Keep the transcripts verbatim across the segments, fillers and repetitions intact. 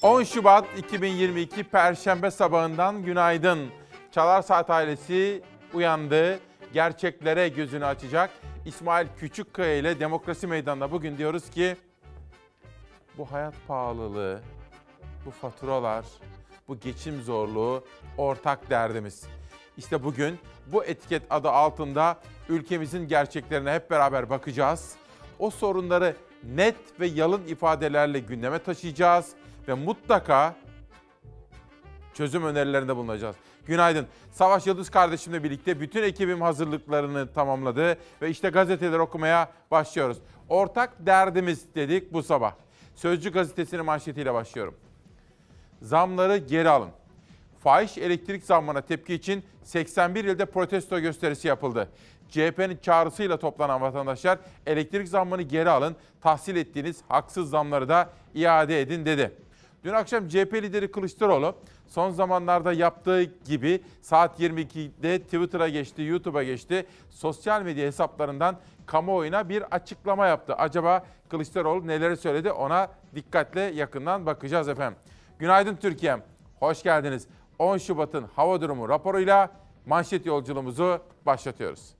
on Şubat iki bin yirmi iki Perşembe sabahından günaydın. Çalar Saat ailesi uyandı. Gerçeklere gözünü açacak. İsmail Küçükkaya ile Demokrasi Meydanı'nda bugün diyoruz ki bu hayat pahalılığı, bu faturalar, bu geçim zorluğu ortak derdimiz. İşte bugün bu etiket adı altında ülkemizin gerçeklerine hep beraber bakacağız. O sorunları net ve yalın ifadelerle gündeme taşıyacağız ve mutlaka çözüm önerilerinde bulunacağız. Günaydın. Savaş Yıldız kardeşimle birlikte bütün ekibim hazırlıklarını tamamladı ve işte gazeteleri okumaya başlıyoruz. Ortak derdimiz dedik bu sabah. Sözcü gazetesinin manşetiyle başlıyorum. Zamları geri alın. Fahiş elektrik zammına tepki için seksen bir ilde protesto gösterisi yapıldı. C H P'nin çağrısıyla toplanan vatandaşlar elektrik zammını geri alın, tahsil ettiğiniz haksız zamları da iade edin dedi. Dün akşam C H P lideri Kılıçdaroğlu son zamanlarda yaptığı gibi saat yirmi ikide Twitter'a geçti, YouTube'a geçti. Sosyal medya hesaplarından kamuoyuna bir açıklama yaptı. Acaba Kılıçdaroğlu neleri söyledi, ona dikkatle yakından bakacağız efendim. Günaydın Türkiye'm, hoş geldiniz. on Şubat'ın hava durumu raporuyla manşet yolculuğumuzu başlatıyoruz.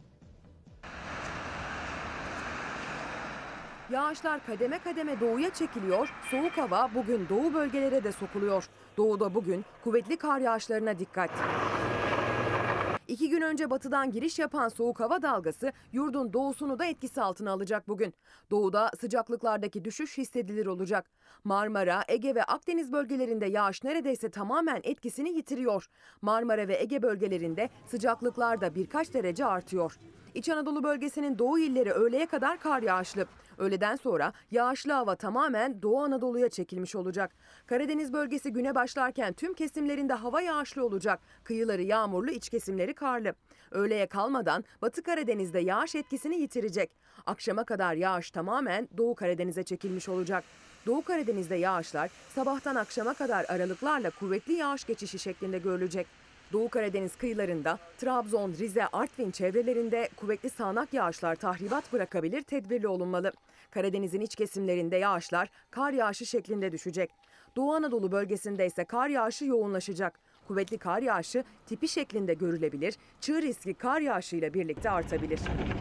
Yağışlar kademe kademe doğuya çekiliyor, soğuk hava bugün doğu bölgelere de sokuluyor. Doğuda bugün kuvvetli kar yağışlarına dikkat. İki gün önce batıdan giriş yapan soğuk hava dalgası yurdun doğusunu da etkisi altına alacak bugün. Doğuda sıcaklıklardaki düşüş hissedilir olacak. Marmara, Ege ve Akdeniz bölgelerinde yağış neredeyse tamamen etkisini yitiriyor. Marmara ve Ege bölgelerinde sıcaklıklar da birkaç derece artıyor. İç Anadolu bölgesinin doğu illeri öğleye kadar kar yağışlı. Öğleden sonra yağışlı hava tamamen Doğu Anadolu'ya çekilmiş olacak. Karadeniz bölgesi güne başlarken tüm kesimlerinde hava yağışlı olacak. Kıyıları yağmurlu, iç kesimleri karlı. Öğleye kalmadan Batı Karadeniz'de yağış etkisini yitirecek. Akşama kadar yağış tamamen Doğu Karadeniz'e çekilmiş olacak. Doğu Karadeniz'de yağışlar sabahtan akşama kadar aralıklarla kuvvetli yağış geçişi şeklinde görülecek. Doğu Karadeniz kıyılarında, Trabzon, Rize, Artvin çevrelerinde kuvvetli sağanak yağışlar tahribat bırakabilir, tedbirli olunmalı. Karadeniz'in iç kesimlerinde yağışlar kar yağışı şeklinde düşecek. Doğu Anadolu bölgesinde ise kar yağışı yoğunlaşacak. Kuvvetli kar yağışı tipi şeklinde görülebilir, çığ riski kar yağışıyla birlikte artabilir.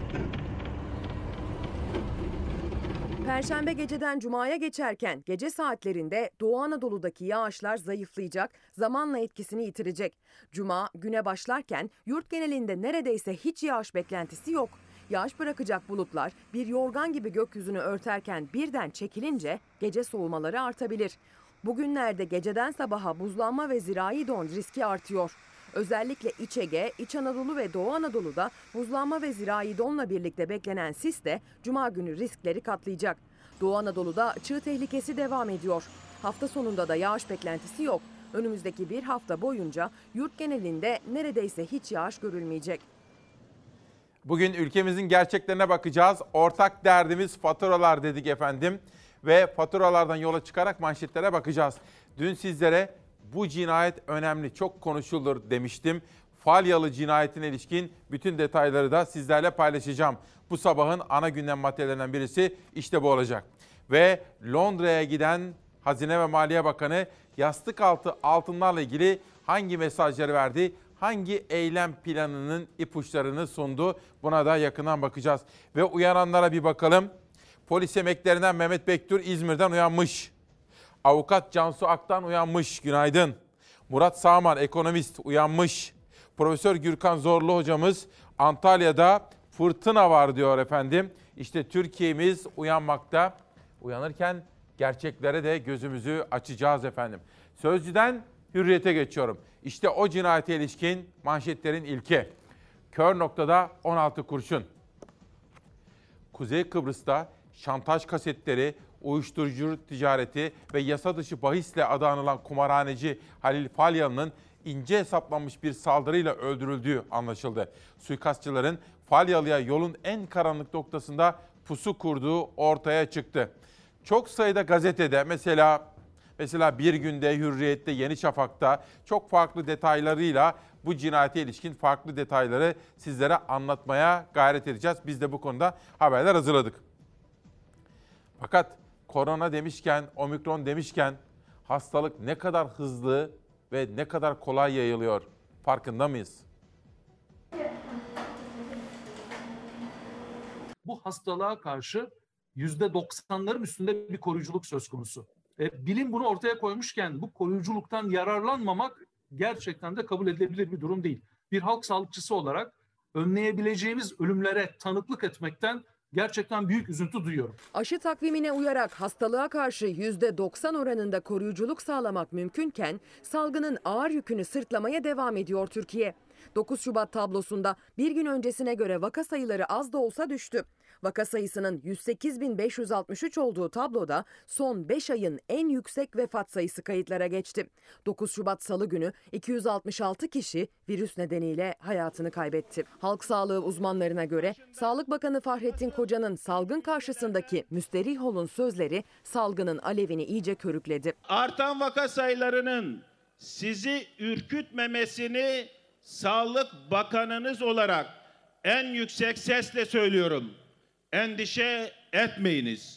Perşembe geceden Cuma'ya geçerken gece saatlerinde Doğu Anadolu'daki yağışlar zayıflayacak, zamanla etkisini yitirecek. Cuma güne başlarken yurt genelinde neredeyse hiç yağış beklentisi yok. Yağış bırakacak bulutlar bir yorgan gibi gökyüzünü örterken birden çekilince gece soğumaları artabilir. Bugünlerde geceden sabaha buzlanma ve zirai don riski artıyor. Özellikle İç Ege, İç Anadolu ve Doğu Anadolu'da buzlanma ve zirai donla birlikte beklenen sis de Cuma günü riskleri katlayacak. Doğu Anadolu'da çığ tehlikesi devam ediyor. Hafta sonunda da yağış beklentisi yok. Önümüzdeki bir hafta boyunca yurt genelinde neredeyse hiç yağış görülmeyecek. Bugün ülkemizin gerçeklerine bakacağız. Ortak derdimiz faturalar dedik efendim. Ve faturalardan yola çıkarak manşetlere bakacağız. Dün sizlere bu cinayet önemli, çok konuşulur demiştim. Falyalı cinayetine ilişkin bütün detayları da sizlerle paylaşacağım. Bu sabahın ana gündem maddelerinden birisi işte bu olacak. Ve Londra'ya giden Hazine ve Maliye Bakanı yastık altı altınlarla ilgili hangi mesajları verdi, hangi eylem planının ipuçlarını sundu, buna da yakından bakacağız. Ve uyananlara bir bakalım. Polis emeklerinden Mehmet Bektur İzmir'den uyanmış. Avukat Cansu Aktan uyanmış, günaydın. Murat Sağman, ekonomist, uyanmış. Profesör Gürkan Zorlu hocamız Antalya'da fırtına var diyor efendim. İşte Türkiye'miz uyanmakta. Uyanırken gerçeklere de gözümüzü açacağız efendim. Sözcüden Hürriyet'e geçiyorum. İşte o cinayete ilişkin manşetlerin ilki. Kör noktada on altı kurşun. Kuzey Kıbrıs'ta şantaj kasetleri, uyuşturucu ticareti ve yasa dışı bahisle adı anılan kumarhaneci Halil Falyalı'nın ince hesaplanmış bir saldırıyla öldürüldüğü anlaşıldı. Suikastçıların Falyalı'ya yolun en karanlık noktasında pusu kurduğu ortaya çıktı. Çok sayıda gazetede mesela mesela Bir Gün'de, Hürriyet'te, Yeni Şafak'ta çok farklı detaylarıyla bu cinayete ilişkin farklı detayları sizlere anlatmaya gayret edeceğiz. Biz de bu konuda haberler hazırladık. Fakat korona demişken, omikron demişken Hastalık ne kadar hızlı ve ne kadar kolay yayılıyor. Farkında mıyız? Bu hastalığa karşı yüzde doksanların üstünde bir koruyuculuk söz konusu. E, bilim bunu ortaya koymuşken bu koruyuculuktan yararlanmamak gerçekten de kabul edilebilir bir durum değil. Bir halk sağlıkçısı olarak önleyebileceğimiz ölümlere tanıklık etmekten gerçekten büyük üzüntü duyuyorum. Aşı takvimine uyarak hastalığa karşı yüzde doksan oranında koruyuculuk sağlamak mümkünken salgının ağır yükünü sırtlamaya devam ediyor Türkiye. dokuz Şubat tablosunda bir gün öncesine göre vaka sayıları az da olsa düştü. Vaka sayısının yüz sekiz bin beş yüz altmış üç olduğu tabloda son beş ayın en yüksek vefat sayısı kayıtlara geçti. dokuz Şubat Salı günü iki yüz altmış altı kişi virüs nedeniyle hayatını kaybetti. Halk sağlığı uzmanlarına göre Sağlık Bakanı Fahrettin Koca'nın salgın karşısındaki müsterih olun sözleri salgının alevini iyice körükledi. Artan vaka sayılarının sizi ürkütmemesini Sağlık Bakanınız olarak en yüksek sesle söylüyorum. Endişe etmeyiniz.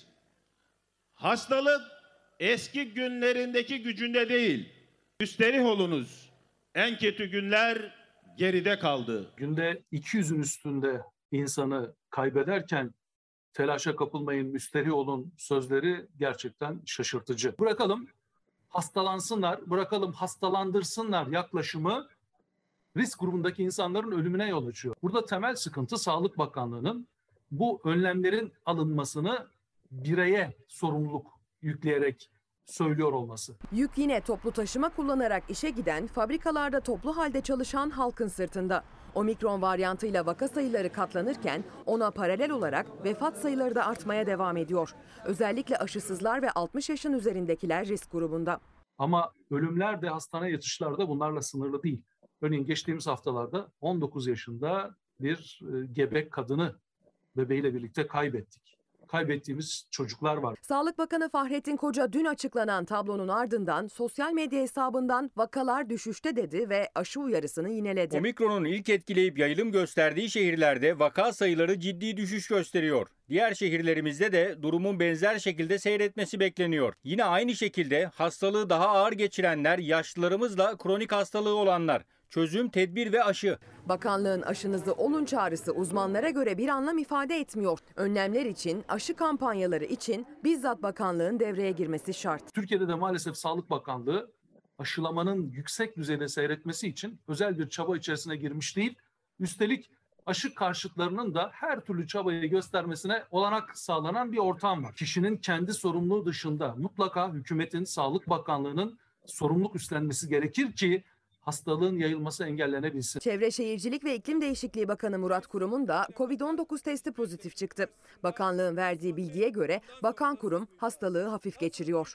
Hastalık eski günlerindeki gücünde değil. Müsterih olunuz. En kötü günler geride kaldı. Günde iki yüzün üstünde insanı kaybederken telaşa kapılmayın, müsterih olun sözleri gerçekten şaşırtıcı. Bırakalım hastalansınlar, bırakalım hastalandırsınlar yaklaşımı risk grubundaki insanların ölümüne yol açıyor. Burada temel sıkıntı Sağlık Bakanlığı'nın bu önlemlerin alınmasını bireye sorumluluk yükleyerek söylüyor olması. Yük yine toplu taşıma kullanarak işe giden, fabrikalarda toplu halde çalışan halkın sırtında. Omikron varyantıyla vaka sayıları katlanırken ona paralel olarak vefat sayıları da artmaya devam ediyor. Özellikle aşısızlar ve altmış yaşın üzerindekiler risk grubunda. Ama ölümler de hastane yatışlar da bunlarla sınırlı değil. Örneğin geçtiğimiz haftalarda on dokuz yaşında bir gebe kadını bebeğiyle birlikte kaybettik. Kaybettiğimiz çocuklar var. Sağlık Bakanı Fahrettin Koca dün açıklanan tablonun ardından sosyal medya hesabından vakalar düşüşte dedi ve aşı uyarısını yineledi. Omikron'un ilk etkileyip yayılım gösterdiği şehirlerde vaka sayıları ciddi düşüş gösteriyor. Diğer şehirlerimizde de durumun benzer şekilde seyretmesi bekleniyor. Yine aynı şekilde hastalığı daha ağır geçirenler, yaşlılarımızla kronik hastalığı olanlar. Çözüm, tedbir ve aşı. Bakanlığın aşınızı olun çağrısı uzmanlara göre bir anlam ifade etmiyor. Önlemler için, aşı kampanyaları için bizzat bakanlığın devreye girmesi şart. Türkiye'de de maalesef Sağlık Bakanlığı aşılamanın yüksek düzeyde seyretmesi için özel bir çaba içerisine girmiş değil. Üstelik aşı karşıtlarının da her türlü çabayı göstermesine olanak sağlanan bir ortam var. Kişinin kendi sorumluluğu dışında mutlaka hükümetin, Sağlık Bakanlığı'nın sorumluluk üstlenmesi gerekir ki hastalığın yayılması engellenebilsin. Çevre Şehircilik ve İklim Değişikliği Bakanı Murat Kurum'un da kovid on dokuz testi pozitif çıktı. Bakanlığın verdiği bilgiye göre Bakan Kurum hastalığı hafif geçiriyor.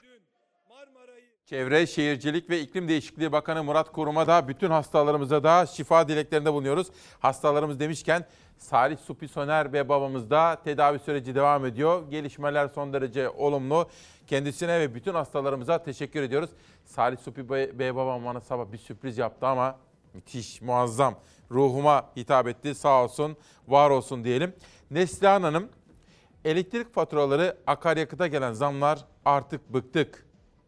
Çevre, Şehircilik ve İklim Değişikliği Bakanı Murat Kurum'a da bütün hastalarımıza da şifa dileklerinde bulunuyoruz. Hastalarımız demişken Salih Supi Soner Bey babamızda tedavi süreci devam ediyor. Gelişmeler son derece olumlu. Kendisine ve bütün hastalarımıza teşekkür ediyoruz. Salih Supi Bey, Bey babam bana sabah bir sürpriz yaptı ama müthiş, muazzam. Ruhuma hitap etti. Sağ olsun, var olsun diyelim. Neslihan Hanım, elektrik faturaları, akaryakıta gelen zamlar artık bıktık.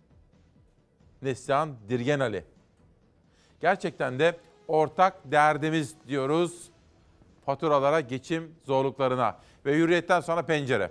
Neslihan Dirgenali. Gerçekten de ortak derdimiz diyoruz faturalara, geçim zorluklarına ve Hürriyet'ten sonra pencere.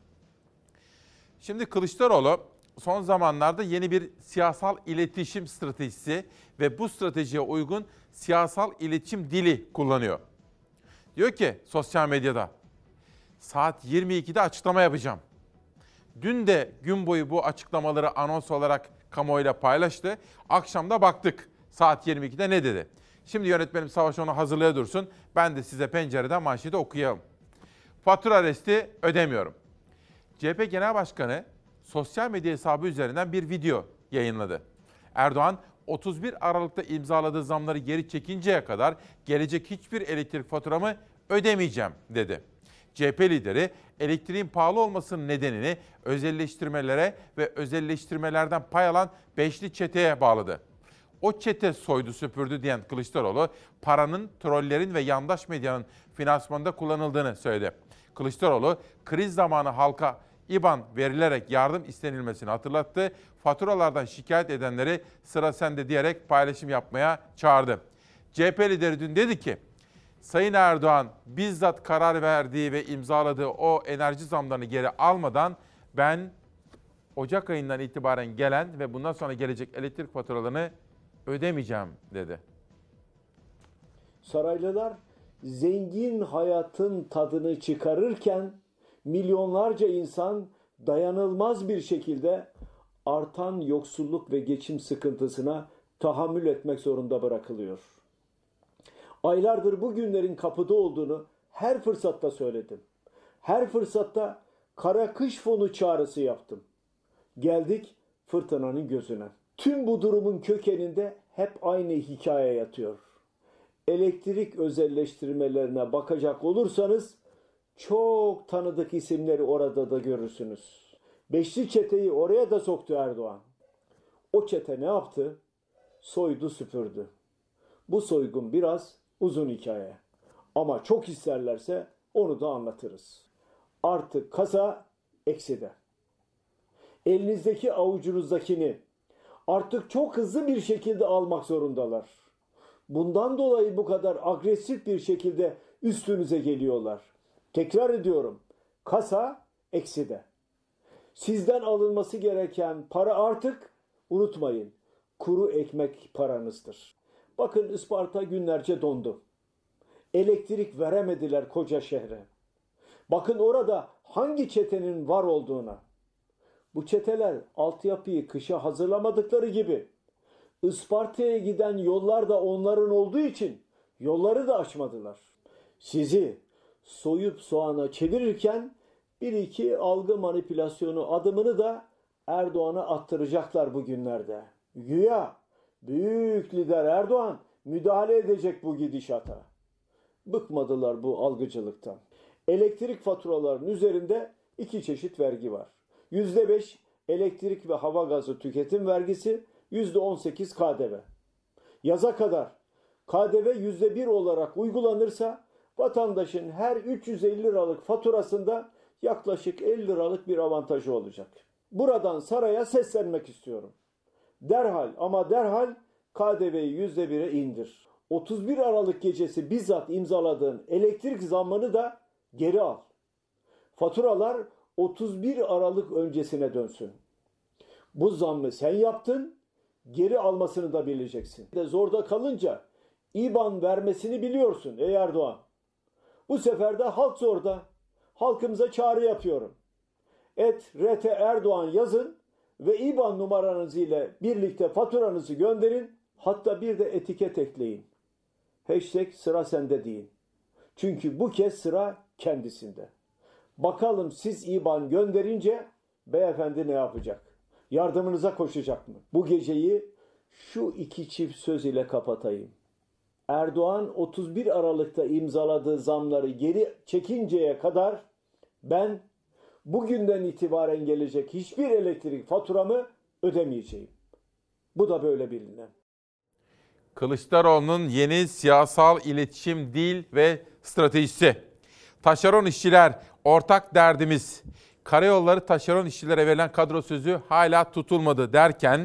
Şimdi Kılıçdaroğlu son zamanlarda yeni bir siyasal iletişim stratejisi ve bu stratejiye uygun siyasal iletişim dili kullanıyor. Diyor ki sosyal medyada saat yirmi ikide açıklama yapacağım. Dün de gün boyu bu açıklamaları anons olarak kamuoyuyla paylaştı. Akşam da baktık saat yirmi ikide ne dedi. Şimdi yönetmenim Savaş onu hazırlaya dursun. Ben de size pencereden manşeti okuyayım. Fatura resti ödemiyorum. C H P Genel Başkanı sosyal medya hesabı üzerinden bir video yayınladı. Erdoğan otuz bir Aralık'ta imzaladığı zamları geri çekinceye kadar gelecek hiçbir elektrik faturamı ödemeyeceğim dedi. C H P lideri elektriğin pahalı olmasının nedenini özelleştirmelere ve özelleştirmelerden pay alan beşli çeteye bağladı. O çete soydu süpürdü diyen Kılıçdaroğlu, paranın trollerin ve yandaş medyanın finansmanında kullanıldığını söyledi. Kılıçdaroğlu, kriz zamanı halka İ B A N verilerek yardım istenilmesini hatırlattı. Faturalardan şikayet edenleri sıra sende diyerek paylaşım yapmaya çağırdı. C H P lideri dün dedi ki, Sayın Erdoğan bizzat karar verdiği ve imzaladığı o enerji zamlarını geri almadan ben Ocak ayından itibaren gelen ve bundan sonra gelecek elektrik faturalarını ödemeyeceğim dedi. Saraylılar zengin hayatın tadını çıkarırken milyonlarca insan dayanılmaz bir şekilde artan yoksulluk ve geçim sıkıntısına tahammül etmek zorunda bırakılıyor. Aylardır bu günlerin kapıda olduğunu her fırsatta söyledim. Her fırsatta kara kış fonu çağrısı yaptım. Geldik fırtınanın gözüne. Tüm bu durumun kökeninde hep aynı hikaye yatıyor. Elektrik özelleştirmelerine bakacak olursanız çok tanıdık isimleri orada da görürsünüz. Beşli çeteyi oraya da soktu Erdoğan. O çete ne yaptı? Soydu süpürdü. Bu soygun biraz uzun hikaye. Ama çok isterlerse onu da anlatırız. Artık kasa ekside. Elinizdeki avucunuzdakini artık çok hızlı bir şekilde almak zorundalar. Bundan dolayı bu kadar agresif bir şekilde üstünüze geliyorlar. Tekrar ediyorum, kasa ekside. Sizden alınması gereken para artık, unutmayın, kuru ekmek paranızdır. Bakın Isparta günlerce dondu. Elektrik veremediler koca şehre. Bakın orada hangi çetenin var olduğuna. Bu çeteler altyapıyı kışa hazırlamadıkları gibi Isparta'ya giden yollar da onların olduğu için yolları da açmadılar. Sizi soyup soğana çevirirken bir iki algı manipülasyonu adımını da Erdoğan'a attıracaklar bugünlerde. Güya büyük lider Erdoğan müdahale edecek bu gidişata. Bıkmadılar bu algıcılıktan. Elektrik faturalarının üzerinde iki çeşit vergi var. yüzde beş elektrik ve hava gazı tüketim vergisi, yüzde on sekiz K D V. Yaza kadar K D V yüzde bir olarak uygulanırsa vatandaşın her üç yüz elli liralık faturasında yaklaşık elli liralık bir avantajı olacak. Buradan saraya seslenmek istiyorum. Derhal ama derhal K D V'yi yüzde bire indir. otuz bir Aralık gecesi bizzat imzaladığın elektrik zammını da geri al. Faturalar otuz bir Aralık öncesine dönsün. Bu zammı sen yaptın, geri almasını da bileceksin. Zorda kalınca İ B A N vermesini biliyorsun ey Erdoğan. Bu sefer de halk zorda. Halkımıza çağrı yapıyorum. Et R T Erdoğan yazın ve İ B A N numaranız ile birlikte faturanızı gönderin. Hatta bir de etiket ekleyin. Hashtag sıra sende deyin. Çünkü bu kez sıra kendisinde. Bakalım siz İ B A N gönderince beyefendi ne yapacak? Yardımınıza koşacak mı? Bu geceyi şu iki çift söz ile kapatayım. Erdoğan otuz bir Aralık'ta imzaladığı zamları geri çekinceye kadar ben bugünden itibaren gelecek hiçbir elektrik faturamı ödemeyeceğim. Bu da böyle bilinen. Kılıçdaroğlu'nun yeni siyasal iletişim, dil ve stratejisi. Taşeron işçiler, ortak derdimiz. Karayolları taşeron işçilere verilen kadro sözü hala tutulmadı derken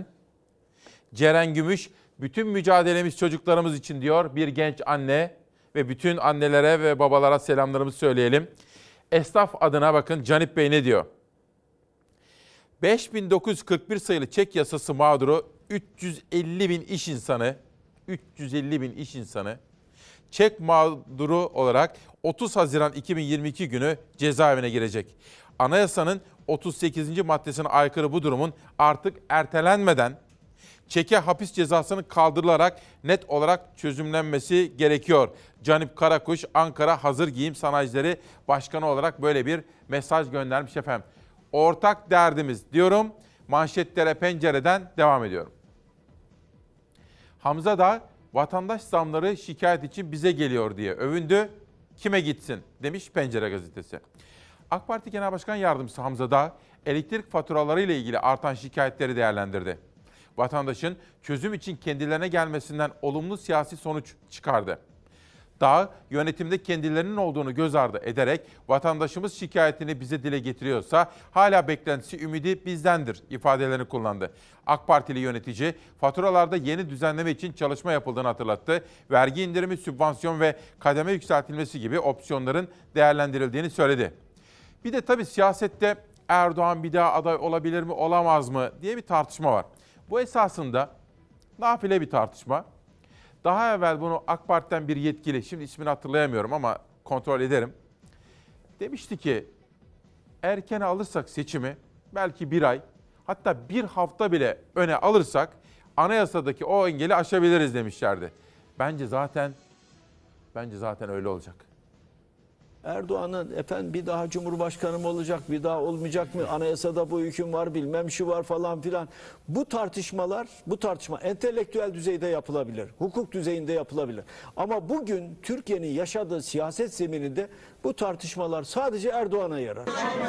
Ceren Gümüş, bütün mücadelemiz çocuklarımız için diyor bir genç anne ve bütün annelere ve babalara selamlarımızı söyleyelim. Esnaf adına bakın Canip Bey ne diyor? beş bin dokuz yüz kırk bir sayılı çek yasası mağduru üç yüz elli bin iş insanı, üç yüz elli bin iş insanı çek mağduru olarak otuz Haziran iki bin yirmi iki günü cezaevine girecek. Anayasanın otuz sekizinci maddesine aykırı bu durumun artık ertelenmeden çeke hapis cezasının kaldırılarak net olarak çözümlenmesi gerekiyor. Canip Karakuş, Ankara Hazır Giyim Sanayicileri Başkanı olarak böyle bir mesaj göndermiş efendim. Ortak derdimiz diyorum. Manşetlere pencereden devam ediyorum. Hamza da vatandaş zamları şikayet için bize geliyor diye övündü. Kime gitsin demiş Pencere gazetesi. AK Parti Genel Başkan Yardımcısı Hamza Dağ, elektrik faturaları ile ilgili artan şikayetleri değerlendirdi. Vatandaşın çözüm için kendilerine gelmesinden olumlu siyasi sonuç çıkardı. Daha yönetimde kendilerinin olduğunu göz ardı ederek vatandaşımız şikayetini bize dile getiriyorsa hala beklentisi, ümidi bizdendir ifadelerini kullandı. AK Partili yönetici faturalarda yeni düzenleme için çalışma yapıldığını hatırlattı. Vergi indirimi, sübvansiyon ve kademe yükseltilmesi gibi opsiyonların değerlendirildiğini söyledi. Bir de tabii siyasette Erdoğan bir daha aday olabilir mi, olamaz mı diye bir tartışma var. Bu esasında nafile bir tartışma. Daha evvel bunu AK Parti'den bir yetkili, şimdi ismini hatırlayamıyorum ama kontrol ederim, demişti ki erken alırsak seçimi belki bir ay, hatta bir hafta bile öne alırsak anayasadaki o engeli aşabiliriz demişlerdi. Bence zaten bence zaten öyle olacak. Erdoğan'ın efendim bir daha Cumhurbaşkanı mı olacak, bir daha olmayacak mı? Anayasada bu hüküm var, bilmem şu var falan filan. Bu tartışmalar, bu tartışma entelektüel düzeyde yapılabilir, hukuk düzeyinde yapılabilir. Ama bugün Türkiye'nin yaşadığı siyaset zemininde bu tartışmalar sadece Erdoğan'a yarar.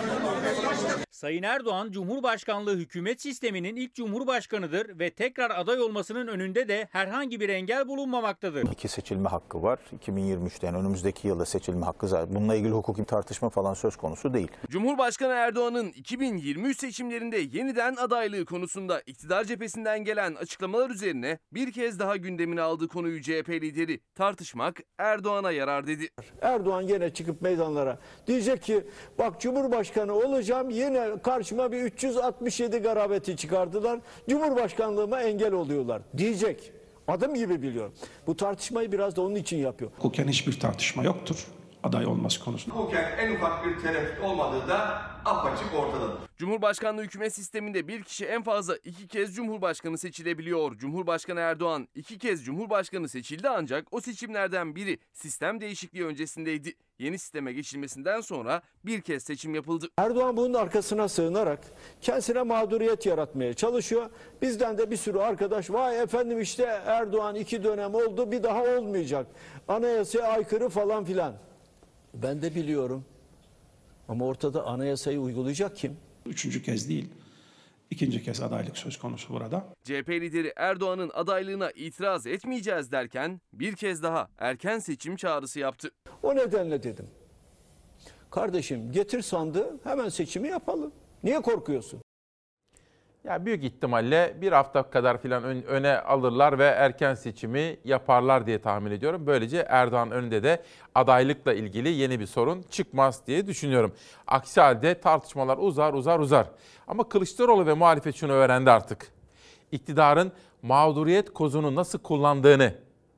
Sayın Erdoğan, Cumhurbaşkanlığı hükümet sisteminin ilk cumhurbaşkanıdır ve tekrar aday olmasının önünde de herhangi bir engel bulunmamaktadır. İki seçilme hakkı var. iki bin yirmi üçte yani önümüzdeki yılda seçilme hakkı zaten. Bununla ilgili hukuki tartışma falan söz konusu değil. Cumhurbaşkanı Erdoğan'ın iki bin yirmi üç seçimlerinde yeniden adaylığı konusunda iktidar cephesinden gelen açıklamalar üzerine bir kez daha gündemine aldığı konuyu C H P lideri tartışmak Erdoğan'a yarar dedi. Erdoğan yine çıkıp meydanlara diyecek ki bak Cumhurbaşkanı olacağım, yine karşıma bir üç yüz altmış yedi garabeti çıkardılar, Cumhurbaşkanlığıma engel oluyorlar diyecek. Adım gibi biliyorum. Bu tartışmayı biraz da onun için yapıyor. Hukuken hiçbir tartışma yoktur aday olması konusunda. Hukuken en ufak bir tereddüt olmadığı da apaçık ortada. Cumhurbaşkanlığı hükümet sisteminde bir kişi en fazla iki kez Cumhurbaşkanı seçilebiliyor. Cumhurbaşkanı Erdoğan iki kez Cumhurbaşkanı seçildi ancak o seçimlerden biri sistem değişikliği öncesindeydi. Yeni sisteme geçilmesinden sonra bir kez seçim yapıldı. Erdoğan bunun arkasına sığınarak kendisine mağduriyet yaratmaya çalışıyor. Bizden de bir sürü arkadaş vay efendim işte Erdoğan iki dönem oldu bir daha olmayacak. Anayasaya aykırı falan filan. Ben de biliyorum. Ama ortada anayasayı uygulayacak kim? Üçüncü kez değil, ikinci kez adaylık söz konusu burada. C H P lideri Erdoğan'ın adaylığına itiraz etmeyeceğiz derken bir kez daha erken seçim çağrısı yaptı. O nedenle dedim. Kardeşim getir sandığı hemen seçimi yapalım. Niye korkuyorsun? Ya büyük ihtimalle bir hafta kadar filan öne alırlar ve erken seçimi yaparlar diye tahmin ediyorum. Böylece Erdoğan önünde de adaylıkla ilgili yeni bir sorun çıkmaz diye düşünüyorum. Aksi halde tartışmalar uzar uzar uzar. Ama Kılıçdaroğlu ve muhalefet şunu öğrendi artık. İktidarın mağduriyet kozunu nasıl kullandığını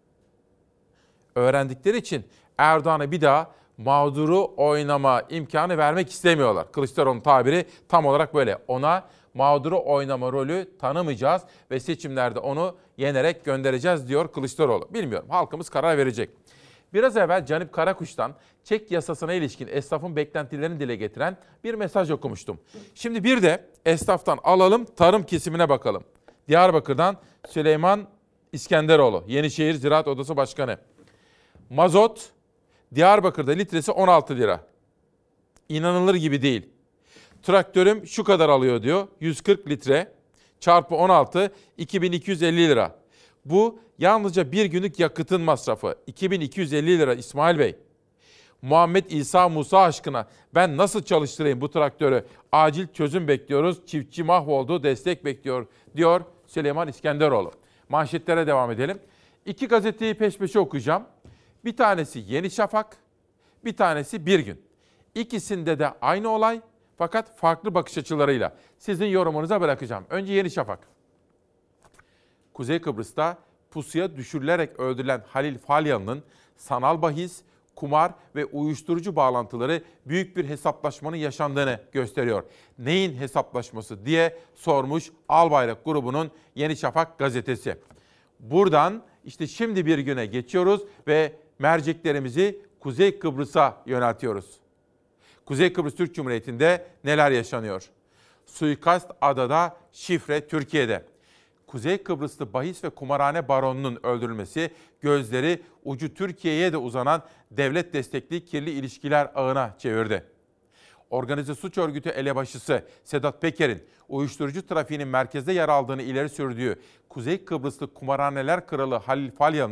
öğrendikleri için Erdoğan'a bir daha mağduru oynama imkanı vermek istemiyorlar. Kılıçdaroğlu'nun tabiri tam olarak böyle. Ona mağduru oynama rolü tanımayacağız ve seçimlerde onu yenerek göndereceğiz diyor Kılıçdaroğlu. Bilmiyorum, halkımız karar verecek. Biraz evvel Canip Karakuş'tan çek yasasına ilişkin esnafın beklentilerini dile getiren bir mesaj okumuştum. Şimdi bir de esnaftan alalım, tarım kesimine bakalım. Diyarbakır'dan Süleyman İskenderoğlu, Yenişehir Ziraat Odası Başkanı. Mazot Diyarbakır'da litresi on altı lira. İnanılır gibi değil. Traktörüm şu kadar alıyor diyor. yüz kırk litre çarpı on altı iki bin iki yüz elli lira. Bu yalnızca bir günlük yakıtın masrafı. iki bin iki yüz elli lira İsmail Bey. Muhammed İsa Musa aşkına ben nasıl çalıştırayım bu traktörü? Acil çözüm bekliyoruz. Çiftçi mahvoldu, destek bekliyor diyor Süleyman İskenderoğlu. Manşetlere devam edelim. İki gazeteyi peş peşe okuyacağım. Bir tanesi Yeni Şafak, bir tanesi Bir Gün. İkisinde de aynı olay fakat farklı bakış açılarıyla. Sizin yorumunuza bırakacağım. Önce Yeni Şafak. Kuzey Kıbrıs'ta pusuya düşürülerek öldürülen Halil Falyalı'nın sanal bahis, kumar ve uyuşturucu bağlantıları büyük bir hesaplaşmanın yaşandığını gösteriyor. Neyin hesaplaşması diye sormuş Albayrak grubunun Yeni Şafak gazetesi. Buradan işte şimdi Bir Güne geçiyoruz ve merceklerimizi Kuzey Kıbrıs'a yöneltiyoruz. Kuzey Kıbrıs Türk Cumhuriyeti'nde neler yaşanıyor? Suikast adada, şifre Türkiye'de. Kuzey Kıbrıslı bahis ve kumarhane baronunun öldürülmesi gözleri ucu Türkiye'ye de uzanan devlet destekli kirli ilişkiler ağına çevirdi. Organize suç örgütü elebaşısı Sedat Peker'in uyuşturucu trafiğinin merkezde yer aldığını ileri sürdüğü Kuzey Kıbrıslı kumarhaneler kralı Halil Falyalı'nın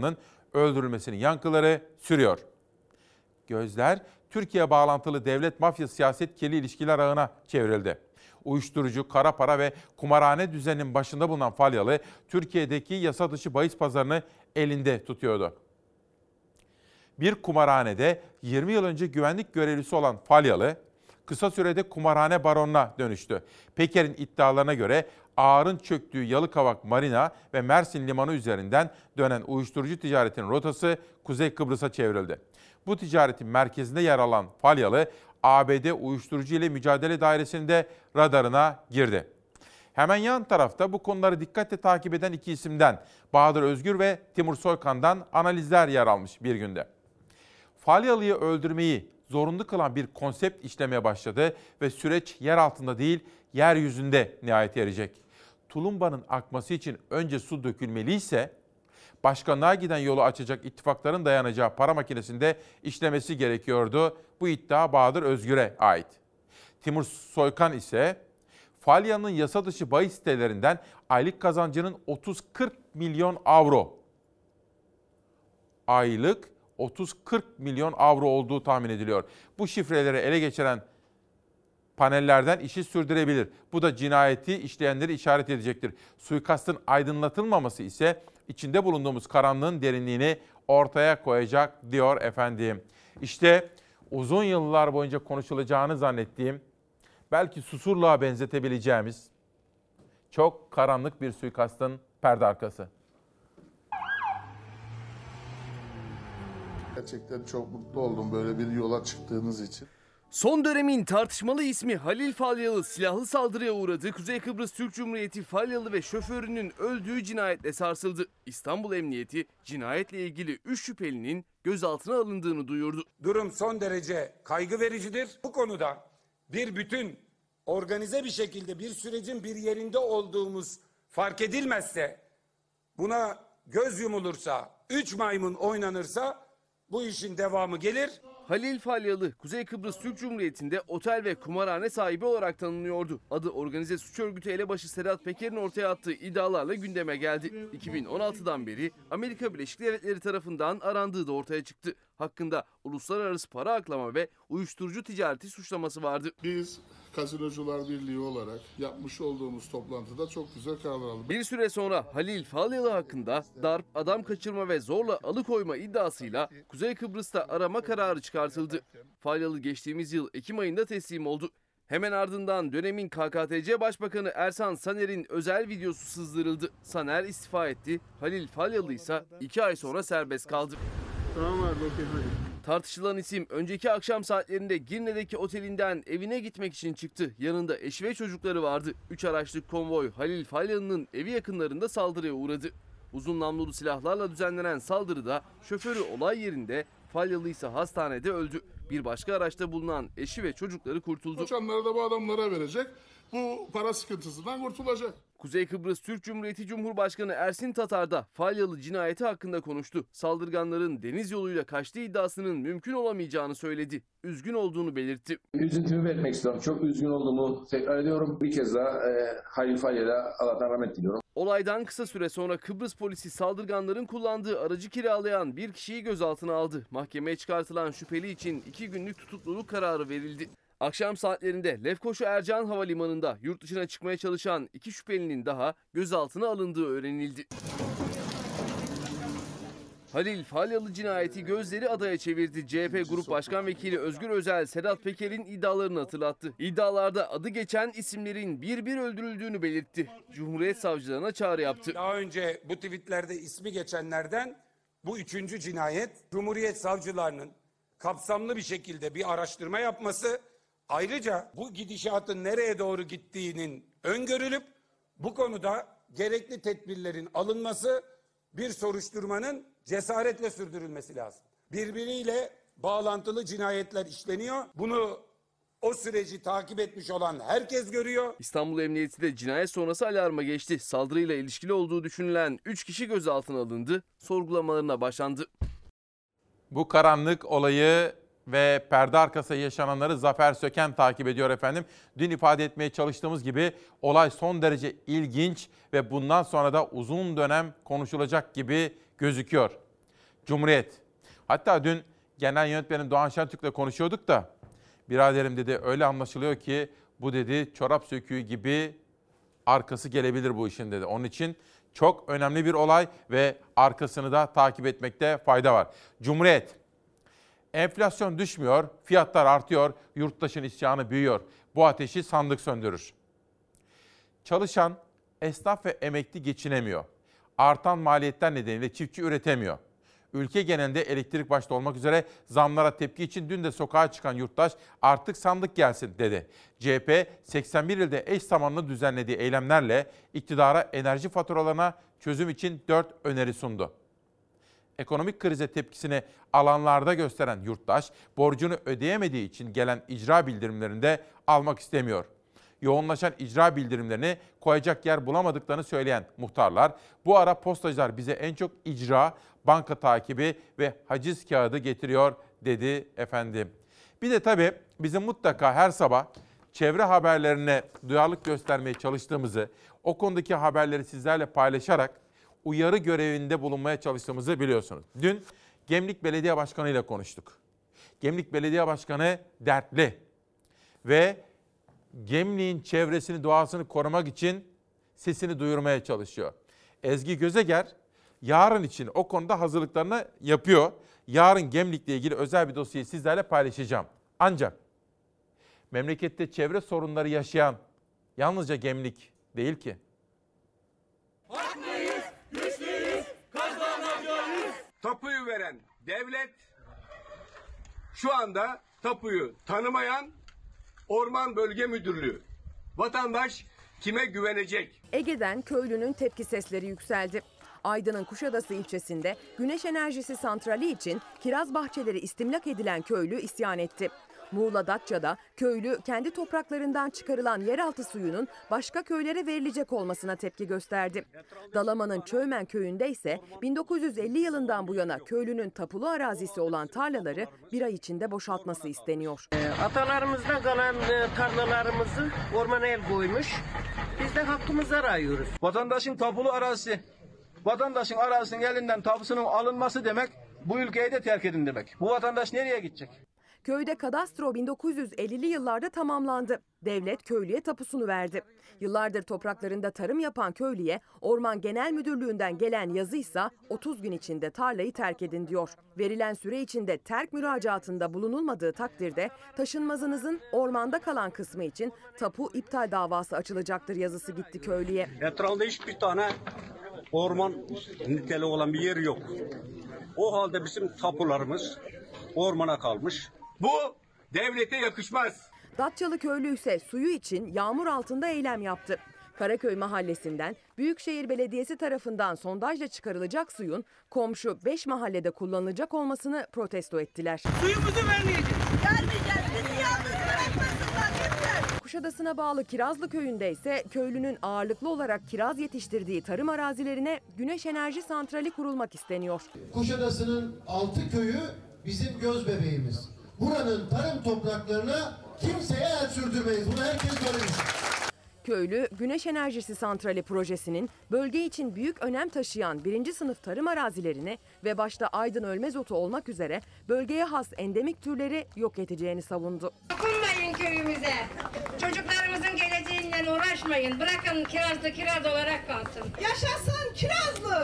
öldürülmesinin yankıları sürüyor. Gözler Türkiye bağlantılı devlet mafya siyaset kirli ilişkiler ağına çevrildi. Uyuşturucu, kara para ve kumarhane düzeninin başında bulunan Falyalı, Türkiye'deki yasa dışı bahis pazarını elinde tutuyordu. Bir kumarhanede yirmi yıl önce güvenlik görevlisi olan Falyalı, kısa sürede kumarhane baronuna dönüştü. Peker'in iddialarına göre ağırın çöktüğü Yalıkavak Marina ve Mersin Limanı üzerinden dönen uyuşturucu ticaretinin rotası Kuzey Kıbrıs'a çevrildi. Bu ticaretin merkezinde yer alan Falyalı, A B D Uyuşturucu ile Mücadele Dairesi'nde radarına girdi. Hemen yan tarafta bu konuları dikkatle takip eden iki isimden Bahadır Özgür ve Timur Soykan'dan analizler yer almış bir günde. Falyalı'yı öldürmeyi zorunlu kılan bir konsept işlemeye başladı ve süreç yer altında değil, yeryüzünde nihayet erecek. Tulumbanın akması için önce su dökülmeliyse, başkanlığa giden yolu açacak ittifakların dayanacağı para makinesinde işlemesi gerekiyordu. Bu iddia Bahadır Özgür'e ait. Timur Soykan ise Falyalı'nın yasa dışı bahis sitelerinden aylık kazancının otuz kırk milyon avro. Aylık otuz kırk milyon avro olduğu tahmin ediliyor. Bu şifreleri ele geçiren panellerden işi sürdürebilir. Bu da cinayeti işleyenleri işaret edecektir. Suikastın aydınlatılmaması ise içinde bulunduğumuz karanlığın derinliğini ortaya koyacak diyor efendim. İşte uzun yıllar boyunca konuşulacağını zannettiğim, belki Susurluğa benzetebileceğimiz çok karanlık bir suikastın perde arkası. Gerçekten çok mutlu oldum böyle bir yola çıktığınız için. Son dönemin tartışmalı ismi Halil Falyalı silahlı saldırıya uğradı. Kuzey Kıbrıs Türk Cumhuriyeti Falyalı ve şoförünün öldüğü cinayetle sarsıldı. İstanbul Emniyeti cinayetle ilgili üç şüphelinin gözaltına alındığını duyurdu. Durum son derece kaygı vericidir. Bu konuda bir bütün organize bir şekilde bir sürecin bir yerinde olduğumuz fark edilmezse, buna göz yumulursa, üç maymun oynanırsa bu işin devamı gelir. Halil Falyalı, Kuzey Kıbrıs Türk Cumhuriyeti'nde otel ve kumarhane sahibi olarak tanınıyordu. Adı organize suç örgütü elebaşı Sedat Peker'in ortaya attığı iddialarla gündeme geldi. iki bin on altıdan beri Amerika Birleşik Devletleri tarafından arandığı da ortaya çıktı. Hakkında uluslararası para aklama ve uyuşturucu ticareti suçlaması vardı. Biz Gazinocular Birliği olarak yapmış olduğumuz toplantıda çok güzel kararlar aldık. Bir süre sonra Halil Falyalı hakkında darp, adam kaçırma ve zorla alıkoyma iddiasıyla Kuzey Kıbrıs'ta arama kararı çıkartıldı. Falyalı geçtiğimiz yıl Ekim ayında teslim oldu. Hemen ardından dönemin K K T C Başbakanı Ersan Saner'in özel videosu sızdırıldı. Saner istifa etti. Halil Falyalı ise iki ay sonra serbest kaldı. Tamam abi, okey, hadi. Tartışılan isim önceki akşam saatlerinde Girne'deki otelinden evine gitmek için çıktı. Yanında eşi ve çocukları vardı. Üç araçlık konvoy Halil Falyalı'nın evi yakınlarında saldırıya uğradı. Uzun namlulu silahlarla düzenlenen saldırıda şoförü olay yerinde, Falyalı ise hastanede öldü. Bir başka araçta bulunan eşi ve çocukları kurtuldu. Kaçanları da bu adamlara verecek. Bu para sıkıntısından kurtulacak. Kuzey Kıbrıs Türk Cumhuriyeti Cumhurbaşkanı Ersin Tatar da Falyalı cinayeti hakkında konuştu. Saldırganların deniz yoluyla kaçtığı iddiasının mümkün olamayacağını söyledi. Üzgün olduğunu belirtti. Üzüntümü belirtmek istiyorum. Çok üzgün olduğumu tekrar ediyorum. Bir kez daha e, Halil Falyalı'ya Allah'tan rahmet diliyorum. Olaydan kısa süre sonra Kıbrıs polisi saldırganların kullandığı aracı kiralayan bir kişiyi gözaltına aldı. Mahkemeye çıkartılan şüpheli için iki günlük tutukluluk kararı verildi. Akşam saatlerinde Lefkoşa Ercan Havalimanı'nda yurt dışına çıkmaya çalışan iki şüphelinin daha gözaltına alındığı öğrenildi. Halil Falyalı cinayeti gözleri adaya çevirdi. C H P Grup Başkan Vekili Özgür Özel, Sedat Peker'in iddialarını hatırlattı. İddialarda adı geçen isimlerin bir bir öldürüldüğünü belirtti. Cumhuriyet savcılarına çağrı yaptı. Daha önce bu tweetlerde ismi geçenlerden bu üçüncü cinayet. Cumhuriyet savcılarının kapsamlı bir şekilde bir araştırma yapması, ayrıca bu gidişatın nereye doğru gittiğinin öngörülüp bu konuda gerekli tedbirlerin alınması, bir soruşturmanın cesaretle sürdürülmesi lazım. Birbiriyle bağlantılı cinayetler işleniyor. Bunu o süreci takip etmiş olan herkes görüyor. İstanbul Emniyeti de cinayet sonrası alarma geçti. Saldırıyla ilişkili olduğu düşünülen üç kişi gözaltına alındı. Sorgulamalarına başlandı. Bu karanlık olayı ve perde arkası yaşananları Zafer Söken takip ediyor efendim. Dün ifade etmeye çalıştığımız gibi olay son derece ilginç ve bundan sonra da uzun dönem konuşulacak gibi gözüküyor. Cumhuriyet. Hatta dün genel yönetmenim Doğan Şentürk'le konuşuyorduk da biraderim dedi öyle anlaşılıyor ki bu dedi çorap söküğü gibi arkası gelebilir bu işin dedi. Onun için çok önemli bir olay ve arkasını da takip etmekte fayda var. Cumhuriyet. Enflasyon düşmüyor, fiyatlar artıyor, yurttaşın isyanı büyüyor. Bu ateşi sandık söndürür. Çalışan, esnaf ve emekli geçinemiyor. Artan maliyetler nedeniyle çiftçi üretemiyor. Ülke genelinde elektrik başta olmak üzere zamlara tepki için dün de sokağa çıkan yurttaş artık sandık gelsin dedi. C H P seksen bir ilde eş zamanlı düzenlediği eylemlerle iktidara enerji faturalarına çözüm için dört öneri sundu. Ekonomik krize tepkisini alanlarda gösteren yurttaş, borcunu ödeyemediği için gelen icra bildirimlerini de almak istemiyor. Yoğunlaşan icra bildirimlerini koyacak yer bulamadıklarını söyleyen muhtarlar, bu ara postacılar bize en çok icra, banka takibi ve haciz kağıdı getiriyor dedi efendim. Bir de tabii bizim mutlaka her sabah çevre haberlerine duyarlılık göstermeye çalıştığımızı, o konudaki haberleri sizlerle paylaşarak uyarı görevinde bulunmaya çalıştığımızı biliyorsunuz. Dün Gemlik Belediye Başkanı ile konuştuk. Gemlik Belediye Başkanı dertli ve Gemlik'in çevresini, doğasını korumak için sesini duyurmaya çalışıyor. Ezgi Gözeger yarın için o konuda hazırlıklarını yapıyor. Yarın Gemlik'le ilgili özel bir dosyayı sizlerle paylaşacağım. Ancak memlekette çevre sorunları yaşayan yalnızca Gemlik değil ki. Haklıyız, güçlüyüz, kazanacağız. Tapuyu veren devlet, şu anda tapuyu tanımayan Orman Bölge Müdürlüğü. Vatandaş kime güvenecek? Ege'den köylünün tepki sesleri yükseldi. Aydın'ın Kuşadası ilçesinde güneş enerjisi santrali için kiraz bahçeleri istimlak edilen köylü isyan etti. Muğla Datça'da köylü kendi topraklarından çıkarılan yeraltı suyunun başka köylere verilecek olmasına tepki gösterdi. Dalaman'ın Çövmen köyünde ise bin dokuz yüz elli yılından bu yana köylünün tapulu arazisi olan tarlaları bir ay içinde boşaltması isteniyor. Atalarımızdan kalan tarlalarımızı ormana el koymuş. Biz de hakkımızı arıyoruz. Vatandaşın tapulu arazisi, vatandaşın arazisinin elinden tapusunun alınması demek, bu ülkeyi de terk edin demek. Bu vatandaş nereye gidecek? Köyde kadastro bin dokuz yüz ellili yıllarda tamamlandı. Devlet köylüye tapusunu verdi. Yıllardır topraklarında tarım yapan köylüye Orman Genel Müdürlüğü'nden gelen yazıysa otuz gün içinde tarlayı terk edin diyor. Verilen süre içinde terk müracaatında bulunulmadığı takdirde taşınmazınızın ormanda kalan kısmı için tapu iptal davası açılacaktır yazısı gitti köylüye. Etrafında hiçbir tane orman niteliği olan bir yer yok. O halde bizim tapularımız ormana kalmış. Bu devlete yakışmaz. Datçalı köylü ise suyu için yağmur altında eylem yaptı. Karaköy mahallesinden Büyükşehir Belediyesi tarafından sondajla çıkarılacak suyun komşu beş mahallede kullanılacak olmasını protesto ettiler. Suyumuzu vermeyeceğiz. Gelmeyeceğiz. Bizi yalnız bırakmasınlar lütfen. Kuşadası'na bağlı Kirazlı köyünde ise köylünün ağırlıklı olarak kiraz yetiştirdiği tarım arazilerine güneş enerji santrali kurulmak isteniyor. Kuşadası'nın altı köyü bizim göz bebeğimiz. Buranın tarım topraklarına kimseye el sürdürmeyiz. Bunu herkes görebilir. Köylü, güneş enerjisi santrali projesinin bölge için büyük önem taşıyan birinci sınıf tarım arazilerini ve başta Aydın Ölmez Otu olmak üzere bölgeye has endemik türleri yok edeceğini savundu. Dokunmayın köyümüze. Çocuklarımızın geleceğiyle uğraşmayın. Bırakın Kirazlı kiraz olarak kalsın. Yaşasın Kirazlı.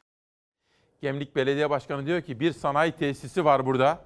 Gemlik Belediye Başkanı diyor ki bir sanayi tesisi var burada.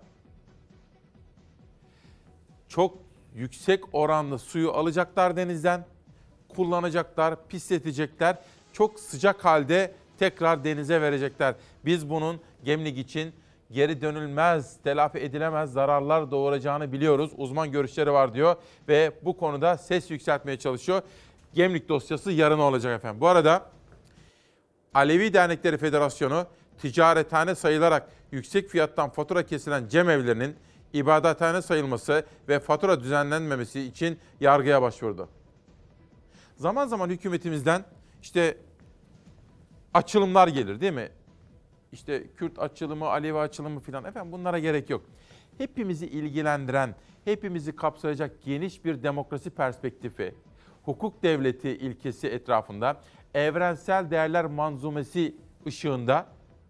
Çok yüksek oranlı suyu alacaklar denizden, kullanacaklar, pisletecekler. Çok sıcak halde tekrar denize verecekler. Biz bunun Gemlik için geri dönülmez, telafi edilemez zararlar doğuracağını biliyoruz. Uzman görüşleri var diyor ve bu konuda ses yükseltmeye çalışıyor. Gemlik dosyası yarın olacak efendim. Bu arada Alevi Dernekleri Federasyonu ticarethane sayılarak yüksek fiyattan fatura kesilen cemevlerinin ibadethane sayılması ve fatura düzenlenmemesi için yargıya başvurdu. Zaman zaman hükümetimizden işte açılımlar gelir değil mi? İşte Kürt açılımı, Alevi açılımı filan. Efendim bunlara gerek yok. Hepimizi ilgilendiren, hepimizi kapsayacak geniş bir demokrasi perspektifi, hukuk devleti ilkesi etrafında, evrensel değerler manzumesi ışığında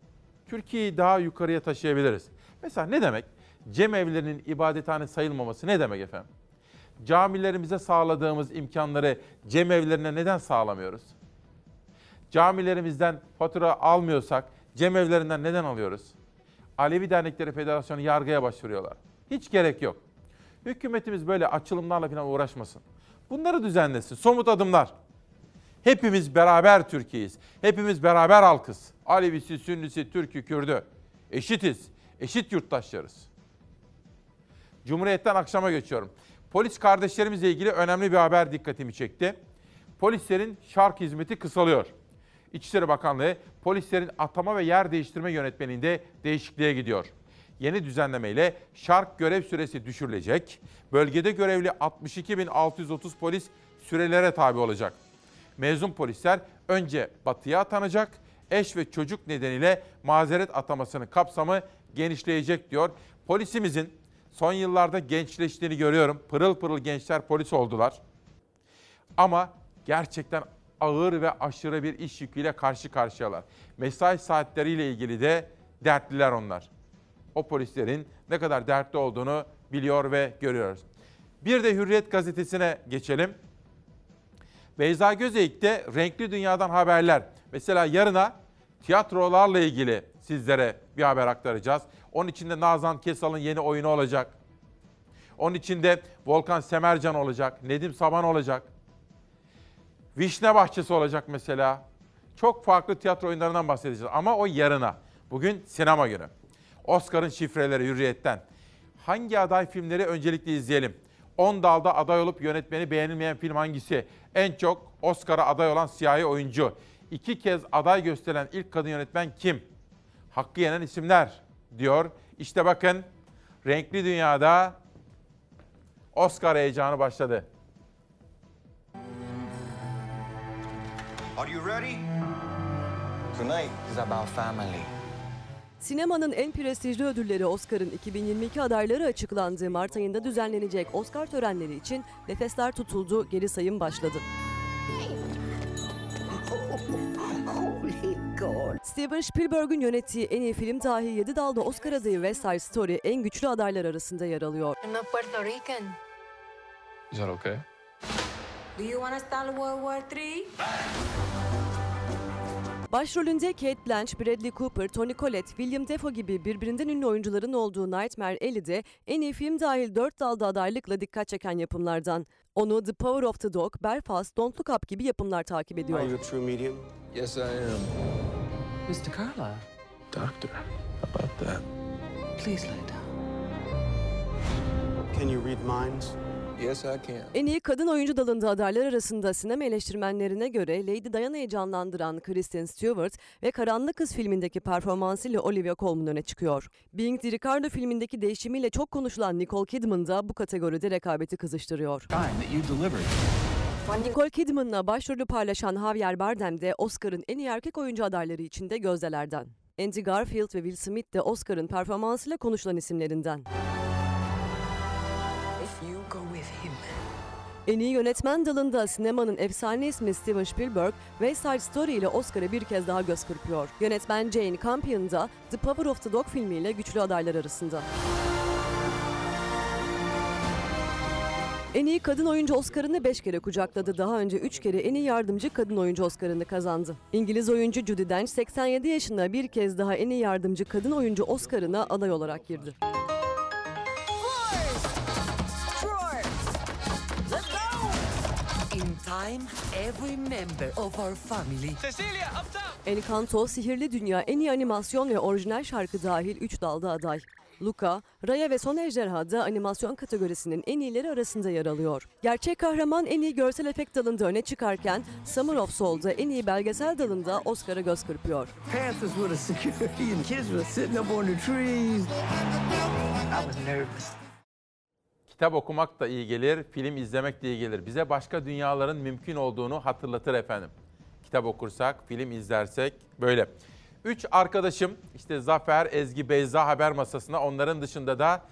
Türkiye'yi daha yukarıya taşıyabiliriz. Mesela ne demek? Cemevlerinin ibadethane sayılmaması ne demek efendim? Camilerimize sağladığımız imkanları cemevlerine neden sağlamıyoruz? Camilerimizden fatura almıyorsak cemevlerinden neden alıyoruz? Alevi Dernekleri Federasyonu yargıya başvuruyorlar. Hiç gerek yok. Hükümetimiz böyle açılımlarla falan uğraşmasın. Bunları düzenlesin. Somut adımlar. Hepimiz beraber Türkiye'yiz. Hepimiz beraber halkız. Alevisi, Sünnisi, Türk'ü, Kürd'ü. Eşitiz. Eşit yurttaşlarız. Cumhuriyet'ten akşama geçiyorum. Polis kardeşlerimizle ilgili önemli bir haber dikkatimi çekti. Polislerin şark hizmeti kısalıyor. İçişleri Bakanlığı polislerin atama ve yer değiştirme yönetmeliğinde değişikliğe gidiyor. Yeni düzenlemeyle şark görev süresi düşürülecek. Bölgede görevli altmış iki bin altı yüz otuz polis sürelere tabi olacak. Mezun polisler önce batıya atanacak. Eş ve çocuk nedeniyle mazeret atamasının kapsamı genişleyecek diyor. Polisimizin son yıllarda gençleştiğini görüyorum. Pırıl pırıl gençler polis oldular. Ama gerçekten ağır ve aşırı bir iş yüküyle karşı karşıyalar. Mesai saatleriyle ilgili de dertliler onlar. O polislerin ne kadar dertli olduğunu biliyor ve görüyoruz. Bir de Hürriyet gazetesine geçelim. Beyza Gözeyik'te renkli dünyadan haberler. Mesela yarına tiyatrolarla ilgili sizlere bir haber aktaracağız. Onun içinde Nazan Kesal'ın yeni oyunu olacak. Onun içinde Volkan Semercan olacak, Nedim Saban olacak. Vişne Bahçesi olacak mesela. Çok farklı tiyatro oyunlarından bahsedeceğiz ama o yarına. Bugün sinema günü. Oscar'ın şifreleri Hürriyet'ten. Hangi aday filmleri öncelikle izleyelim? on dalda aday olup yönetmeni beğenilmeyen film hangisi? En çok Oscar'a aday olan siyahi oyuncu. İki kez aday gösterilen ilk kadın yönetmen kim? Hakkı yenen isimler diyor. İşte bakın renkli dünyada Oscar heyecanı başladı. Are you ready? Tonight is about family. Sinemanın en prestijli ödülleri Oscar'ın iki bin yirmi iki adayları açıklandığı Mart ayında düzenlenecek Oscar törenleri için nefesler tutuldu, geri sayım başladı. Steven Spielberg'ün yönettiği en iyi film dahi yedi dalda Oscar adayı West Side Story en güçlü adaylar arasında yer alıyor. I'm not Puerto Rican. Is that okay? Do you want to start World War three? Başrolünde Cate Blanchett, Bradley Cooper, Toni Collette, William Dafoe gibi birbirinden ünlü oyuncuların olduğu Nightmare Alley'de en iyi film dahil dört dalda adaylıkla dikkat çeken yapımlardan. Onu The Power of the Dog, Belfast, Don't Look Up gibi yapımlar takip ediyor. Are you a true medium? Yes, I am. Mister Carla. Doctor, how about that? Please lay down. Can you read minds? Yes, I can. En iyi kadın oyuncu dalında adaylar arasında sinema eleştirmenlerine göre Lady Diana'yı canlandıran Kristen Stewart ve Karanlık Kız filmindeki performansıyla Olivia Colman öne çıkıyor. Being the Ricardo filmindeki değişimiyle çok konuşulan Nicole Kidman da bu kategoride rekabeti kızıştırıyor. Nicole Kidman'la başrolü paylaşan Javier Bardem de Oscar'ın en iyi erkek oyuncu adayları içinde gözdelerden. Andrew Garfield ve Will Smith de Oscar'ın performansıyla konuşulan isimlerinden. En iyi yönetmen dalında sinemanın efsane ismi Steven Spielberg, West Side Story ile Oscar'a bir kez daha göz kırpıyor. Yönetmen Jane Campion da The Power of the Dog filmiyle güçlü adaylar arasında. En iyi kadın oyuncu Oscar'ını beş kere kucakladı. Daha önce üç kere en iyi yardımcı kadın oyuncu Oscar'ını kazandı. İngiliz oyuncu Judi Dench seksen yedi yaşında bir kez daha en iyi yardımcı kadın oyuncu Oscar'ına aday olarak girdi. Time, every member of our family. Cecilia, up top! Encanto, Sihirli Dünya, en iyi animasyon ve orijinal şarkı dahil üç dalda aday. Luca, Raya ve Son Ejderha da animasyon kategorisinin en iyileri arasında yer alıyor. Gerçek kahraman en iyi görsel efekt dalında öne çıkarken Summer of Soul'da en iyi belgesel dalında Oscar'a göz kırpıyor. Panthers were the security and kids were sitting up on the trees. I was nervous. Kitap okumak da iyi gelir, film izlemek de iyi gelir. Bize başka dünyaların mümkün olduğunu hatırlatır efendim. Kitap okursak, film izlersek böyle. Üç arkadaşım işte Zafer, Ezgi, Beyza haber masasına, onların dışında da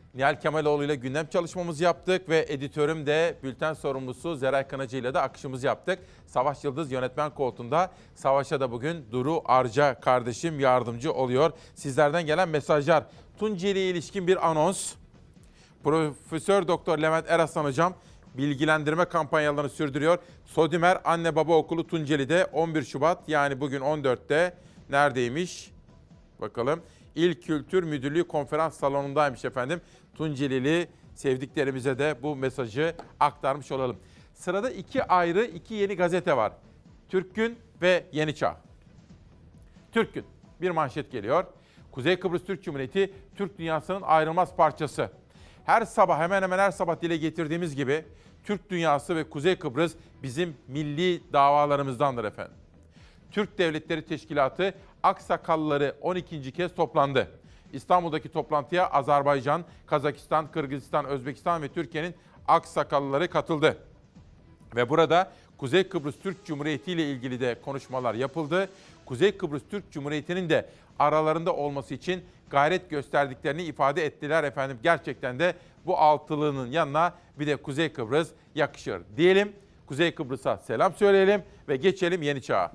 Nihal Kemaloğlu ile gündem çalışmamızı yaptık ve editörüm de bülten sorumlusu Zeray Kınacı ile de akışımızı yaptık. Savaş Yıldız yönetmen koltuğunda. Savaş'a da bugün Duru Arca kardeşim yardımcı oluyor. Sizlerden gelen mesajlar. Tunceli ile ilişkin bir anons. Profesör Doktor Levent Eraslan hocam bilgilendirme kampanyalarını sürdürüyor. Sodimer Anne Baba Okulu Tunceli'de on bir Şubat yani bugün on dörtte neredeymiş? Bakalım. İl Kültür Müdürlüğü konferans salonundaymış efendim. Tuncelili sevdiklerimize de bu mesajı aktarmış olalım. Sırada iki ayrı, iki yeni gazete var. Türkgün ve Yeni Çağ. Türkgün, bir manşet geliyor. Kuzey Kıbrıs Türk Cumhuriyeti, Türk dünyasının ayrılmaz parçası. Her sabah, hemen hemen her sabah dile getirdiğimiz gibi Türk dünyası ve Kuzey Kıbrıs bizim milli davalarımızdandır efendim. Türk Devletleri Teşkilatı Aksakallıları on ikinci kez toplandı. İstanbul'daki toplantıya Azerbaycan, Kazakistan, Kırgızistan, Özbekistan ve Türkiye'nin aksakallıları katıldı. Ve burada Kuzey Kıbrıs Türk Cumhuriyeti ile ilgili de konuşmalar yapıldı. Kuzey Kıbrıs Türk Cumhuriyeti'nin de aralarında olması için gayret gösterdiklerini ifade ettiler efendim. Gerçekten de bu altılının yanına bir de Kuzey Kıbrıs yakışır diyelim. Kuzey Kıbrıs'a selam söyleyelim ve geçelim Yeni Çağ'a.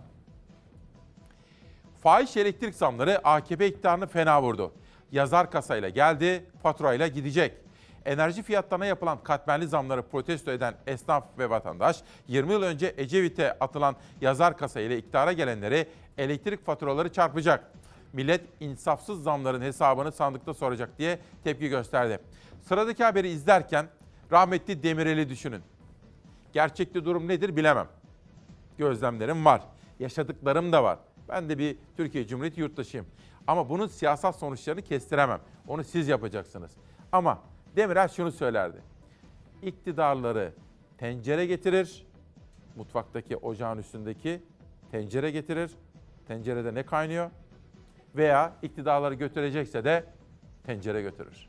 Fahiş elektrik zamları A K P iktidarını fena vurdu. Yazar kasayla geldi, faturayla gidecek. Enerji fiyatlarına yapılan katmerli zamları protesto eden esnaf ve vatandaş, yirmi yıl önce Ecevit'e atılan yazar kasa ile iktidara gelenleri elektrik faturaları çarpacak. Millet insafsız zamların hesabını sandıkta soracak diye tepki gösterdi. Sıradaki haberi izlerken rahmetli Demirel'i düşünün. Gerçekte durum nedir bilemem. Gözlemlerim var, yaşadıklarım da var. Ben de bir Türkiye Cumhuriyeti yurttaşıyım. Ama bunun siyasal sonuçlarını kestiremem. Onu siz yapacaksınız. Ama Demirel şunu söylerdi. İktidarları tencere getirir, mutfaktaki ocağın üstündeki tencere getirir. Tencerede ne kaynıyor? Veya iktidarları götürecekse de tencere götürür.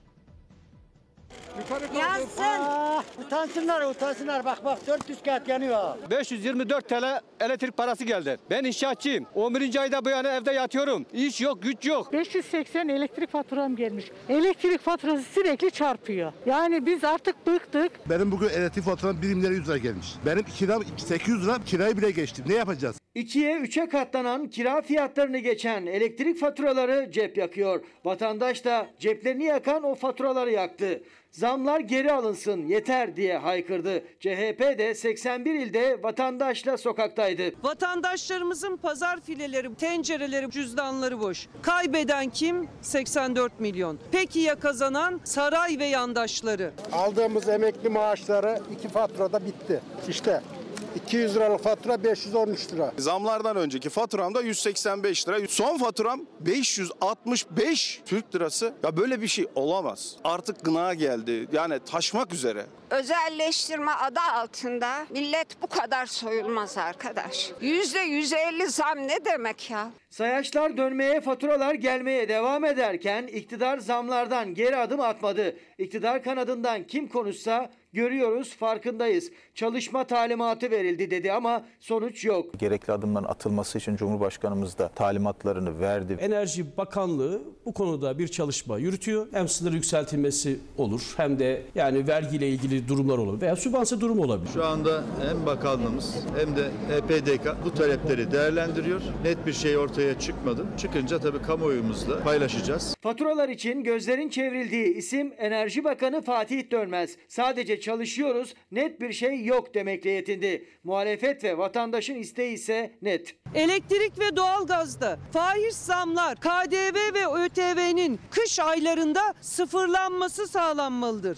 Yansın. Aa, utansınlar, utansınlar. Bak bak dört yüz kağıt yanıyor. beş yüz yirmi dört TL elektrik parası geldi. Ben inşaatçıyım. on birinci ayda bu yana evde yatıyorum. İş yok, güç yok. beş yüz seksen elektrik faturam gelmiş. Elektrik faturası sürekli çarpıyor. Yani biz artık bıktık. Benim bugün elektrik faturam birimlere yüz lira gelmiş. Benim kiram sekiz yüz lira, kirayı bile geçtim. Ne yapacağız? İkiye üçe katlanan kira fiyatlarını geçen elektrik faturaları cep yakıyor. Vatandaş da ceplerini yakan o faturaları yaktı. Zamlar geri alınsın yeter diye haykırdı. C H P de seksen bir ilde vatandaşla sokaktaydı. Vatandaşlarımızın pazar fileleri, tencereleri, cüzdanları boş. Kaybeden kim? seksen dört milyon. Peki ya kazanan? Saray ve yandaşları. Aldığımız emekli maaşları iki faturada bitti. İşte iki yüz liralık fatura beş yüz on üç lira. Zamlardan önceki faturamda yüz seksen beş lira. Son faturam beş yüz altmış beş Türk lirası. Ya böyle bir şey olamaz. Artık gına geldi. Yani taşmak üzere. Özelleştirme adı altında millet bu kadar soyulmaz arkadaş. Yüzde yüz elli zam ne demek ya? Sayaçlar dönmeye, faturalar gelmeye devam ederken iktidar zamlardan geri adım atmadı. İktidar kanadından kim konuşsa görüyoruz, farkındayız. Çalışma talimatı verildi dedi ama sonuç yok. Gerekli adımların atılması için Cumhurbaşkanımız da talimatlarını verdi. Enerji Bakanlığı bu konuda bir çalışma yürütüyor. Hem sınır yükseltilmesi olur hem de yani vergiyle ilgili durumlar olur veya sübvanse durumu olabilir. Şu anda hem bakanlığımız hem de H P D K bu talepleri değerlendiriyor. Net bir şey ortaya çıkmadı. Çıkınca tabii kamuoyumuzla paylaşacağız. Faturalar için gözlerin çevrildiği isim Enerji Bakanı Fatih Dönmez. Sadece çalışıyoruz, net bir şey yok demekle yetindi. Muhalefet ve vatandaşın isteği ise net. Elektrik ve doğalgazda fahiş zamlar, K D V ve Ö T V'nin kış aylarında sıfırlanması sağlanmalıdır.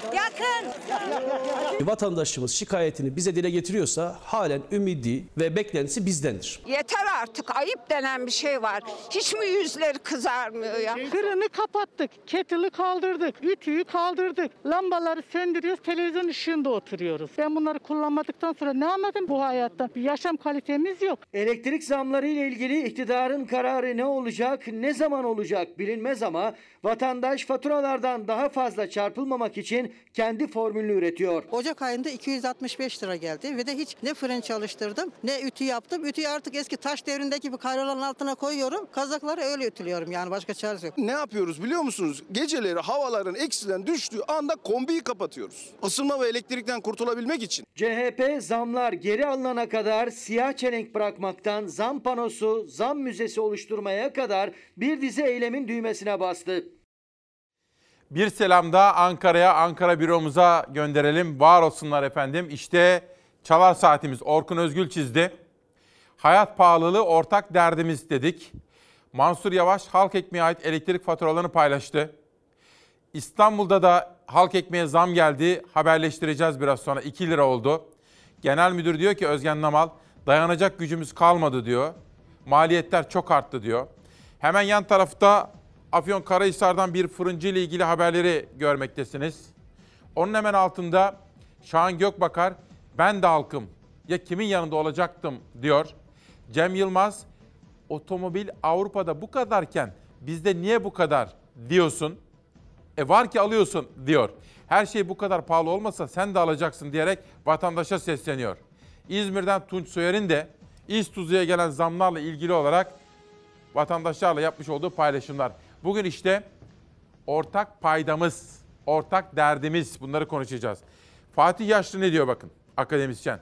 Yakın. Vatandaşımız şikayetini bize dile getiriyorsa halen ümidi ve beklentisi bizdendir. Yeter artık, ayıp denen bir şey var. Hiç mi yüzleri kızarmıyor ya? Fırını kapattık, kettle'ı kaldırdık, ütüyü kaldırdık, lambaları söndürüyoruz, televizyon ışığında oturuyoruz. Ben bunları kullanmadıktan sonra ne anladım bu hayattan? Bir yaşam kalitemiz yok. Elektrik zamları ile ilgili iktidarın kararı ne olacak, ne zaman olacak bilinmez ama vatandaş faturalardan daha fazla çarpılmamak için kendi formülünü üretiyor. Ocak ayında iki yüz altmış beş lira geldi ve de hiç ne fırın çalıştırdım ne ütü yaptım. Ütüyü artık eski taş devrindeki bir karyolanın altına koyuyorum. Kazakları öyle ütülüyorum, yani başka çaresi yok. Ne yapıyoruz biliyor musunuz? Geceleri havaların eksiden düştüğü anda kombiyi kapatıyoruz. Isınma ve elektrikten kurtulabilmek için. C H P zamlar geri alınana kadar siyah çelenk bırakmaktan zam panosu, zam müzesi oluşturmaya kadar bir dizi eylemin düğmesine bastı. Bir selam da Ankara'ya, Ankara büromuza gönderelim. Var olsunlar efendim. İşte çalar saatimiz Orkun Özgül çizdi. Hayat pahalılığı ortak derdimiz dedik. Mansur Yavaş halk ekmeğe ait elektrik faturalarını paylaştı. İstanbul'da da halk ekmeğe zam geldi. Haberleştireceğiz biraz sonra. iki lira oldu. Genel müdür diyor ki Özgen Namal, dayanacak gücümüz kalmadı diyor. Maliyetler çok arttı diyor. Hemen yan tarafta Afyonkarahisar'dan bir fırıncı ile ilgili haberleri görmektesiniz. Onun hemen altında Şahan Gökbakar, ben de halkım, ya kimin yanında olacaktım diyor. Cem Yılmaz, otomobil Avrupa'da bu kadarken bizde niye bu kadar diyorsun? E var ki alıyorsun diyor. Her şey bu kadar pahalı olmasa sen de alacaksın diyerek vatandaşa sesleniyor. İzmir'den Tunç Soyer'in de İztuzu'ya gelen zamlarla ilgili olarak vatandaşlarla yapmış olduğu paylaşımlar. Bugün işte ortak paydamız, ortak derdimiz, bunları konuşacağız. Fatih Yaşlı ne diyor bakın, akademisyen.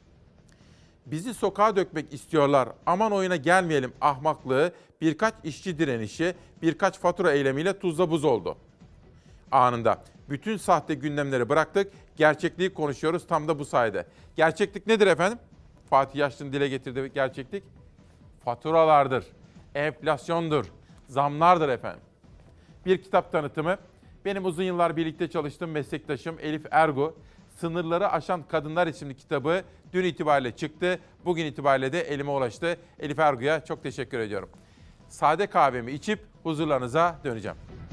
Bizi sokağa dökmek istiyorlar, aman oyuna gelmeyelim ahmaklığı, birkaç işçi direnişi, birkaç fatura eylemiyle tuzla buz oldu. Anında. Bütün sahte gündemleri bıraktık, gerçekliği konuşuyoruz tam da bu sayede. Gerçeklik nedir efendim? Fatih Yaşlı'nın dile getirdiği gerçeklik faturalardır, enflasyondur, zamlardır efendim. Bir kitap tanıtımı. Benim uzun yıllar birlikte çalıştığım meslektaşım Elif Ergu, Sınırları Aşan Kadınlar isimli kitabı dün itibariyle çıktı. Bugün itibariyle de elime ulaştı. Elif Ergu'ya çok teşekkür ediyorum. Sade kahvemi içip huzurlarınıza döneceğim.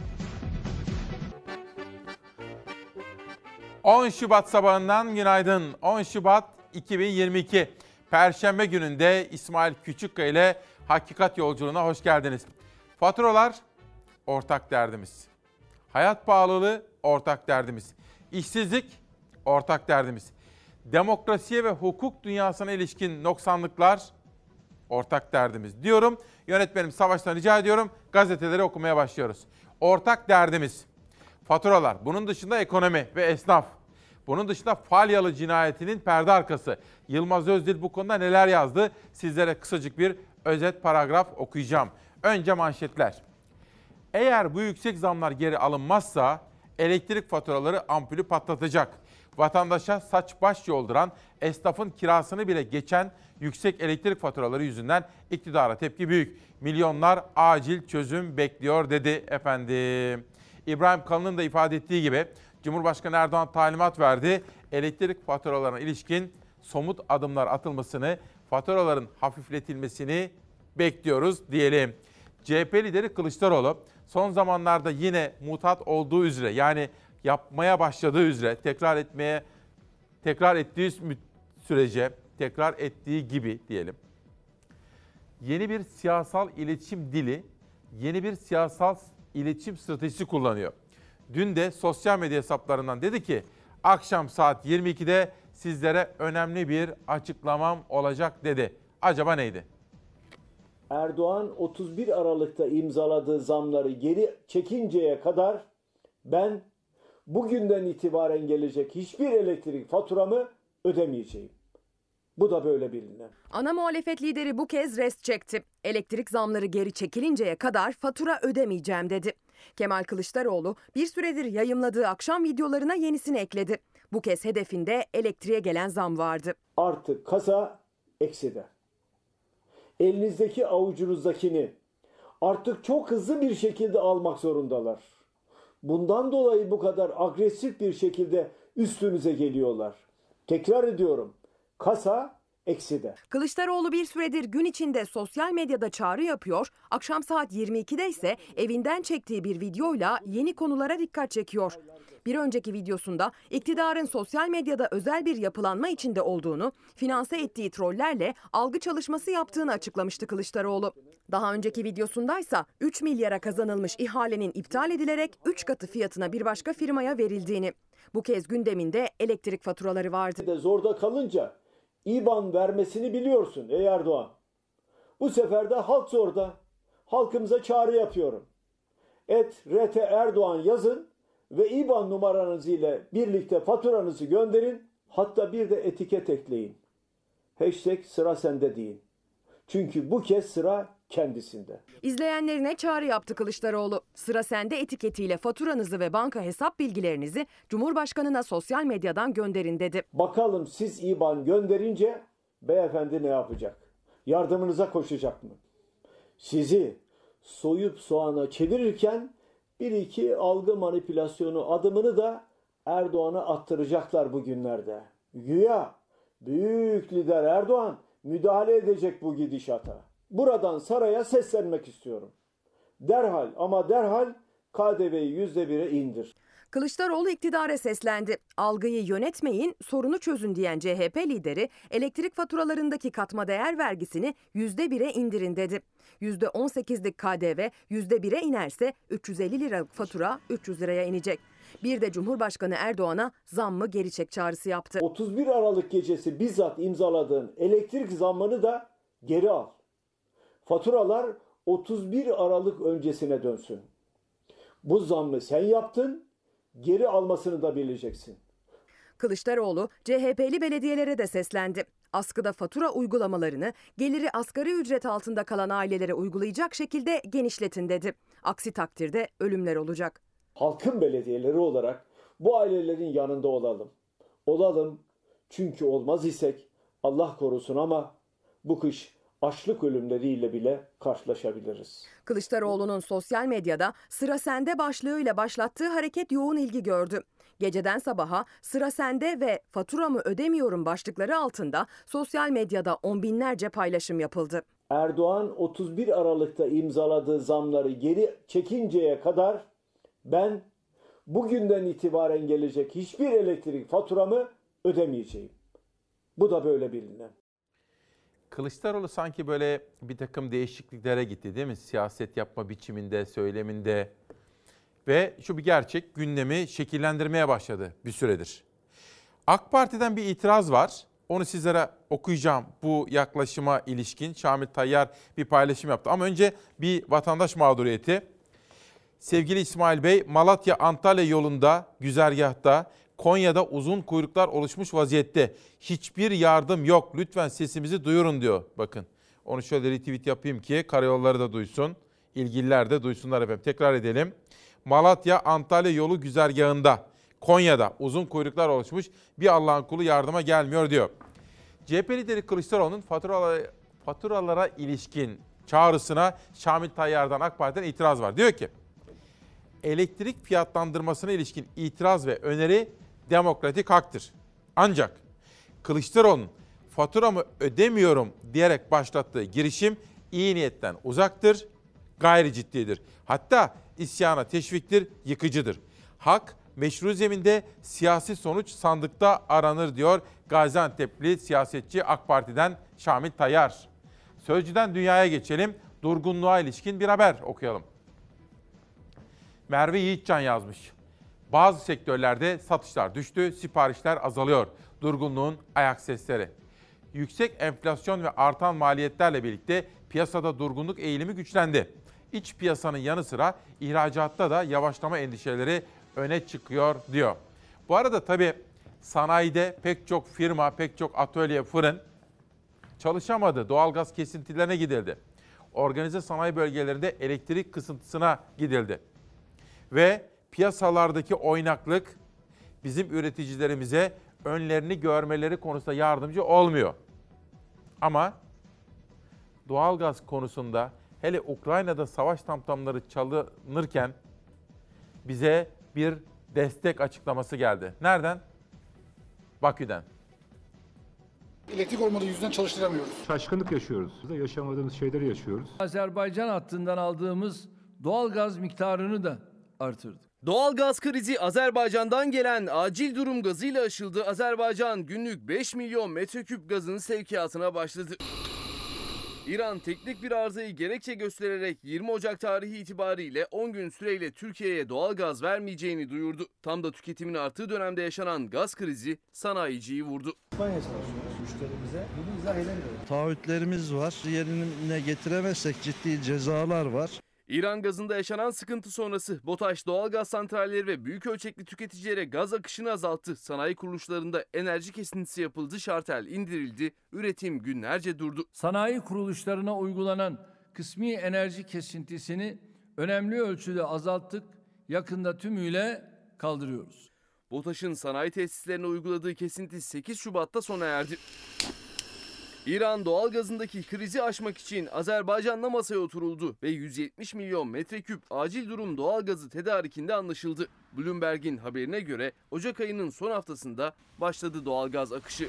on Şubat sabahından günaydın. on Şubat iki bin yirmi iki. Perşembe gününde İsmail Küçükkaya ile Hakikat Yolculuğuna hoş geldiniz. Faturalar ortak derdimiz. Hayat pahalılığı ortak derdimiz. İşsizlik ortak derdimiz. Demokrasiye ve hukuk dünyasına ilişkin noksanlıklar ortak derdimiz diyorum. Yönetmenim Savaş'tan rica ediyorum. Gazeteleri okumaya başlıyoruz. Ortak derdimiz. Faturalar. Bunun dışında ekonomi ve esnaf. Bunun dışında Falyalı cinayetinin perde arkası. Yılmaz Özdil bu konuda neler yazdı? Sizlere kısacık bir özet paragraf okuyacağım. Önce manşetler. Eğer bu yüksek zamlar geri alınmazsa elektrik faturaları ampulü patlatacak. Vatandaşa saç baş yolduran, esnafın kirasını bile geçen yüksek elektrik faturaları yüzünden iktidara tepki büyük. Milyonlar acil çözüm bekliyor dedi efendim. İbrahim Kalın'ın da ifade ettiği gibi Cumhurbaşkanı Erdoğan talimat verdi. Elektrik faturalarına ilişkin somut adımlar atılmasını, faturaların hafifletilmesini bekliyoruz diyelim. C H P lideri Kılıçdaroğlu son zamanlarda yine mutat olduğu üzere, yani yapmaya başladığı üzere, tekrar etmeye tekrar ettiği sürece, tekrar ettiği gibi diyelim. Yeni bir siyasal iletişim dili, yeni bir siyasal iletişim stratejisi kullanıyor. Dün de sosyal medya hesaplarından dedi ki, akşam saat yirmi ikide sizlere önemli bir açıklamam olacak dedi. Acaba neydi? Erdoğan otuz bir Aralık'ta imzaladığı zamları geri çekinceye kadar ben bugünden itibaren gelecek hiçbir elektrik faturamı ödemeyeceğim. Bu da böyle bilinen. Ana muhalefet lideri bu kez rest çekti. Elektrik zamları geri çekilinceye kadar fatura ödemeyeceğim dedi. Kemal Kılıçdaroğlu bir süredir yayımladığı akşam videolarına yenisini ekledi. Bu kez hedefinde elektriğe gelen zam vardı. Artık kasa ekside. Elinizdeki avucunuzdakini artık çok hızlı bir şekilde almak zorundalar. Bundan dolayı bu kadar agresif bir şekilde üstünüze geliyorlar. Tekrar ediyorum, kasa ekside. Kılıçdaroğlu bir süredir gün içinde sosyal medyada çağrı yapıyor, akşam saat yirmi ikide ise evinden çektiği bir videoyla yeni konulara dikkat çekiyor. Bir önceki videosunda iktidarın sosyal medyada özel bir yapılanma içinde olduğunu, finanse ettiği trollerle algı çalışması yaptığını açıklamıştı Kılıçdaroğlu. Daha önceki videosundaysa üç milyara kazanılmış ihalenin iptal edilerek üç katı fiyatına bir başka firmaya verildiğini. Bu kez gündeminde elektrik faturaları vardı. Zorda kalınca İ B A N vermesini biliyorsun ey Erdoğan. Bu sefer de halk zorda. Halkımıza çağrı yapıyorum. Et R T Erdoğan yazın ve İ B A N numaranız ile birlikte faturanızı gönderin. Hatta bir de etiket ekleyin. Hashtag sıra sende deyin. Çünkü bu kez sıra kendisinde. İzleyenlerine çağrı yaptı Kılıçdaroğlu. Sıra sende etiketiyle faturanızı ve banka hesap bilgilerinizi Cumhurbaşkanına sosyal medyadan gönderin dedi. Bakalım siz İ B A N gönderince beyefendi ne yapacak? Yardımınıza koşacak mı? Sizi soyup soğana çevirirken bir iki algı manipülasyonu adımını da Erdoğan'a attıracaklar bugünlerde. Güya büyük lider Erdoğan müdahale edecek bu gidişata. Buradan saraya seslenmek istiyorum. Derhal ama derhal K D V'yi yüzde bire indir. Kılıçdaroğlu iktidara seslendi. Algıyı yönetmeyin, sorunu çözün diyen C H P lideri elektrik faturalarındaki katma değer vergisini yüzde bire indirin dedi. yüzde on sekizlik K D V yüzde bire inerse üç yüz elli liralık fatura üç yüz liraya inecek. Bir de Cumhurbaşkanı Erdoğan'a zammı geri çek çağrısı yaptı. otuz bir Aralık gecesi bizzat imzaladığın elektrik zammını da geri al. Faturalar otuz bir Aralık öncesine dönsün. Bu zammı sen yaptın, geri almasını da bileceksin. Kılıçdaroğlu C H P'li belediyelere de seslendi. Askıda fatura uygulamalarını geliri asgari ücret altında kalan ailelere uygulayacak şekilde genişletin dedi. Aksi takdirde ölümler olacak. Halkın belediyeleri olarak bu ailelerin yanında olalım. Olalım çünkü olmaz isek Allah korusun ama bu kış açlık ölümleriyle bile karşılaşabiliriz. Kılıçdaroğlu'nun sosyal medyada sıra sende başlığıyla başlattığı hareket yoğun ilgi gördü. Geceden sabaha sıra sende ve faturamı ödemiyorum başlıkları altında sosyal medyada on binlerce paylaşım yapıldı. Erdoğan otuz bir Aralık'ta imzaladığı zamları geri çekinceye kadar ben bugünden itibaren gelecek hiçbir elektrik faturamı ödemeyeceğim. Bu da böyle bilinen. Kılıçdaroğlu sanki böyle bir takım değişikliklere gitti değil mi? Siyaset yapma biçiminde, söyleminde. Ve şu bir gerçek, gündemi şekillendirmeye başladı bir süredir. AK Parti'den bir itiraz var. Onu sizlere okuyacağım bu yaklaşıma ilişkin. Şamil Tayyar bir paylaşım yaptı. Ama önce bir vatandaş mağduriyeti. Sevgili İsmail Bey, Malatya-Antalya yolunda, güzergahta, Konya'da uzun kuyruklar oluşmuş vaziyette. Hiçbir yardım yok. Lütfen sesimizi duyurun diyor. Bakın onu şöyle retweet yapayım ki karayolları da duysun. İlgililer de duysunlar efendim. Tekrar edelim. Malatya-Antalya yolu güzergahında, Konya'da uzun kuyruklar oluşmuş. Bir Allah'ın kulu yardıma gelmiyor diyor. C H P lideri Kılıçdaroğlu'nun faturalara, faturalara ilişkin çağrısına Şamil Tayyar'dan AK Parti'den itiraz var. Diyor ki, elektrik fiyatlandırmasına ilişkin itiraz ve öneri demokratik haktır. Ancak Kılıçdaroğlu'nun faturamı ödemiyorum diyerek başlattığı girişim iyi niyetten uzaktır, gayri ciddidir. Hatta isyana teşviktir, yıkıcıdır. Hak meşru zeminde, siyasi sonuç sandıkta aranır diyor Gaziantep'li siyasetçi AK Parti'den Şamil Tayyar. Sözcüden dünyaya geçelim. Durgunluğa ilişkin bir haber okuyalım. Merve Yiğitcan yazmış. Bazı sektörlerde satışlar düştü, siparişler azalıyor. Durgunluğun ayak sesleri. Yüksek enflasyon ve artan maliyetlerle birlikte piyasada durgunluk eğilimi güçlendi. İç piyasanın yanı sıra ihracatta da yavaşlama endişeleri öne çıkıyor diyor. Bu arada tabii sanayide pek çok firma, pek çok atölye, fırın çalışamadı. Doğalgaz kesintilerine gidildi. Organize sanayi bölgelerinde elektrik kısıntısına gidildi. Ve piyasalardaki oynaklık bizim üreticilerimize önlerini görmeleri konusunda yardımcı olmuyor. Ama doğalgaz konusunda hele Ukrayna'da savaş tamtamları çalınırken bize bir destek açıklaması geldi. Nereden? Bakü'den. Elektrik olmadığı yüzünden çalıştıramıyoruz. Şaşkınlık yaşıyoruz. Yaşamadığımız şeyleri yaşıyoruz. Azerbaycan hattından aldığımız doğal gaz miktarını da artırdık. Doğal gaz krizi Azerbaycan'dan gelen acil durum gazıyla aşıldı. Azerbaycan günlük beş milyon metreküp gazın sevkiyatına başladı. İran teknik bir arızayı gerekçe göstererek yirmi Ocak tarihi itibariyle on gün süreyle Türkiye'ye doğal gaz vermeyeceğini duyurdu. Tam da tüketimin arttığı dönemde yaşanan gaz krizi sanayiciyi vurdu. İspanya çalışıyoruz müşterimize. Bunu izah edemiyoruz. Taahhütlerimiz var. Yerine getiremezsek ciddi cezalar var. İran gazında yaşanan sıkıntı sonrası BOTAŞ doğalgaz santralleri ve büyük ölçekli tüketicilere gaz akışını azalttı. Sanayi kuruluşlarında enerji kesintisi yapıldı, şartel indirildi, üretim günlerce durdu. Sanayi kuruluşlarına uygulanan kısmi enerji kesintisini önemli ölçüde azalttık, yakında tümüyle kaldırıyoruz. BOTAŞ'ın sanayi tesislerine uyguladığı kesinti sekiz Şubat'ta sona erdi. İran doğalgazındaki krizi aşmak için Azerbaycan'la masaya oturuldu ve yüz yetmiş milyon metreküp acil durum doğalgazı tedarikinde anlaşıldı. Bloomberg'in haberine göre Ocak ayının son haftasında başladı doğalgaz akışı.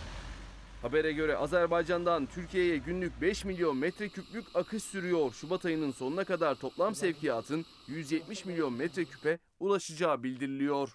Habere göre Azerbaycan'dan Türkiye'ye günlük beş milyon metreküplük akış sürüyor. Şubat ayının sonuna kadar toplam sevkiyatın yüz yetmiş milyon metreküpe ulaşacağı bildiriliyor.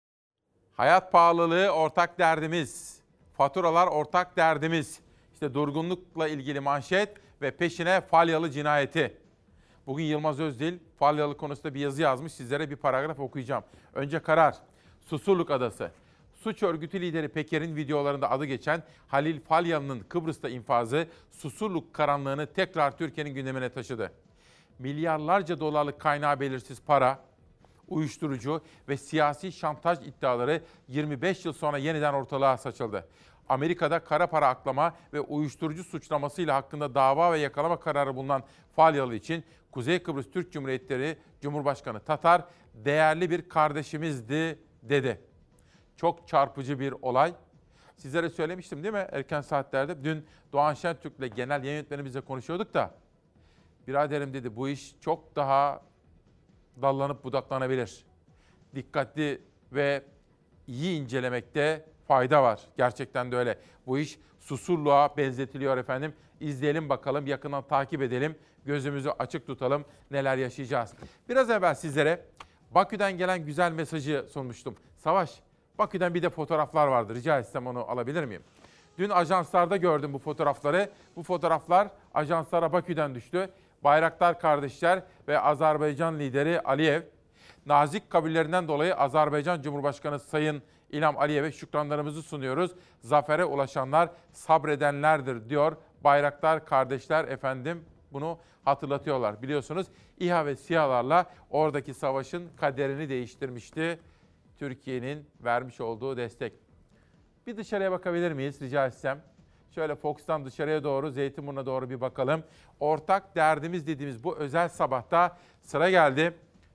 Hayat pahalılığı ortak derdimiz. Faturalar ortak derdimiz. İşte durgunlukla ilgili manşet ve peşine Falyalı cinayeti. Bugün Yılmaz Özdil Falyalı konusunda bir yazı yazmış. Sizlere bir paragraf okuyacağım. Önce karar. Susurluk Adası. Suç örgütü lideri Peker'in videolarında adı geçen Halil Falyalı'nın Kıbrıs'ta infazı Susurluk karanlığını tekrar Türkiye'nin gündemine taşıdı. Milyarlarca dolarlık kaynağı belirsiz para, uyuşturucu ve siyasi şantaj iddiaları yirmi beş yıl sonra yeniden ortalığa saçıldı. Amerika'da kara para aklama ve uyuşturucu suçlamasıyla hakkında dava ve yakalama kararı bulunan Falyalı için Kuzey Kıbrıs Türk Cumhuriyetleri Cumhurbaşkanı Tatar değerli bir kardeşimizdi dedi. Çok çarpıcı bir olay. Sizlere söylemiştim değil mi erken saatlerde? Dün Doğan Şentürk'le genel yayın yönetmenimizle konuşuyorduk da biraderim dedi bu iş çok daha dallanıp budaklanabilir. Dikkatli ve iyi incelemekte fayda var. Gerçekten de öyle. Bu iş Susurluğa benzetiliyor efendim. İzleyelim bakalım, yakından takip edelim. Gözümüzü açık tutalım. Neler yaşayacağız. Biraz evvel sizlere Bakü'den gelen güzel mesajı sunmuştum. Savaş, Bakü'den bir de fotoğraflar vardı. Rica etsem onu alabilir miyim? Dün ajanslarda gördüm bu fotoğrafları. Bu fotoğraflar ajanslara Bakü'den düştü. Bayraktar kardeşler ve Azerbaycan lideri Aliyev. Nazik kabullerinden dolayı Azerbaycan Cumhurbaşkanı Sayın İlham Aliyev'e şükranlarımızı sunuyoruz. Zafere ulaşanlar sabredenlerdir diyor. Bayraktar kardeşler efendim bunu hatırlatıyorlar. Biliyorsunuz İHA ve SİHA'larla oradaki savaşın kaderini değiştirmişti Türkiye'nin vermiş olduğu destek. Bir dışarıya bakabilir miyiz rica etsem? Şöyle Fox'tan dışarıya doğru, Zeytinburnu'na doğru bir bakalım. Ortak derdimiz dediğimiz bu özel sabahta sıra geldi.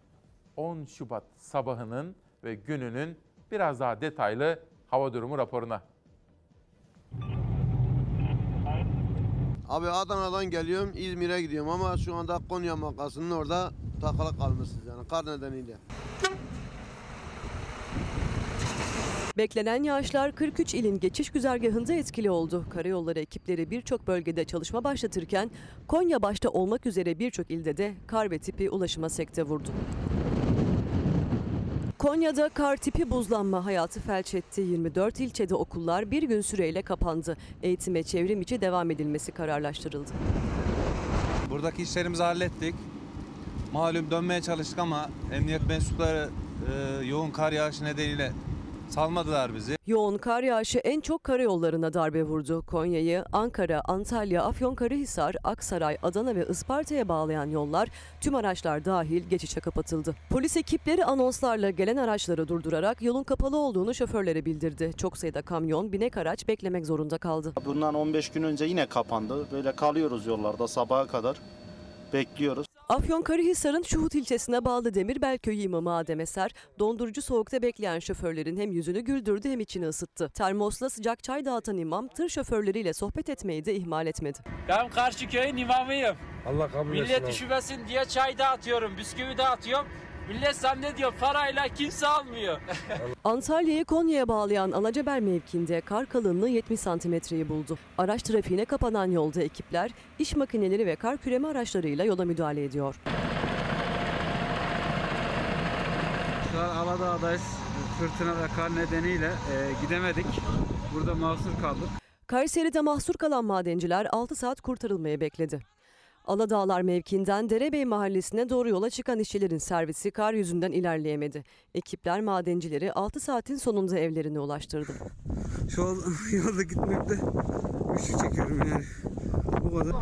on Şubat sabahının ve gününün biraz daha detaylı hava durumu raporuna. Abi Adana'dan geliyorum, İzmir'e gidiyorum ama şu anda Konya makasının orada takılı kalmışız yani kar nedeniyle. Beklenen yağışlar kırk üç ilin geçiş güzergahında etkili oldu. Karayolları ekipleri birçok bölgede çalışma başlatırken Konya başta olmak üzere birçok ilde de kar ve tipi ulaşıma sekte vurdu. Konya'da kar tipi buzlanma hayatı felç etti. yirmi dört ilçede okullar bir gün süreyle kapandı. Eğitime çevrim içi devam edilmesi kararlaştırıldı. Buradaki işlerimizi hallettik. Malum dönmeye çalıştık ama emniyet mensupları e, yoğun kar yağışı nedeniyle salmadılar bizi. Yoğun kar yağışı en çok karayollarına darbe vurdu. Konya'yı Ankara, Antalya, Afyonkarahisar, Aksaray, Adana ve Isparta'ya bağlayan yollar tüm araçlar dahil geçişe kapatıldı. Polis ekipleri anonslarla gelen araçları durdurarak yolun kapalı olduğunu şoförlere bildirdi. Çok sayıda kamyon, binek araç beklemek zorunda kaldı. Bundan on beş gün önce yine kapandı. Böyle kalıyoruz yollarda sabaha kadar bekliyoruz. Afyonkarahisar'ın Şuhut ilçesine bağlı Demirbel Köyü imamı Adem Eser, dondurucu soğukta bekleyen şoförlerin hem yüzünü güldürdü hem içini ısıttı. Termosla sıcak çay dağıtan imam tır şoförleriyle sohbet etmeyi de ihmal etmedi. Ben karşı köyün imamıyım. Allah kabul etsin. Millet üşümesin diye çay dağıtıyorum, bisküvi dağıtıyorum. Millet zannediyor parayla kimse almıyor. Antalya'yı Konya'ya bağlayan Alacaber mevkiinde kar kalınlığı yetmiş santimetreyi buldu. Araç trafiğine kapanan yolda ekipler iş makineleri ve kar küreme araçlarıyla yola müdahale ediyor. Şu an Aladağ'dayız. Fırtına ve kar nedeniyle e, gidemedik. Burada mahsur kaldık. Kayseri'de mahsur kalan madenciler altı saat kurtarılmayı bekledi. Aladağlar mevkiinden Derebey mahallesine doğru yola çıkan işçilerin servisi kar yüzünden ilerleyemedi. Ekipler madencileri altı saatin sonunda evlerine ulaştırdı. Şu an yolda gitmekte güçlük çekiyorum yani. Bu kadar.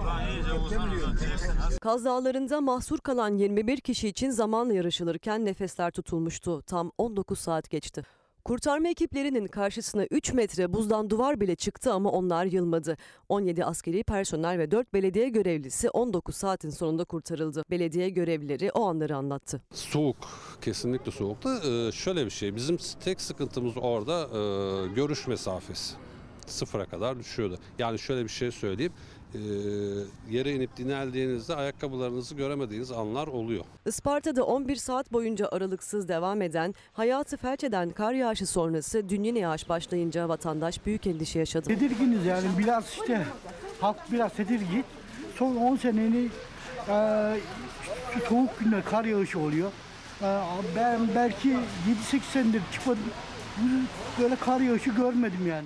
Kaz Dağları'nda mahsur kalan yirmi bir kişi için zamanla yarışılırken nefesler tutulmuştu. Tam on dokuz saat geçti. Kurtarma ekiplerinin karşısına üç metre buzdan duvar bile çıktı ama onlar yılmadı. on yedi askeri personel ve dört belediye görevlisi on dokuz saatin sonunda kurtarıldı. Belediye görevlileri o anları anlattı. Soğuk, kesinlikle soğuktu. Ee, şöyle bir şey, bizim tek sıkıntımız orada e, görüş mesafesi. Sıfıra kadar düşüyordu. Yani şöyle bir şey söyleyeyim. E, yere inip dinlendiğinizde ayakkabılarınızı göremediğiniz anlar oluyor. Isparta'da on bir saat boyunca aralıksız devam eden, hayatı felç eden kar yağışı sonrası dün yine yağış başlayınca vatandaş büyük endişe yaşadı. Tedirginiz yani biraz işte halk biraz tedirgin. Son on senenin e, soğuk günler kar yağışı oluyor. E, ben belki yedi sekiz senedir çıkmadım. Böyle kar yağışı görmedim yani.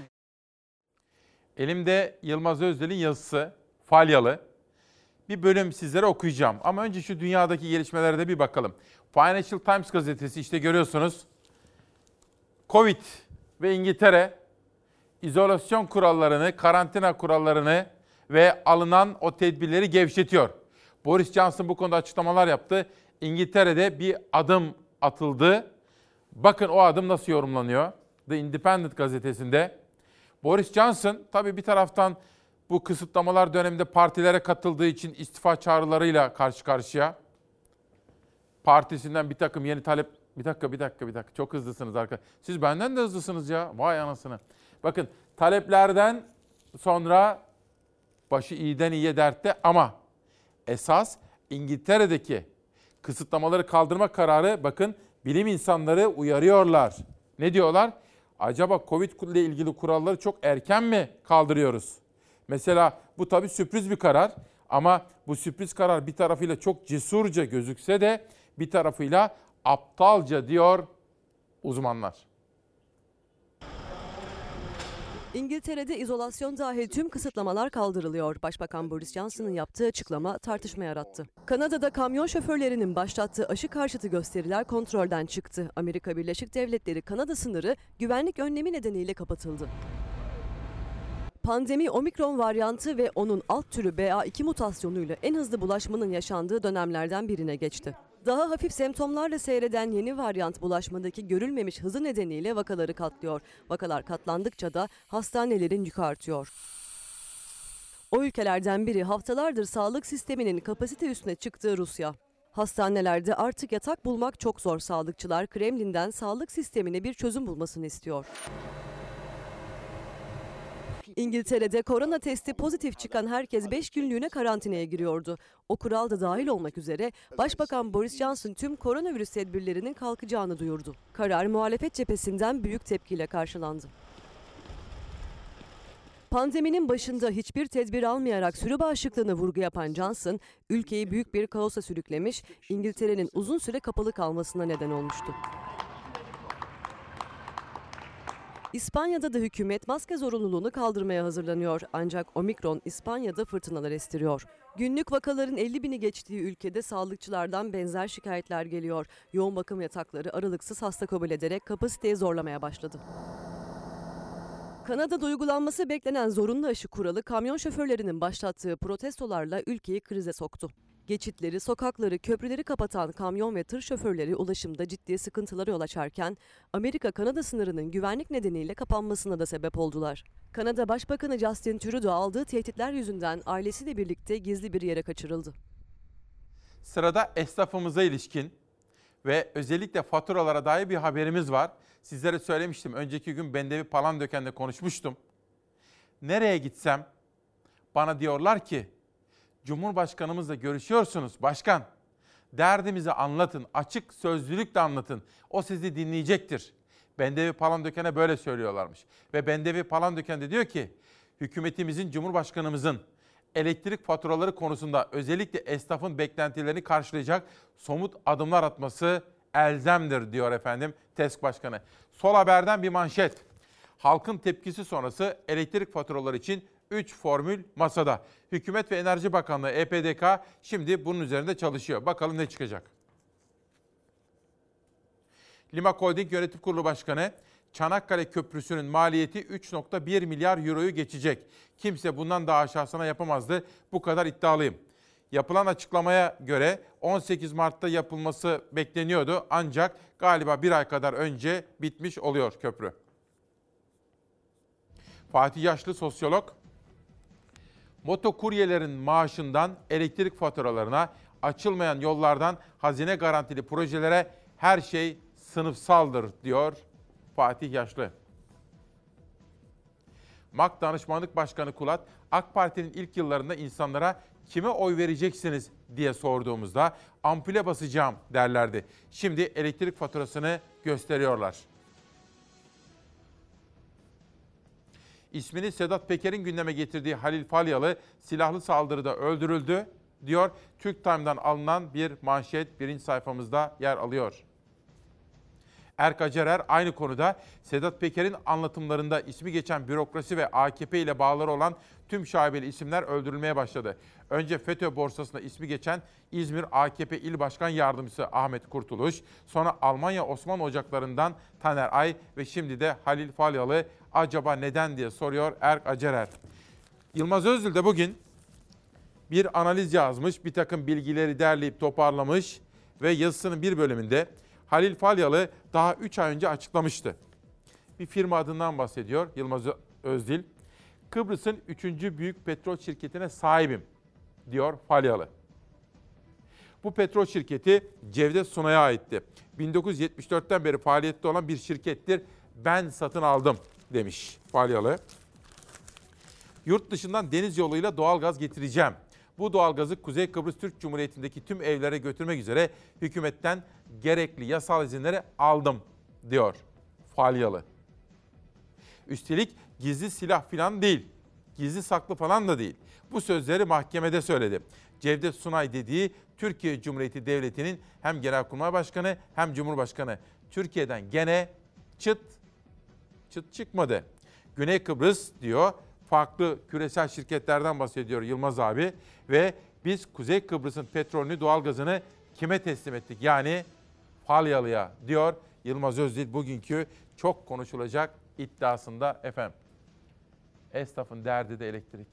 Elimde Yılmaz Özdel'in yazısı, Falyalı. Bir bölüm sizlere okuyacağım. Ama önce şu dünyadaki gelişmelere de bir bakalım. Financial Times gazetesi işte görüyorsunuz. Covid ve İngiltere izolasyon kurallarını, karantina kurallarını ve alınan o tedbirleri gevşetiyor. Boris Johnson bu konuda açıklamalar yaptı. İngiltere'de bir adım atıldı. Bakın o adım nasıl yorumlanıyor? The Independent gazetesinde. Boris Johnson tabii bir taraftan bu kısıtlamalar döneminde partilere katıldığı için istifa çağrılarıyla karşı karşıya. Partisinden bir takım yeni talep... Bir dakika, bir dakika, bir dakika. Çok hızlısınız arkadaşlar. Siz benden de hızlısınız ya. Vay anasını. Bakın taleplerden sonra başı iyiden iyiye dertte ama esas İngiltere'deki kısıtlamaları kaldırma kararı bakın bilim insanları uyarıyorlar. Ne diyorlar? Acaba Covid ile ilgili kuralları çok erken mi kaldırıyoruz? Mesela bu tabii sürpriz bir karar ama bu sürpriz karar bir tarafıyla çok cesurca gözükse de bir tarafıyla aptalca diyor uzmanlar. İngiltere'de izolasyon dahil tüm kısıtlamalar kaldırılıyor. Başbakan Boris Johnson'ın yaptığı açıklama tartışma yarattı. Kanada'da kamyon şoförlerinin başlattığı aşı karşıtı gösteriler kontrolden çıktı. Amerika Birleşik Devletleri Kanada sınırı güvenlik önlemi nedeniyle kapatıldı. Pandemi omikron varyantı ve onun alt türü B A iki mutasyonuyla en hızlı bulaşmanın yaşandığı dönemlerden birine geçti. Daha hafif semptomlarla seyreden yeni varyant bulaşmadaki görülmemiş hızı nedeniyle vakaları katlıyor. Vakalar katlandıkça da hastanelerin yükü artıyor. O ülkelerden biri haftalardır sağlık sisteminin kapasite üstüne çıktığı Rusya. Hastanelerde artık yatak bulmak çok zor. Sağlıkçılar Kremlin'den sağlık sistemine bir çözüm bulmasını istiyor. İngiltere'de korona testi pozitif çıkan herkes beş günlüğüne karantinaya giriyordu. O kural da dahil olmak üzere Başbakan Boris Johnson tüm koronavirüs tedbirlerinin kalkacağını duyurdu. Karar muhalefet cephesinden büyük tepkiyle karşılandı. Pandeminin başında hiçbir tedbir almayarak sürü bağışıklığına vurgu yapan Johnson, ülkeyi büyük bir kaosa sürüklemiş, İngiltere'nin uzun süre kapalı kalmasına neden olmuştu. İspanya'da da hükümet maske zorunluluğunu kaldırmaya hazırlanıyor. Ancak omikron İspanya'da fırtınalar estiriyor. Günlük vakaların elli bini geçtiği ülkede sağlıkçılardan benzer şikayetler geliyor. Yoğun bakım yatakları aralıksız hasta kabul ederek kapasiteyi zorlamaya başladı. Kanada'da uygulanması beklenen zorunlu aşı kuralı kamyon şoförlerinin başlattığı protestolarla ülkeyi krize soktu. Geçitleri, sokakları, köprüleri kapatan kamyon ve tır şoförleri ulaşımda ciddi sıkıntılara yol açarken Amerika-Kanada sınırının güvenlik nedeniyle kapanmasına da sebep oldular. Kanada Başbakanı Justin Trudeau aldığı tehditler yüzünden ailesiyle birlikte gizli bir yere kaçırıldı. Sırada esnafımıza ilişkin ve özellikle faturalara dair bir haberimiz var. Sizlere söylemiştim. Önceki gün Bendevi Palandöken'de konuşmuştum. Nereye gitsem bana diyorlar ki Cumhurbaşkanımızla görüşüyorsunuz başkan. Derdimizi anlatın, açık sözlülükle anlatın. O sizi dinleyecektir. Bendevi Palandöken'e böyle söylüyorlarmış. Ve Bendevi Palandöken de diyor ki, hükümetimizin, Cumhurbaşkanımızın elektrik faturaları konusunda özellikle esnafın beklentilerini karşılayacak somut adımlar atması elzemdir diyor efendim TESK Başkanı. Sol Haber'den bir manşet. Halkın tepkisi sonrası elektrik faturaları için üç formül masada. Hükümet ve Enerji Bakanlığı E P D K şimdi bunun üzerinde çalışıyor. Bakalım ne çıkacak. Limak Holding Yönetim Kurulu Başkanı, Çanakkale Köprüsü'nün maliyeti üç virgül bir milyar euroyu geçecek. Kimse bundan daha aşağısına yapamazdı. Bu kadar iddialıyım. Yapılan açıklamaya göre on sekiz Mart'ta yapılması bekleniyordu. Ancak galiba bir ay kadar önce bitmiş oluyor köprü. Fatih Yaşlı sosyolog, motokuryelerin maaşından elektrik faturalarına, açılmayan yollardan hazine garantili projelere her şey sınıfsaldır diyor Fatih Yaşlı. M A K Danışmanlık Başkanı Kulat, AK Parti'nin ilk yıllarında insanlara kime oy vereceksiniz diye sorduğumuzda ampule basacağım derlerdi. Şimdi elektrik faturasını gösteriyorlar. İsmini Sedat Peker'in gündeme getirdiği Halil Falyalı silahlı saldırıda öldürüldü diyor. Türk Time'dan alınan bir manşet birinci sayfamızda yer alıyor. Erk Acerer aynı konuda Sedat Peker'in anlatımlarında ismi geçen bürokrasi ve A K P ile bağları olan tüm şaibeli isimler öldürülmeye başladı. Önce FETÖ borsasında ismi geçen İzmir A K P İl Başkan Yardımcısı Ahmet Kurtuluş, sonra Almanya Osman Ocakları'ndan Taner Ay ve şimdi de Halil Falyalı. Acaba neden diye soruyor Erk Acerer. Yılmaz Özdil de bugün bir analiz yazmış, bir takım bilgileri derleyip toparlamış ve yazısının bir bölümünde Halil Falyalı daha üç ay önce açıklamıştı. Bir firma adından bahsediyor Yılmaz Özdil. Kıbrıs'ın üçüncü büyük petrol şirketine sahibim diyor Falyalı. Bu petrol şirketi Cevdet Sunay'a aitti. bin dokuz yüz yetmiş dörtten beri faaliyette olan bir şirkettir. Ben satın aldım demiş Falyalı. Yurt dışından deniz yoluyla doğalgaz getireceğim. Bu doğalgazı Kuzey Kıbrıs Türk Cumhuriyeti'ndeki tüm evlere götürmek üzere hükümetten gerekli yasal izinleri aldım diyor Falyalı. Üstelik gizli silah falan değil, gizli saklı falan da değil. Bu sözleri mahkemede söyledi. Cevdet Sunay dediği Türkiye Cumhuriyeti Devleti'nin hem Genelkurmay Başkanı hem Cumhurbaşkanı. Türkiye'den gene çıt çıt çıkmadı. Güney Kıbrıs diyor, farklı küresel şirketlerden bahsediyor Yılmaz abi ve biz Kuzey Kıbrıs'ın petrolünü, doğalgazını kime teslim ettik? Yani Falyalı'ya diyor Yılmaz Özdil bugünkü çok konuşulacak iddiasında efendim. Esnafın derdi de elektrik.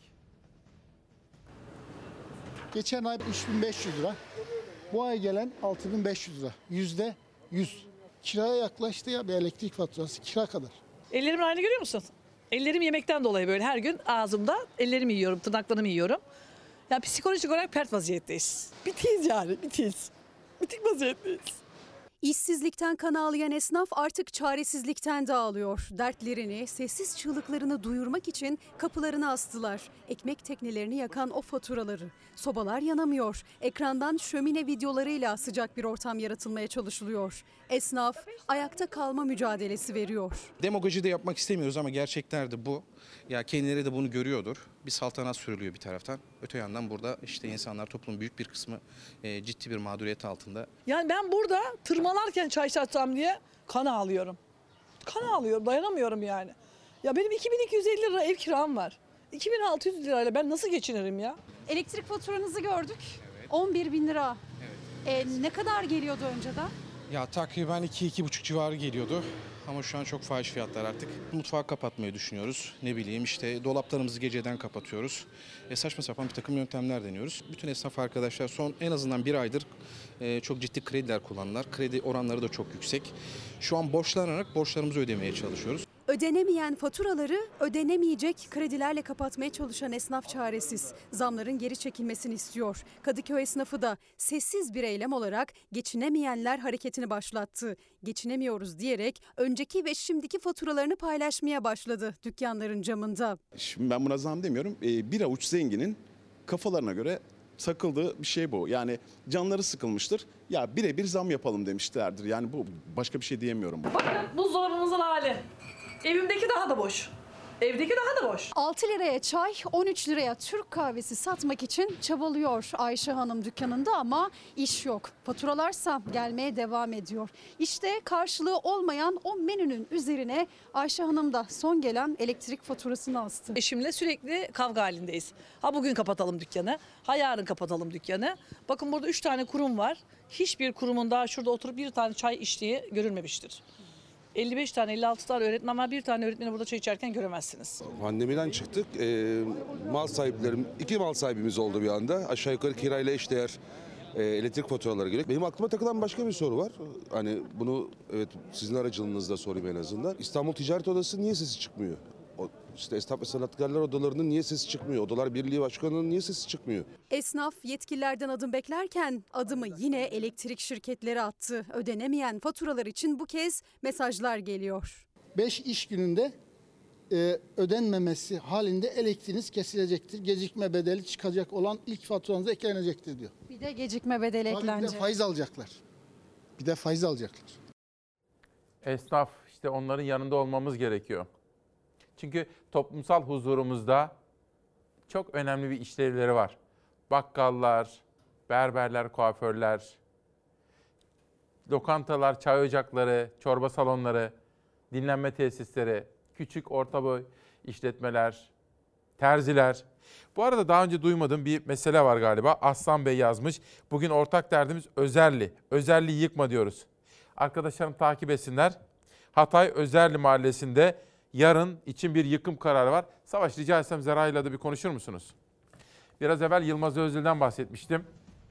Geçen ay üç bin beş yüz lira. Bu ay gelen altı bin beş yüz lira. Yüzde yüz. Kiraya yaklaştı ya bir elektrik faturası. Kira kadar. Ellerimin halini görüyor musun? Ellerim yemekten dolayı böyle her gün ağzımda ellerimi yiyorum, tırnaklarımı yiyorum. Ya psikolojik olarak pert vaziyetteyiz. Bitiyiz yani, bitiyiz. Bitik vaziyetteyiz. İşsizlikten kan ağlayan esnaf artık çaresizlikten de ağlıyor. Dertlerini, sessiz çığlıklarını duyurmak için kapılarına astılar. Ekmek teknelerini yakan o faturaları. Sobalar yanamıyor. Ekrandan şömine videolarıyla sıcak bir ortam yaratılmaya çalışılıyor. Esnaf ayakta kalma mücadelesi veriyor. Demagoji de yapmak istemiyoruz ama gerçekler de bu. Ya kendileri de bunu görüyordur. Bir saltanat sürülüyor bir taraftan. Öte yandan burada işte insanlar, toplumun büyük bir kısmı e, ciddi bir mağduriyet altında. Yani ben burada tırmalarken çay satacağım diye kan ağlıyorum. Kan ağlıyorum, dayanamıyorum yani. Ya benim iki bin iki yüz elli lira ev kiram var. iki bin altı yüz lirayla ben nasıl geçinirim ya? Elektrik faturanızı gördük. Evet. on bir bin lira. Evet. E, ne kadar geliyordu önceden? Ya takriben iki iki buçuk civarı geliyordu. Ama şu an çok fahiş fiyatlar artık. Mutfağı kapatmayı düşünüyoruz. Ne bileyim işte dolaplarımızı geceden kapatıyoruz. E saçma sapan bir takım yöntemler deniyoruz. Bütün esnaf arkadaşlar son en azından bir aydır e, çok ciddi krediler kullandılar. Kredi oranları da çok yüksek. Şu an borçlanarak borçlarımızı ödemeye çalışıyoruz. Ödenemeyen faturaları ödenemeyecek kredilerle kapatmaya çalışan esnaf çaresiz. Zamların geri çekilmesini istiyor. Kadıköy esnafı da sessiz bir eylem olarak geçinemeyenler hareketini başlattı. Geçinemiyoruz diyerek önceki ve şimdiki faturalarını paylaşmaya başladı dükkanların camında. Şimdi ben buna zam demiyorum. Bir avuç zenginin kafalarına göre takıldığı bir şey bu. Yani canları sıkılmıştır. Ya birebir zam yapalım demişlerdir. Yani bu başka bir şey diyemiyorum. Bakın buzdolabımızın hali. Evimdeki daha da boş. Evdeki daha da boş. altı liraya çay, on üç liraya Türk kahvesi satmak için çabalıyor Ayşe Hanım dükkanında ama iş yok. Faturalarsa gelmeye devam ediyor. İşte karşılığı olmayan o menünün üzerine Ayşe Hanım da son gelen elektrik faturasını astı. Eşimle sürekli kavga halindeyiz. Ha bugün kapatalım dükkanı, ha yarın kapatalım dükkanı. Bakın burada üç tane kurum var. Hiçbir kurumun daha şurada oturup bir tane çay içtiği görülmemiştir. elli beş tane elli altı tane öğretmen var, bir tane öğretmeni burada çay içerken göremezsiniz. Pandemiden çıktık. Ee, mal sahiplerim, iki mal sahibimiz oldu bir anda. Aşağı yukarı kirayla eşdeğer e, elektrik faturaları geliyor. Benim aklıma takılan başka bir soru var. Hani bunu evet sizin aracılığınızda sorayım en azından. İstanbul Ticaret Odası niye sesi çıkmıyor? O, işte Esnaf ve Sanatkarlar Odalarının niye sesi çıkmıyor? Odalar Birliği Başkanı'nın niye sesi çıkmıyor? Esnaf yetkililerden adım beklerken adımı yine elektrik şirketleri attı. Ödenemeyen faturalar için bu kez mesajlar geliyor. beş iş gününde e, ödenmemesi halinde elektriğiniz kesilecektir. Gecikme bedeli çıkacak olan ilk faturanıza eklenecektir diyor. Bir de gecikme bedeli Tabii eklenecek. Bir de faiz alacaklar. Bir de faiz alacaklar. Esnaf işte onların yanında olmamız gerekiyor. Çünkü toplumsal huzurumuzda çok önemli bir işlevleri var. Bakkallar, berberler, kuaförler, lokantalar, çay ocakları, çorba salonları, dinlenme tesisleri, küçük orta boy işletmeler, terziler. Bu arada daha önce duymadığım bir mesele var galiba. Aslan Bey yazmış. Bugün ortak derdimiz Özerli. Özerli'yi yıkma diyoruz. Arkadaşlarım takip etsinler. Hatay Özerli Mahallesi'nde yarın için bir yıkım kararı var. Savaş, rica etsem Zeray'la da bir konuşur musunuz? Biraz evvel Yılmaz Özdil'den bahsetmiştim.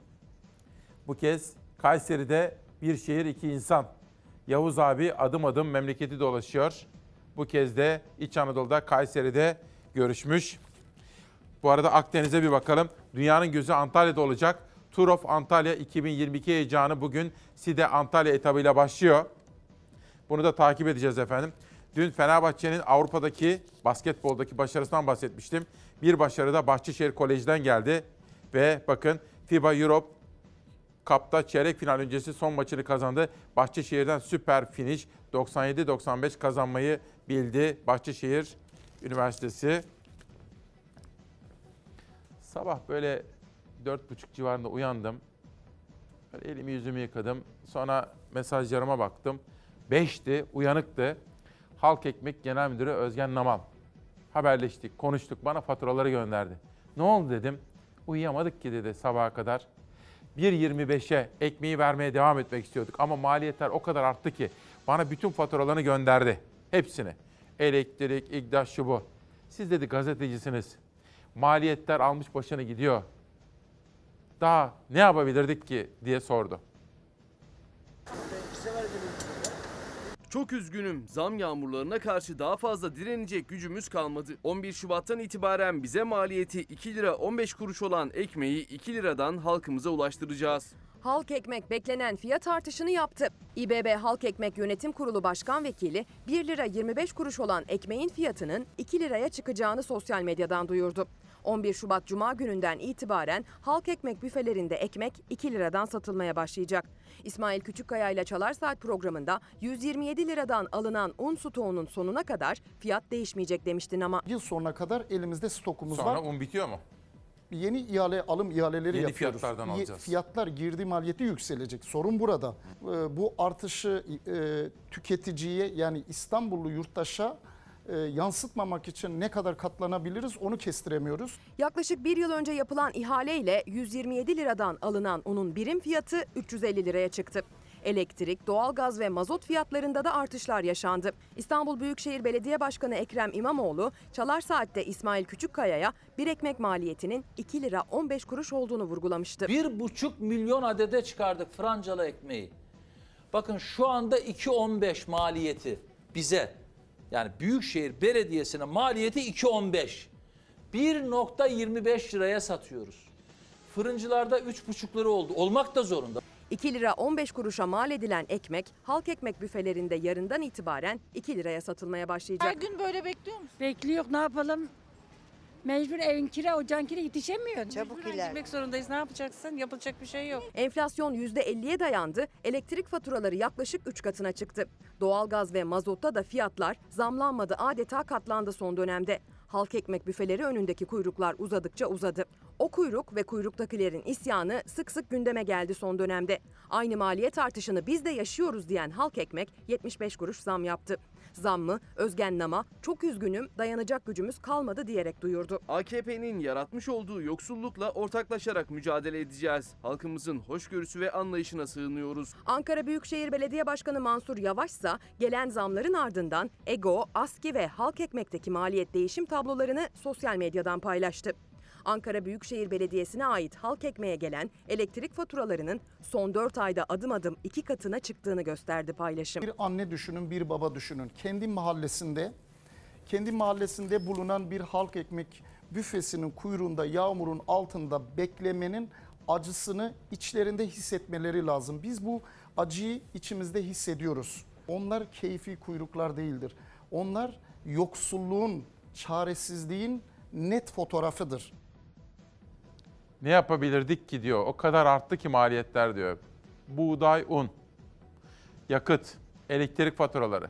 Bu kez Kayseri'de bir şehir iki insan. Yavuz abi adım adım memleketi dolaşıyor. Bu kez de İç Anadolu'da Kayseri'de görüşmüş. Bu arada Akdeniz'e bir bakalım. Dünyanın gözü Antalya'da olacak. Tour of Antalya iki bin yirmi iki heyecanı bugün Side Antalya etabıyla başlıyor. Bunu da takip edeceğiz efendim. Dün Fenerbahçe'nin Avrupa'daki basketboldaki başarısından bahsetmiştim. Bir başarı da Bahçeşehir Kolej'den geldi. Ve bakın FIBA Europe Cup'ta çeyrek final öncesi son maçını kazandı. Bahçeşehir'den süper finish doksan yedi doksan beş kazanmayı bildi Bahçeşehir Üniversitesi. Sabah böyle dört buçuk civarında uyandım. Böyle elimi yüzümü yıkadım. Sonra mesajlarıma baktım. beşti, uyanıktı. Halk Ekmek Genel Müdürü Özgen Namal. Haberleştik, konuştuk, bana faturaları gönderdi. Ne oldu dedim. Uyuyamadık ki dedi sabaha kadar. bir yirmi beşe ekmeği vermeye devam etmek istiyorduk. Ama maliyetler o kadar arttı ki bana bütün faturalarını gönderdi. Hepsini. Elektrik, İGDAŞ, şu bu. Siz dedi gazetecisiniz. Maliyetler almış başını gidiyor. Daha ne yapabilirdik ki diye sordu. Çok üzgünüm. Zam yağmurlarına karşı daha fazla direnecek gücümüz kalmadı. on bir Şubat'tan itibaren bize maliyeti iki lira on beş kuruş olan ekmeği iki liradan halkımıza ulaştıracağız. Halk Ekmek beklenen fiyat artışını yaptı. İBB Halk Ekmek Yönetim Kurulu Başkan Vekili bir lira yirmi beş kuruş olan ekmeğin fiyatının iki liraya çıkacağını sosyal medyadan duyurdu. on bir Şubat Cuma gününden itibaren halk ekmek büfelerinde ekmek iki liradan satılmaya başlayacak. İsmail Küçükkaya ile Çalar Saat programında yüz yirmi yedi liradan alınan un stoğunun sonuna kadar fiyat değişmeyecek demiştin ama. Yıl sonuna kadar elimizde stokumuz Sonra var. Sonra un bitiyor mu? Yeni ihale alım ihaleleri Yeni yapıyoruz. fiyatlardan alacağız. Fiyatlar girdi maliyeti yükselecek. Sorun burada. Bu artışı tüketiciye yani İstanbullu yurttaşa E, yansıtmamak için ne kadar katlanabiliriz onu kestiremiyoruz. Yaklaşık bir yıl önce yapılan ihaleyle yüz yirmi yedi liradan alınan unun birim fiyatı üç yüz elli liraya çıktı. Elektrik, doğalgaz ve mazot fiyatlarında da artışlar yaşandı. İstanbul Büyükşehir Belediye Başkanı Ekrem İmamoğlu, Çalar Saat'te İsmail Küçükkaya'ya bir ekmek maliyetinin iki lira on beş kuruş olduğunu vurgulamıştı. Bir buçuk milyon adede çıkardık Francalı ekmeği. Bakın şu anda iki on beş maliyeti bize. Yani Büyükşehir Belediyesi'nin maliyeti iki on beş. bir nokta yirmi beş liraya satıyoruz. Fırıncılarda üç buçuk lira oldu. Olmak da zorunda. iki lira on beş kuruşa mal edilen ekmek, halk ekmek büfelerinde yarından itibaren iki liraya satılmaya başlayacak. Her gün böyle bekliyor musun? Bekliyor, ne yapalım? Mecbur evin kira, ocağın kira yetişemiyor. Çabuk iler. Gitmek zorundayız. Ne yapacaksın? Yapılacak bir şey yok. Enflasyon yüzde elliye dayandı, elektrik faturaları yaklaşık üç katına çıktı. Doğalgaz ve mazotta da fiyatlar zamlanmadı, adeta katlandı son dönemde. Halk ekmek büfeleri önündeki kuyruklar uzadıkça uzadı. O kuyruk ve kuyruktakilerin isyanı sık sık gündeme geldi son dönemde. Aynı maliyet artışını biz de yaşıyoruz diyen Halk Ekmek yetmiş beş kuruş zam yaptı. Zammı Özgen Nama çok üzgünüm, dayanacak gücümüz kalmadı diyerek duyurdu. A K P'nin yaratmış olduğu yoksullukla ortaklaşarak mücadele edeceğiz. Halkımızın hoşgörüsü ve anlayışına sığınıyoruz. Ankara Büyükşehir Belediye Başkanı Mansur Yavaş ise gelen zamların ardından EGO, ASKİ ve Halk Ekmek'teki maliyet değişim tablolarını sosyal medyadan paylaştı. Ankara Büyükşehir Belediyesi'ne ait Halk Ekmeğe gelen elektrik faturalarının son dört ayda adım adım iki katına çıktığını gösterdi paylaşım. Bir anne düşünün, bir baba düşünün. Kendi mahallesinde, kendi mahallesinde bulunan bir halk ekmek büfesinin kuyruğunda, yağmurun altında beklemenin acısını içlerinde hissetmeleri lazım. Biz bu acıyı içimizde hissediyoruz. Onlar keyfi kuyruklar değildir. Onlar yoksulluğun, çaresizliğin net fotoğrafıdır. Ne yapabilirdik ki diyor. O kadar arttı ki maliyetler diyor. Buğday, un, yakıt, elektrik faturaları,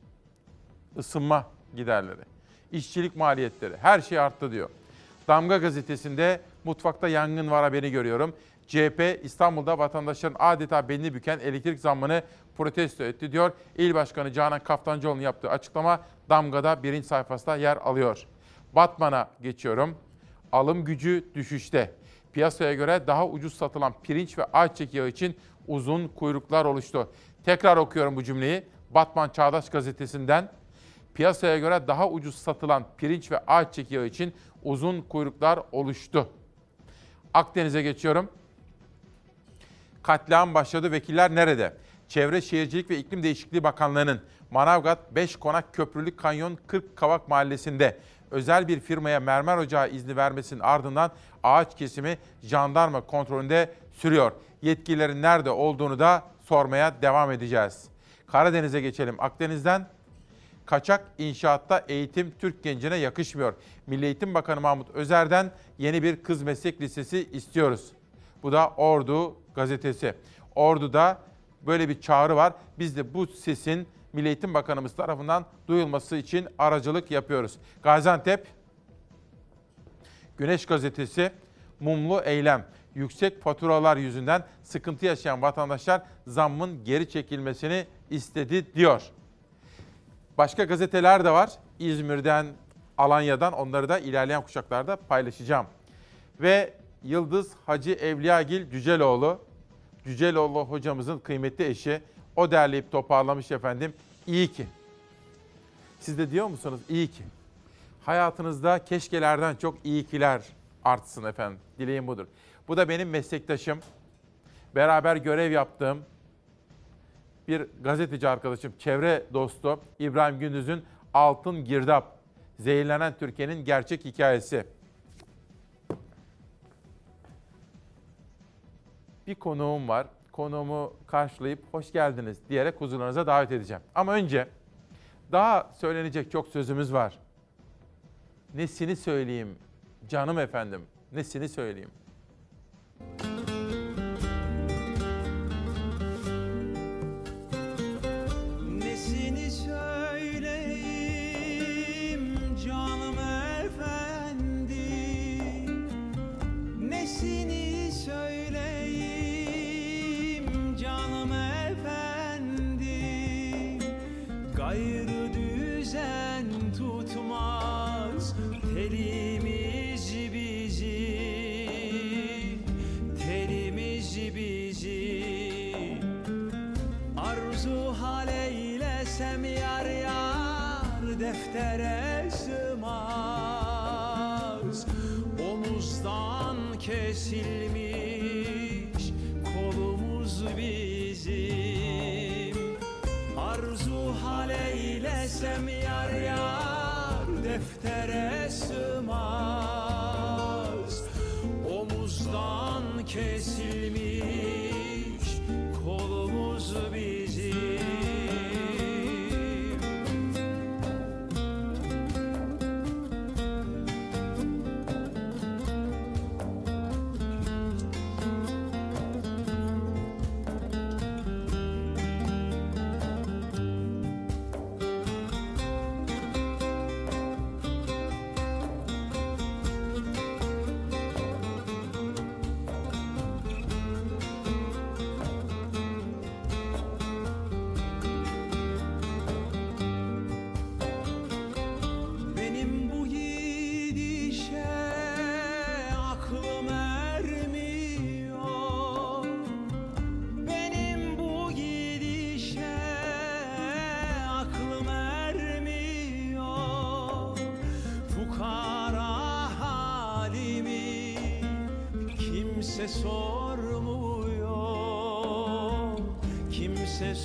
ısınma giderleri, işçilik maliyetleri, her şey arttı diyor. Damga gazetesinde mutfakta yangın var haberi görüyorum. C H P İstanbul'da vatandaşların adeta belini büken elektrik zammını protesto etti diyor. İl Başkanı Canan Kaftancıoğlu'nun yaptığı açıklama Damga'da birinci sayfasında yer alıyor. Batman'a geçiyorum. Alım gücü düşüşte. Piyasaya göre daha ucuz satılan pirinç ve ayçiçek yağı için uzun kuyruklar oluştu. Tekrar okuyorum bu cümleyi. Batman Çağdaş Gazetesi'nden. Piyasaya göre daha ucuz satılan pirinç ve ayçiçek yağı için uzun kuyruklar oluştu. Akdeniz'e geçiyorum. Katliam başladı. Vekiller nerede? Çevre Şehircilik ve İklim Değişikliği Bakanlığı'nın Manavgat beş Konak Köprülü Kanyon kırk Kavak Mahallesi'nde özel bir firmaya mermer ocağı izni vermesinin ardından ağaç kesimi jandarma kontrolünde sürüyor. Yetkililerin nerede olduğunu da sormaya devam edeceğiz. Karadeniz'e geçelim. Akdeniz'den kaçak inşaatta eğitim Türk gencine yakışmıyor. Milli Eğitim Bakanı Mahmut Özer'den yeni bir kız meslek lisesi istiyoruz. Bu da Ordu gazetesi. Ordu'da böyle bir çağrı var. Biz de bu sesin Milli Eğitim Bakanımız tarafından duyulması için aracılık yapıyoruz. Gaziantep, Güneş Gazetesi, mumlu eylem. Yüksek faturalar yüzünden sıkıntı yaşayan vatandaşlar zammın geri çekilmesini istedi diyor. Başka gazeteler de var. İzmir'den, Alanya'dan, onları da ilerleyen kuşaklarda paylaşacağım. Ve Yıldız Hacı Evliyagil Cüceloğlu, Cüceloğlu hocamızın kıymetli eşi. O derleyip toparlamış efendim. İyi ki. Siz de diyor musunuz? İyi ki. Hayatınızda keşkelerden çok iyi kiler artsın efendim. Dileğim budur. Bu da benim meslektaşım. Beraber görev yaptığım bir gazeteci arkadaşım, çevre dostu İbrahim Gündüz'ün Altın Girdap, Zehirlenen Türkiye'nin gerçek hikayesi. Bir konuğum var. Konuğumu karşılayıp hoş geldiniz diyerek huzurlarınıza davet edeceğim. Ama önce daha söylenecek çok sözümüz var. Nesini söyleyeyim canım efendim, nesini söyleyeyim? Nesini söyleyeyim canım efendi, nesini söyleyeyim canım efendi, gayrı düzen tutmaz telimiz bizi, telimiz bizi, arzu hal eylesem yar yar deftere sığmaz, omuzdan kesilmiş kolumuz bizim, arzu hal eylesem yar yar deftere sığmaz, omuzdan kesilmiş kolumuz bizim. kimse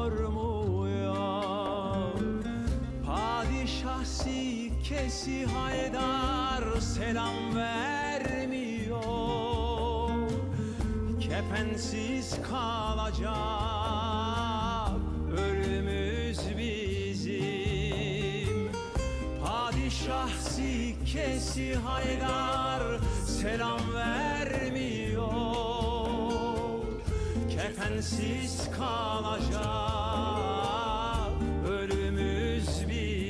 sormuyor. Padişah sikkesi Haydar selam vermiyor. Kefensiz kalacak ölümüz bizim. Padişah sikkesi Haydar selam vermiyor. Kefensiz kalacak ölümüz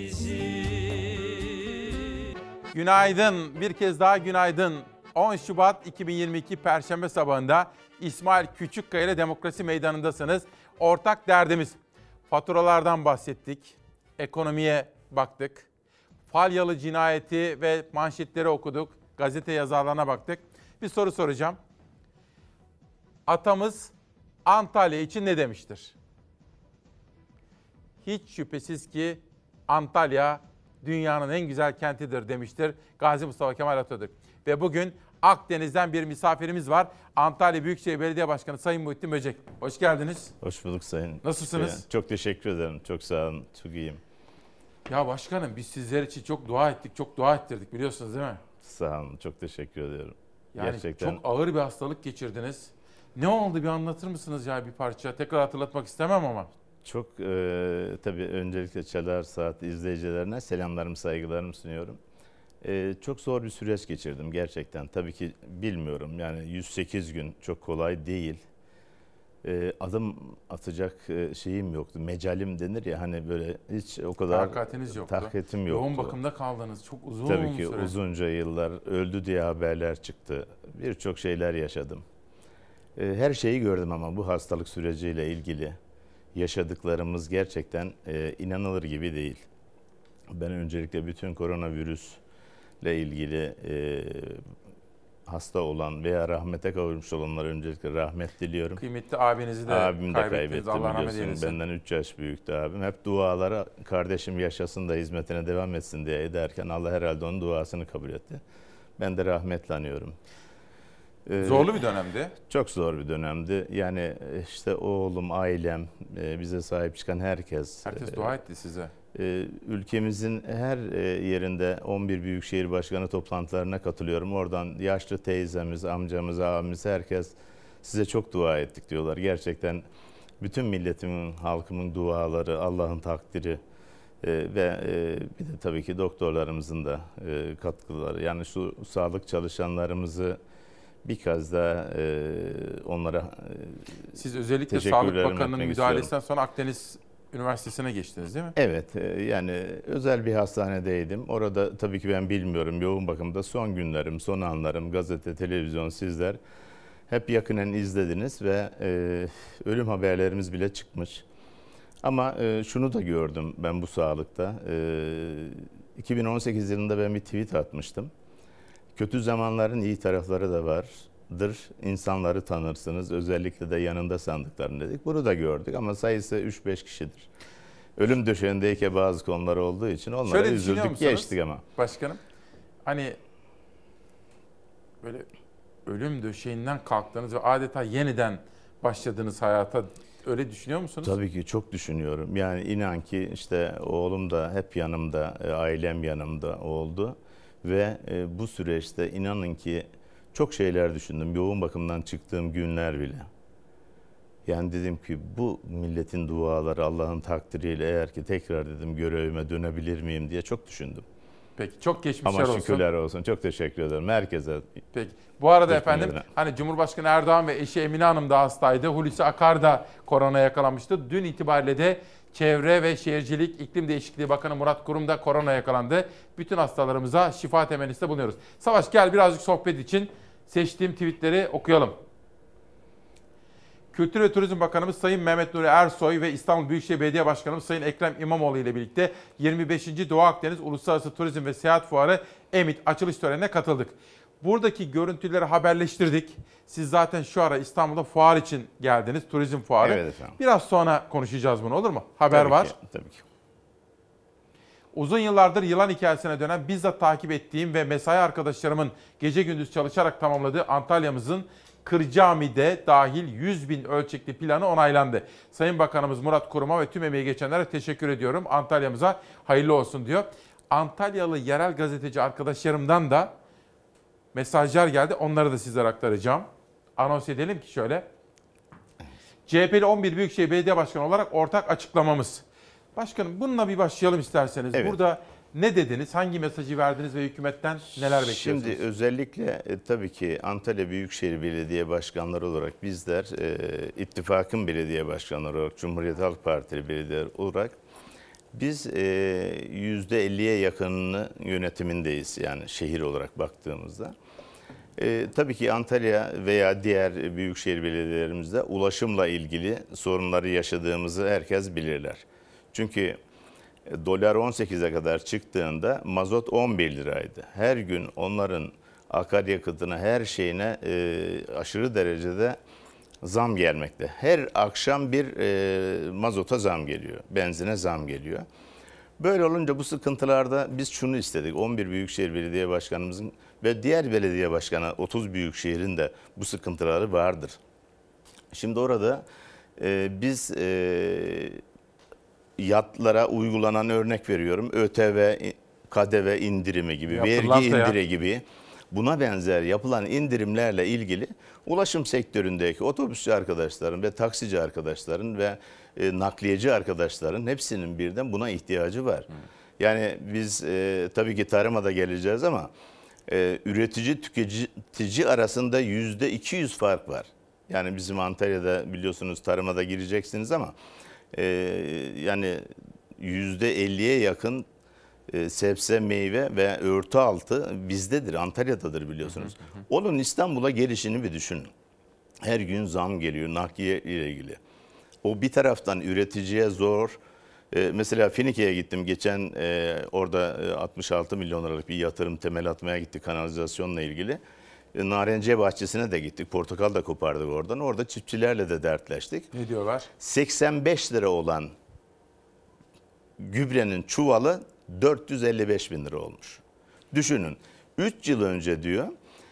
bizim. Günaydın, bir kez daha günaydın. on Şubat iki bin yirmi iki Perşembe sabahında İsmail Küçükkaya ile Demokrasi Meydanı'ndasınız. Ortak derdimiz. Faturalardan bahsettik, ekonomiye baktık, Falyalı cinayeti ve manşetleri okuduk, gazete yazarlarına baktık. Bir soru soracağım. Atamız Antalya için ne demiştir? Hiç şüphesiz ki Antalya dünyanın en güzel kentidir demiştir Gazi Mustafa Kemal Atatürk. Ve bugün Akdeniz'den bir misafirimiz var. Antalya Büyükşehir Belediye Başkanı Sayın Muhittin Böcek. Hoş geldiniz. Hoş bulduk Sayın. Nasılsınız? Çok teşekkür ederim. Çok sağ olun. Çok iyiyim. Ya başkanım biz sizler için çok dua ettik, çok dua ettirdik biliyorsunuz değil mi? Sağ olun. Çok teşekkür ediyorum. Yani gerçekten çok ağır bir hastalık geçirdiniz. Ne oldu bir anlatır mısınız ya bir parça? Tekrar hatırlatmak istemem ama. Çok e, tabii öncelikle Çalar Saat izleyicilerine selamlarımı, saygılarımı sunuyorum. E, çok zor bir süreç geçirdim gerçekten. Tabii ki bilmiyorum yani yüz sekiz gün çok kolay değil. E, adım atacak şeyim yoktu. Mecalim denir ya hani böyle hiç o kadar takatiniz yoktu. Takatim yoktu. Yoğun bakımda kaldınız çok uzun Tabii ki süre. uzunca yıllar öldü diye haberler çıktı. Birçok şeyler yaşadım. E, her şeyi gördüm ama bu hastalık süreciyle ilgili yaşadıklarımız gerçekten e, inanılır gibi değil. Ben öncelikle bütün koronavirüsle ilgili e, hasta olan veya rahmete kavuşmuş olanlara öncelikle rahmet diliyorum. Kıymetli abinizi de Abim de kaybettiniz. kaybetti Allah rahmet biliyorsun. eylesin. Benden üç yaş büyüktü abim. Hep dualara kardeşim yaşasın da hizmetine devam etsin diye ederken Allah herhalde onun duasını kabul etti. Ben de rahmetle anıyorum. Ee, Zorlu bir dönemdi. Çok zor bir dönemdi. Yani işte oğlum, ailem, bize sahip çıkan herkes. Herkes dua etti size. Ülkemizin her yerinde on bir Büyükşehir Başkanı toplantılarına katılıyorum. Oradan yaşlı teyzemiz, amcamız, abimiz herkes size çok dua ettik diyorlar. Gerçekten bütün milletimin, halkımın duaları, Allah'ın takdiri ve bir de tabii ki doktorlarımızın da katkıları. Yani şu sağlık çalışanlarımızı bir kez daha e, onlara e, Siz özellikle Sağlık Bakanı'nın müdahalesinden sonra Akdeniz Üniversitesi'ne geçtiniz değil mi? Evet, e, yani özel bir hastanedeydim. Orada tabii ki ben bilmiyorum yoğun bakımda son günlerim, son anlarım, gazete, televizyon sizler hep yakinen izlediniz ve e, ölüm haberlerimiz bile çıkmış. Ama e, şunu da gördüm ben bu sağlıkta. E, iki bin on sekiz yılında ben bir tweet atmıştım. Kötü zamanların iyi tarafları da vardır. İnsanları tanırsınız. Özellikle de yanında sandıklarını dedik. Bunu da gördük ama sayısı üç beş kişidir. Ölüm döşeğindeyken bazı konular olduğu için onlara Şöyle üzüldük, geçtik ama. Başkanım, hani böyle ölüm döşeğinden kalktınız ve adeta yeniden başladığınız hayata öyle düşünüyor musunuz? Tabii ki çok düşünüyorum. Yani inan ki işte oğlum da hep yanımda, ailem yanımda oldu. Ve e, bu süreçte inanın ki çok şeyler düşündüm. Yoğun bakımdan çıktığım günler bile. Yani dedim ki bu milletin duaları Allah'ın takdiriyle eğer ki tekrar dedim görevime dönebilir miyim diye çok düşündüm. Peki çok geçmişler olsun. Ama şükürler olsun. olsun. Çok teşekkür ederim herkese. Peki. Bu arada Teşekkür efendim ederim. hani Cumhurbaşkanı Erdoğan ve eşi Emine Hanım da hastaydı. Hulusi Akar da korona yakalanmıştı. Dün itibariyle de Çevre ve Şehircilik İklim Değişikliği Bakanı Murat Kurum da korona yakalandı. Bütün hastalarımıza şifa temennisinde bulunuyoruz. Savaş gel birazcık sohbet için seçtiğim tweetleri okuyalım. Kültür ve Turizm Bakanımız Sayın Mehmet Nuri Ersoy ve İstanbul Büyükşehir Belediye Başkanımız Sayın Ekrem İmamoğlu ile birlikte yirmi beşinci Doğu Akdeniz Uluslararası Turizm ve Seyahat Fuarı EMİT açılış törenine katıldık. Buradaki görüntüleri haberleştirdik. Siz zaten şu ara İstanbul'da fuar için geldiniz, turizm fuarı. Evet efendim. Biraz sonra konuşacağız bunu, olur mu? Haber tabii var. Ki, tabii ki. Uzun yıllardır yılan hikayesine dönen, bizzat takip ettiğim ve mesai arkadaşlarımın gece gündüz çalışarak tamamladığı Antalya'mızın Kırcaami'de dahil yüz bin ölçekli planı onaylandı. Sayın Bakanımız Murat Kurum'a ve tüm emeği geçenlere teşekkür ediyorum. Antalya'mıza hayırlı olsun diyor. Antalyalı yerel gazeteci arkadaşlarımdan da mesajlar geldi. Onları da sizlere aktaracağım. Anons edelim ki şöyle. C H P'li on bir Büyükşehir Belediye Başkanı olarak ortak açıklamamız. Başkanım bununla bir başlayalım isterseniz. Evet. Burada ne dediniz? Hangi mesajı verdiniz ve hükümetten neler bekliyorsunuz? Şimdi özellikle e, tabii ki Antalya Büyükşehir Belediye Başkanları olarak bizler e, ittifakın belediye başkanları olarak Cumhuriyet Halk Partili belediyeler olarak biz e, yüzde elliye yakınını yönetimindeyiz yani şehir olarak baktığımızda. E, tabii ki Antalya veya diğer büyükşehir belediyelerimizde ulaşımla ilgili sorunları yaşadığımızı herkes bilirler. Çünkü dolar on sekize kadar çıktığında mazot on bir liraydı. Her gün onların akaryakıtına, her şeyine e, aşırı derecede zam gelmekte. Her akşam bir e, mazota zam geliyor, benzine zam geliyor. Böyle olunca bu sıkıntılarda biz şunu istedik. on bir Büyükşehir Belediye Başkanımızın ve diğer belediye başkanı otuz büyükşehirin de bu sıkıntıları vardır. Şimdi orada e, biz e, yatlara uygulanan örnek veriyorum. ÖTV, K D V indirimi gibi, Yapılan vergi da indiri ya. gibi buna benzer yapılan indirimlerle ilgili ulaşım sektöründeki otobüsçü arkadaşların ve taksici arkadaşların ve e, nakliyeci arkadaşların hepsinin birden buna ihtiyacı var. Hmm. Yani biz e, tabii ki tarıma da geleceğiz ama e, üretici tüketici arasında yüzde iki yüz fark var. Yani bizim Antalya'da biliyorsunuz tarıma da gireceksiniz ama e, yani yüzde elliye yakın e, sebze, meyve ve örtü altı bizdedir, Antalya'dadır biliyorsunuz. Hı hı hı. Onun İstanbul'a gelişini bir düşünün. Her gün zam geliyor nakliye ile ilgili. O bir taraftan üreticiye zor. E, mesela Finike'ye gittim geçen e, orada e, altmış altı milyon liralık bir yatırım temel atmaya gittik kanalizasyonla ilgili. E, Narenciye bahçesine de gittik. Portakal da kopardık oradan. Orada çiftçilerle de dertleştik. Ne diyorlar? seksen beş lira olan gübrenin çuvalı dört yüz elli beş bin lira olmuş. Düşünün üç yıl önce diyor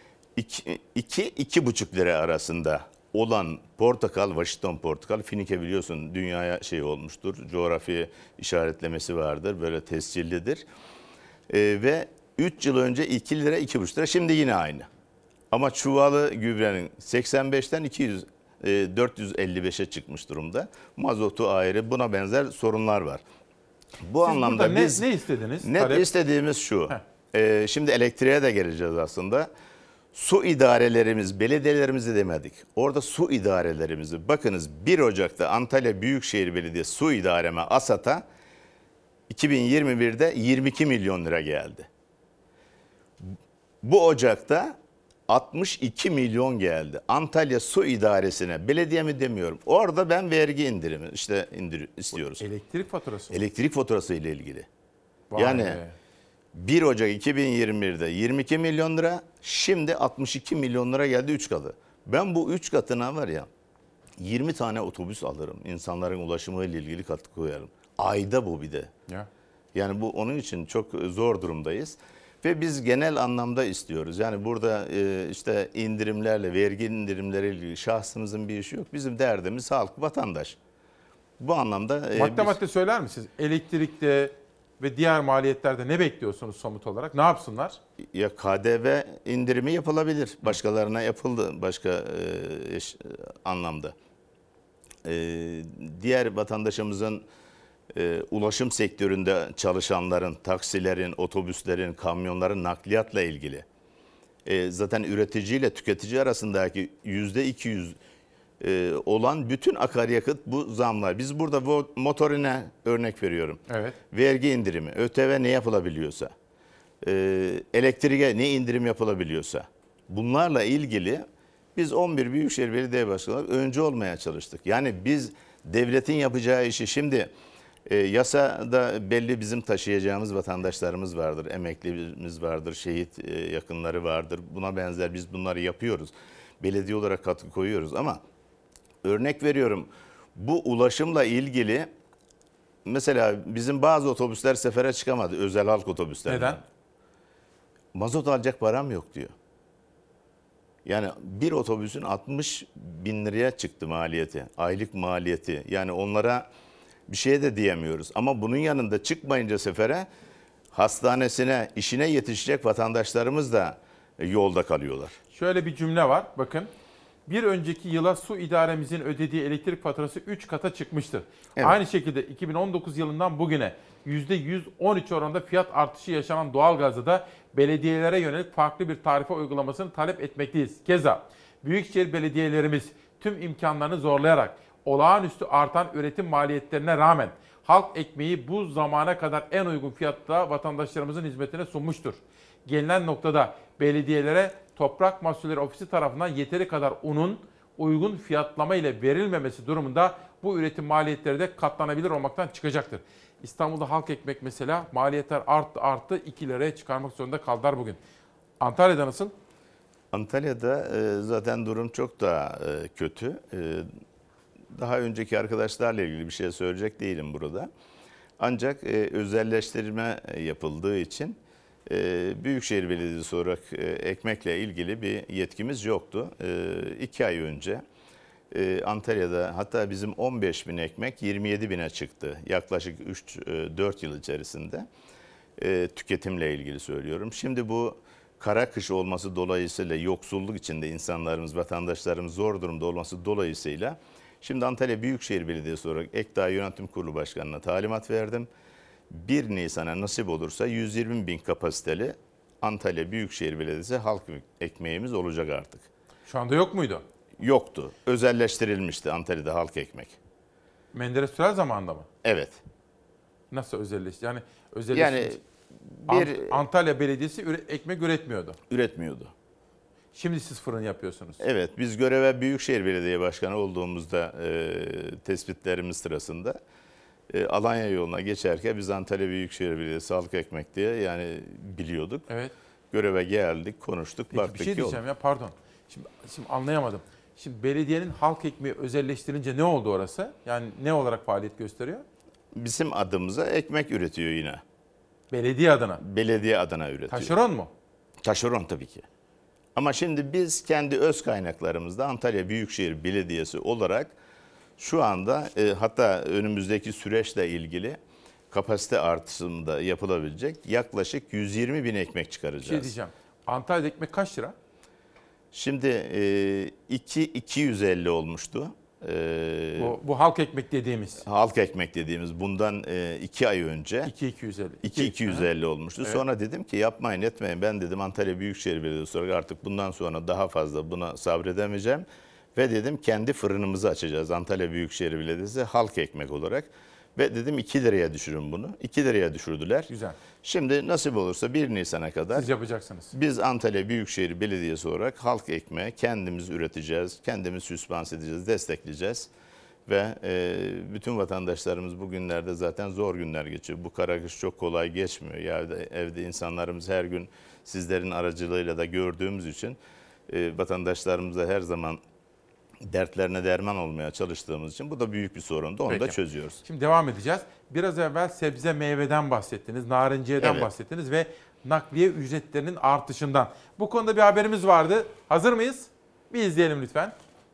iki iki buçuk lira arasında olan portakal, Washington portakal, Finike biliyorsun dünyaya şey olmuştur. Coğrafi işaretlemesi vardır. Böyle tescillidir. Ee, ve üç yıl önce iki lira, iki buçuk lira. Şimdi yine aynı. Ama çuvalı gübrenin seksen beşten iki yüz, e, dört yüz elli beşe çıkmış durumda. Mazotu ayrı. Buna benzer sorunlar var. Bu Siz anlamda burada biz ne, ne istediniz? Net Talep? istediğimiz şu. E, şimdi elektriğe de geleceğiz aslında. Su idarelerimiz, belediyelerimizi demedik. Orada su idarelerimizi. Bakınız bir Ocak'ta Antalya Büyükşehir Belediyesi Su İdareme ASAT'a iki bin yirmi birde yirmi iki milyon lira geldi. Bu Ocak'ta altmış iki milyon geldi. Antalya Su İdaresi'ne, belediye mi demiyorum. Orada ben vergi indirimi işte indir istiyoruz. Elektrik faturası mı? Elektrik faturası ile ilgili. Vay yani be. bir Ocak iki bin yirmi birde yirmi iki milyon lira, şimdi altmış iki milyon lira geldi üç katı. Ben bu üç katına var ya yirmi tane otobüs alırım. İnsanların ulaşımı ile ilgili katkı koyarım. Ayda bu bir de. Ya. Yani bu onun için çok zor durumdayız. Ve biz genel anlamda istiyoruz. Yani burada e, işte indirimlerle, vergi indirimleriyle ilgili şahsımızın bir işi yok. Bizim derdimiz halk, vatandaş. Bu anlamda... E, madde biz... madde söyler misiniz? Elektrikte ve diğer maliyetlerde ne bekliyorsunuz somut olarak? Ne yapsınlar? Ya K D V indirimi yapılabilir. Başkalarına yapıldı başka e, eş, anlamda. E, diğer vatandaşımızın e, ulaşım sektöründe çalışanların, taksilerin, otobüslerin, kamyonların nakliyatla ilgili. E, zaten üreticiyle tüketici arasındaki yüzde iki yüz e, olan bütün akaryakıt bu zamlar. Biz burada motorine örnek veriyorum. Evet. Vergi indirimi, ÖTV ne yapılabiliyorsa, e, elektriğe ne indirim yapılabiliyorsa bunlarla ilgili biz on bir Büyükşehir Belediye Başkanı öncü olmaya çalıştık. Yani biz devletin yapacağı işi şimdi e, yasada belli bizim taşıyacağımız vatandaşlarımız vardır, emeklimiz vardır, şehit e, yakınları vardır. Buna benzer biz bunları yapıyoruz. Belediye olarak katkı koyuyoruz ama örnek veriyorum bu ulaşımla ilgili mesela bizim bazı otobüsler sefere çıkamadı, özel halk otobüsler. Neden? Mazot alacak param yok diyor. Yani bir otobüsün altmış bin liraya çıktı maliyeti, aylık maliyeti. Yani onlara bir şey de diyemiyoruz. Ama bunun yanında çıkmayınca sefere hastanesine, işine yetişecek vatandaşlarımız da yolda kalıyorlar. Şöyle bir cümle var bakın. Bir önceki yıla su idaremizin ödediği elektrik faturası üç kata çıkmıştır. Evet. Aynı şekilde iki bin on dokuz yılından bugüne yüzde yüz on üç oranında fiyat artışı yaşanan doğalgazda da belediyelere yönelik farklı bir tarife uygulamasını talep etmekteyiz. Keza büyükşehir belediyelerimiz tüm imkanlarını zorlayarak olağanüstü artan üretim maliyetlerine rağmen halk ekmeği bu zamana kadar en uygun fiyatta vatandaşlarımızın hizmetine sunmuştur. Gelinen noktada belediyelere Toprak Mahsulleri Ofisi tarafından yeteri kadar unun uygun fiyatlama ile verilmemesi durumunda bu üretim maliyetleri de katlanabilir olmaktan çıkacaktır. İstanbul'da halk ekmek mesela maliyetler arttı arttı iki liraya çıkarmak zorunda kaldılar bugün. Antalya'da nasıl? Antalya'da e, zaten durum çok daha e, kötü. E, daha önceki arkadaşlarla ilgili bir şey söyleyecek değilim burada. Ancak e, özelleştirme yapıldığı için e, Büyükşehir Belediyesi olarak e, ekmekle ilgili bir yetkimiz yoktu. E, iki ay önce e, Antalya'da hatta bizim on beş bin ekmek yirmi yedi bine çıktı. Yaklaşık üç dört yıl içerisinde e, tüketimle ilgili söylüyorum. Şimdi bu kara kış olması dolayısıyla yoksulluk içinde insanlarımız, vatandaşlarımız zor durumda olması dolayısıyla şimdi Antalya Büyükşehir Belediyesi olarak Ekdağ Yönetim Kurulu Başkanı'na talimat verdim. bir Nisan'a nasip olursa yüz yirmi bin kapasiteli Antalya Büyükşehir Belediyesi halk ekmeğimiz olacak artık. Şu anda yok muydu? Yoktu. Özelleştirilmişti Antalya'da halk ekmek. Menderes Sürel zamanında mı? Evet. Nasıl özelleşti? Yani özelleşti. Yani bir Antalya Belediyesi üre, ekmek üretmiyordu. Üretmiyordu. Şimdi siz fırın yapıyorsunuz. Evet, biz göreve Büyükşehir Belediye Başkanı olduğumuzda e, tespitlerimiz sırasında e, Alanya yoluna geçerken biz Antalya Büyükşehir Belediyesi halk ekmek diye yani biliyorduk. Evet. Göreve geldik, konuştuk, Peki, baktık bir şey ki diyeceğim oldu. ya pardon. Şimdi, şimdi anlayamadım. Şimdi belediyenin halk ekmeği özelleştirince ne oldu orası? Yani ne olarak faaliyet gösteriyor? Bizim adımıza ekmek üretiyor yine. Belediye adına? Belediye adına üretiyor. Taşeron mu? Taşeron tabii ki. Ama şimdi biz kendi öz kaynaklarımızda Antalya Büyükşehir Belediyesi olarak şu anda e, hatta önümüzdeki süreçle ilgili kapasite artışında yapılabilecek yaklaşık yüz yirmi bin ekmek çıkaracağız. Bir şey diyeceğim. Antalya'da ekmek kaç lira? Şimdi e, iki bin iki yüz elli olmuştu. E, bu, bu halk ekmek dediğimiz. Halk ekmek dediğimiz bundan e, iki ay önce. iki bin iki yüz elli. iki bin iki yüz elli olmuştu. Evet. Sonra dedim ki yapmayın etmeyin. Ben dedim Antalya Büyükşehir Belediyesi olarak artık bundan sonra daha fazla buna sabredemeyeceğim. Ve dedim kendi fırınımızı açacağız Antalya Büyükşehir Belediyesi halk ekmek olarak. Ve dedim iki liraya düşürün bunu. iki liraya düşürdüler. Güzel. Şimdi nasip olursa bir Nisan'a kadar siz yapacaksınız. Biz Antalya Büyükşehir Belediyesi olarak halk ekmeği kendimiz üreteceğiz, kendimiz süspans edeceğiz, destekleyeceğiz. Ve e, bütün vatandaşlarımız bugünlerde zaten zor günler geçiyor. Bu kara kış çok kolay geçmiyor. Yani evde insanlarımız her gün sizlerin aracılığıyla da gördüğümüz için e, vatandaşlarımıza her zaman dertlerine derman olmaya çalıştığımız için bu da büyük bir sorundu. Onu Peki. da çözüyoruz. Şimdi devam edeceğiz. Biraz evvel sebze meyveden bahsettiniz, narinciyeden Evet. bahsettiniz ve nakliye ücretlerinin artışından. Bu konuda bir haberimiz vardı. Hazır mıyız? Bir izleyelim lütfen.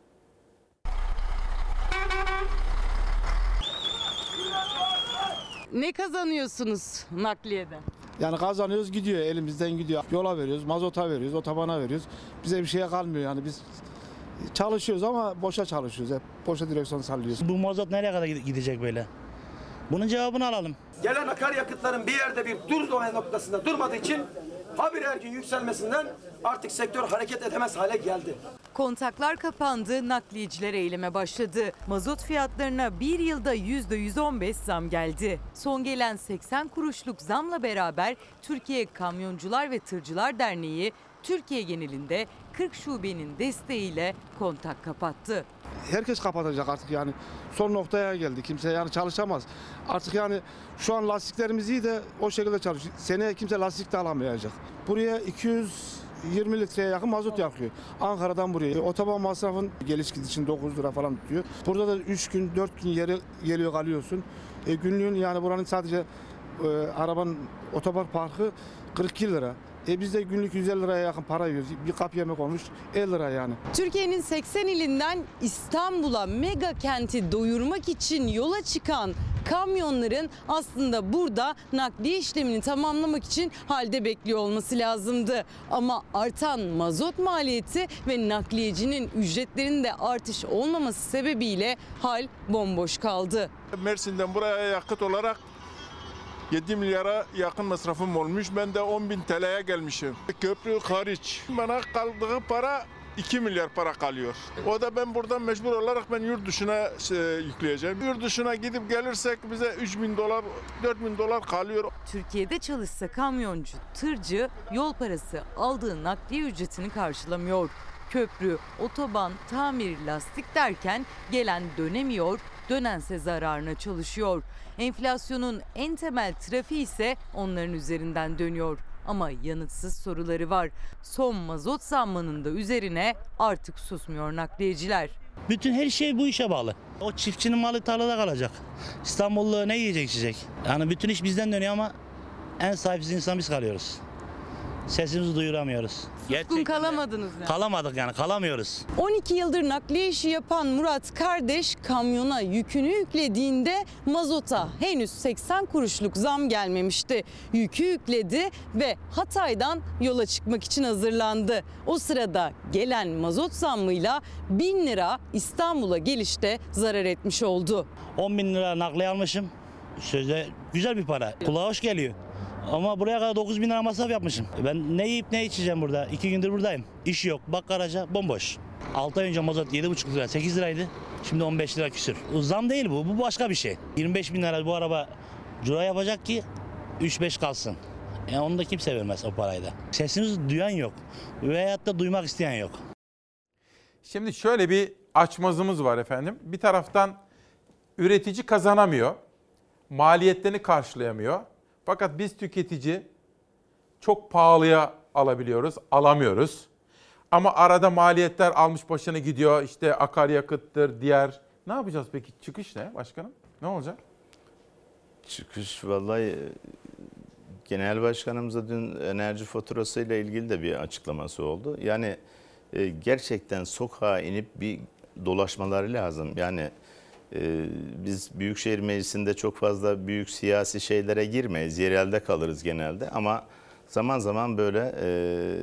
Ne kazanıyorsunuz nakliyeden? Yani kazanıyoruz gidiyor elimizden gidiyor. Yola veriyoruz, mazota veriyoruz, otobana veriyoruz. Bize bir şeye kalmıyor yani biz çalışıyoruz ama boşa çalışıyoruz. Hep boşa direksiyon sallıyoruz. Bu mazot nereye kadar gidecek böyle? Bunun cevabını alalım. Gelen akaryakıtların bir yerde bir dur noktasında durmadığı için habire her gün yükselmesinden artık sektör hareket edemez hale geldi. Kontaklar kapandı, nakliyeciler eyleme başladı. Mazot fiyatlarına bir yılda yüzde yüz on beş zam geldi. Son gelen seksen kuruşluk zamla beraber Türkiye Kamyoncular ve Tırcılar Derneği Türkiye genelinde kırk şubenin desteğiyle kontak kapattı. Herkes kapatacak artık yani son noktaya geldi. Kimse yani çalışamaz. Artık yani şu an lastiklerimiz iyi de o şekilde çalışıyor. Seneye kimse lastik de alamayacak. Buraya iki yüz yirmi litreye yakın mazot yakıyor. Ankara'dan buraya. Otoban masrafın geliş gidişin dokuz lira falan tutuyor. Burada da üç gün dört gün yeri geliyor kalıyorsun. E, günlüğün yani buranın sadece e, arabanın otoban parkı kırk iki lira. E biz de günlük yüz elli liraya yakın para yiyoruz. Bir kap yemek olmuş elli lira yani. Türkiye'nin seksen ilinden İstanbul'a mega kenti doyurmak için yola çıkan kamyonların aslında burada nakliye işlemini tamamlamak için halde bekliyor olması lazımdı. Ama artan mazot maliyeti ve nakliyecinin ücretlerinde artış olmaması sebebiyle hal bomboş kaldı. Mersin'den buraya yakıt olarak yedi milyara yakın masrafım olmuş. Ben de on bin T L'ye gelmişim. Köprü hariç. Bana kaldığı para iki milyar para kalıyor. O da ben buradan mecbur olarak ben yurt dışına şey, yükleyeceğim. Yurt dışına gidip gelirsek bize üç bin dolar, dört bin dolar kalıyor. Türkiye'de çalışsa kamyoncu, tırcı yol parası aldığı nakliye ücretini karşılamıyor. Köprü, otoban, tamir, lastik derken gelen dönemiyor, dönense zararına çalışıyor. Enflasyonun en temel trafiği ise onların üzerinden dönüyor. Ama yanıtsız soruları var. Son mazot zammının da üzerine artık susmuyor nakliyeciler. Bütün her şey bu işe bağlı. O çiftçinin malı tarlada kalacak. İstanbullu ne yiyecek içecek? Yani bütün iş bizden dönüyor ama en sahipsiz insan biz kalıyoruz. Sesimizi duyuramıyoruz. Suskun kalamadınız yani. Kalamadık yani kalamıyoruz. on iki yıldır nakliye işi yapan Murat kardeş kamyona yükünü yüklediğinde mazota henüz seksen kuruşluk zam gelmemişti. Yükü yükledi ve Hatay'dan yola çıkmak için hazırlandı. O sırada gelen mazot zammıyla bin lira İstanbul'a gelişte zarar etmiş oldu. on bin lira nakliye almışım. Sözde güzel bir para. Kulağa hoş geliyor. Ama buraya kadar dokuz bin lira masraf yapmışım. Ben ne yiyip ne içeceğim burada? İki gündür buradayım. İş yok. Bak garaja bomboş. altı ay önce mazot yedi buçuk lira, sekiz liraydı. Şimdi on beş lira küsür. Zam değil bu. Bu başka bir şey. yirmi beş bin lira bu araba cura yapacak ki üç beş kalsın. Yani onu da kimse vermez o parayı da. Sesimizi duyan yok. Veyahut da duymak isteyen yok. Şimdi şöyle bir açmazımız var efendim. Bir taraftan üretici kazanamıyor. Maliyetlerini karşılayamıyor. Fakat biz tüketici çok pahalıya alabiliyoruz, alamıyoruz. Ama arada maliyetler almış başını gidiyor. İşte akaryakıttır, diğer. Ne yapacağız peki? Çıkış ne başkanım? Ne olacak? Çıkış vallahi genel başkanımıza dün enerji faturasıyla ilgili de bir açıklaması oldu. Yani e, gerçekten sokağa inip bir dolaşmaları lazım. Yani e, biz Büyükşehir Meclisi'nde çok fazla büyük siyasi şeylere girmeyiz. Yerelde kalırız genelde ama zaman zaman böyle e,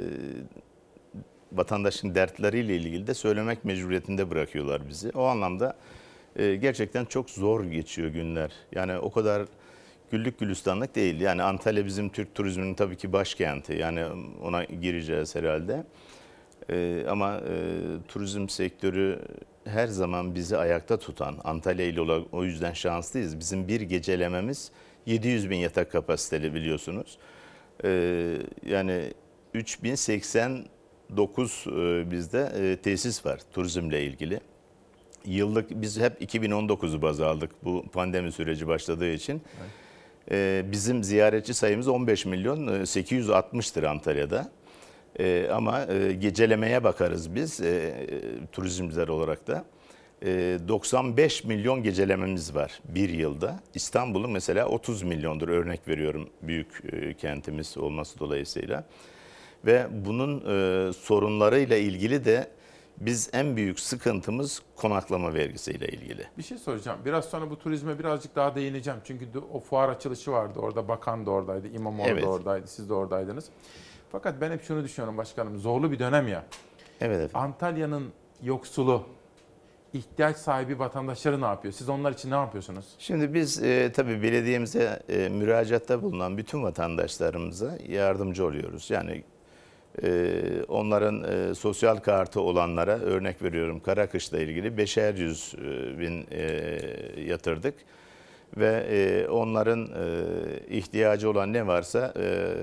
vatandaşın dertleriyle ilgili de söylemek mecburiyetinde bırakıyorlar bizi. O anlamda e, gerçekten çok zor geçiyor günler. Yani o kadar güllük gülistanlık değil. Yani Antalya bizim Türk turizminin tabii ki başkenti. Yani ona gireceğiz herhalde. Ee, ama e, turizm sektörü her zaman bizi ayakta tutan, Antalya ile olan, o yüzden şanslıyız. Bizim bir gecelememiz yedi yüz bin yatak kapasiteli biliyorsunuz. Ee, yani üç bin seksen dokuz e, bizde e, tesis var turizmle ilgili. Yıllık biz hep iki bin on dokuzu baz aldık bu pandemi süreci başladığı için. Evet. Ee, bizim ziyaretçi sayımız on beş milyon sekiz yüz altmıştır Antalya'da. Ee, ama e, gecelemeye bakarız biz e, turizmciler olarak da. E, doksan beş milyon gecelememiz var bir yılda. İstanbul'un mesela otuz milyondur, örnek veriyorum, büyük e, kentimiz olması dolayısıyla. Ve bunun e, sorunlarıyla ilgili de biz en büyük sıkıntımız konaklama vergisiyle ilgili. Bir şey soracağım. Biraz sonra bu turizme birazcık daha değineceğim. Çünkü o fuar açılışı vardı. Orada bakan da oradaydı, İmamoğlu evet. da oradaydı, siz de oradaydınız. Fakat ben hep şunu düşünüyorum başkanım. Zorlu bir dönem ya. Evet efendim. Antalya'nın yoksulu, ihtiyaç sahibi vatandaşları ne yapıyor? Siz onlar için ne yapıyorsunuz? Şimdi biz e, tabii belediyemize e, müracaatta bulunan bütün vatandaşlarımıza yardımcı oluyoruz. Yani e, onların e, sosyal kartı olanlara, örnek veriyorum, Karakış'la ilgili beşer yüz bin e, yatırdık. Ve e, onların e, ihtiyacı olan ne varsa e,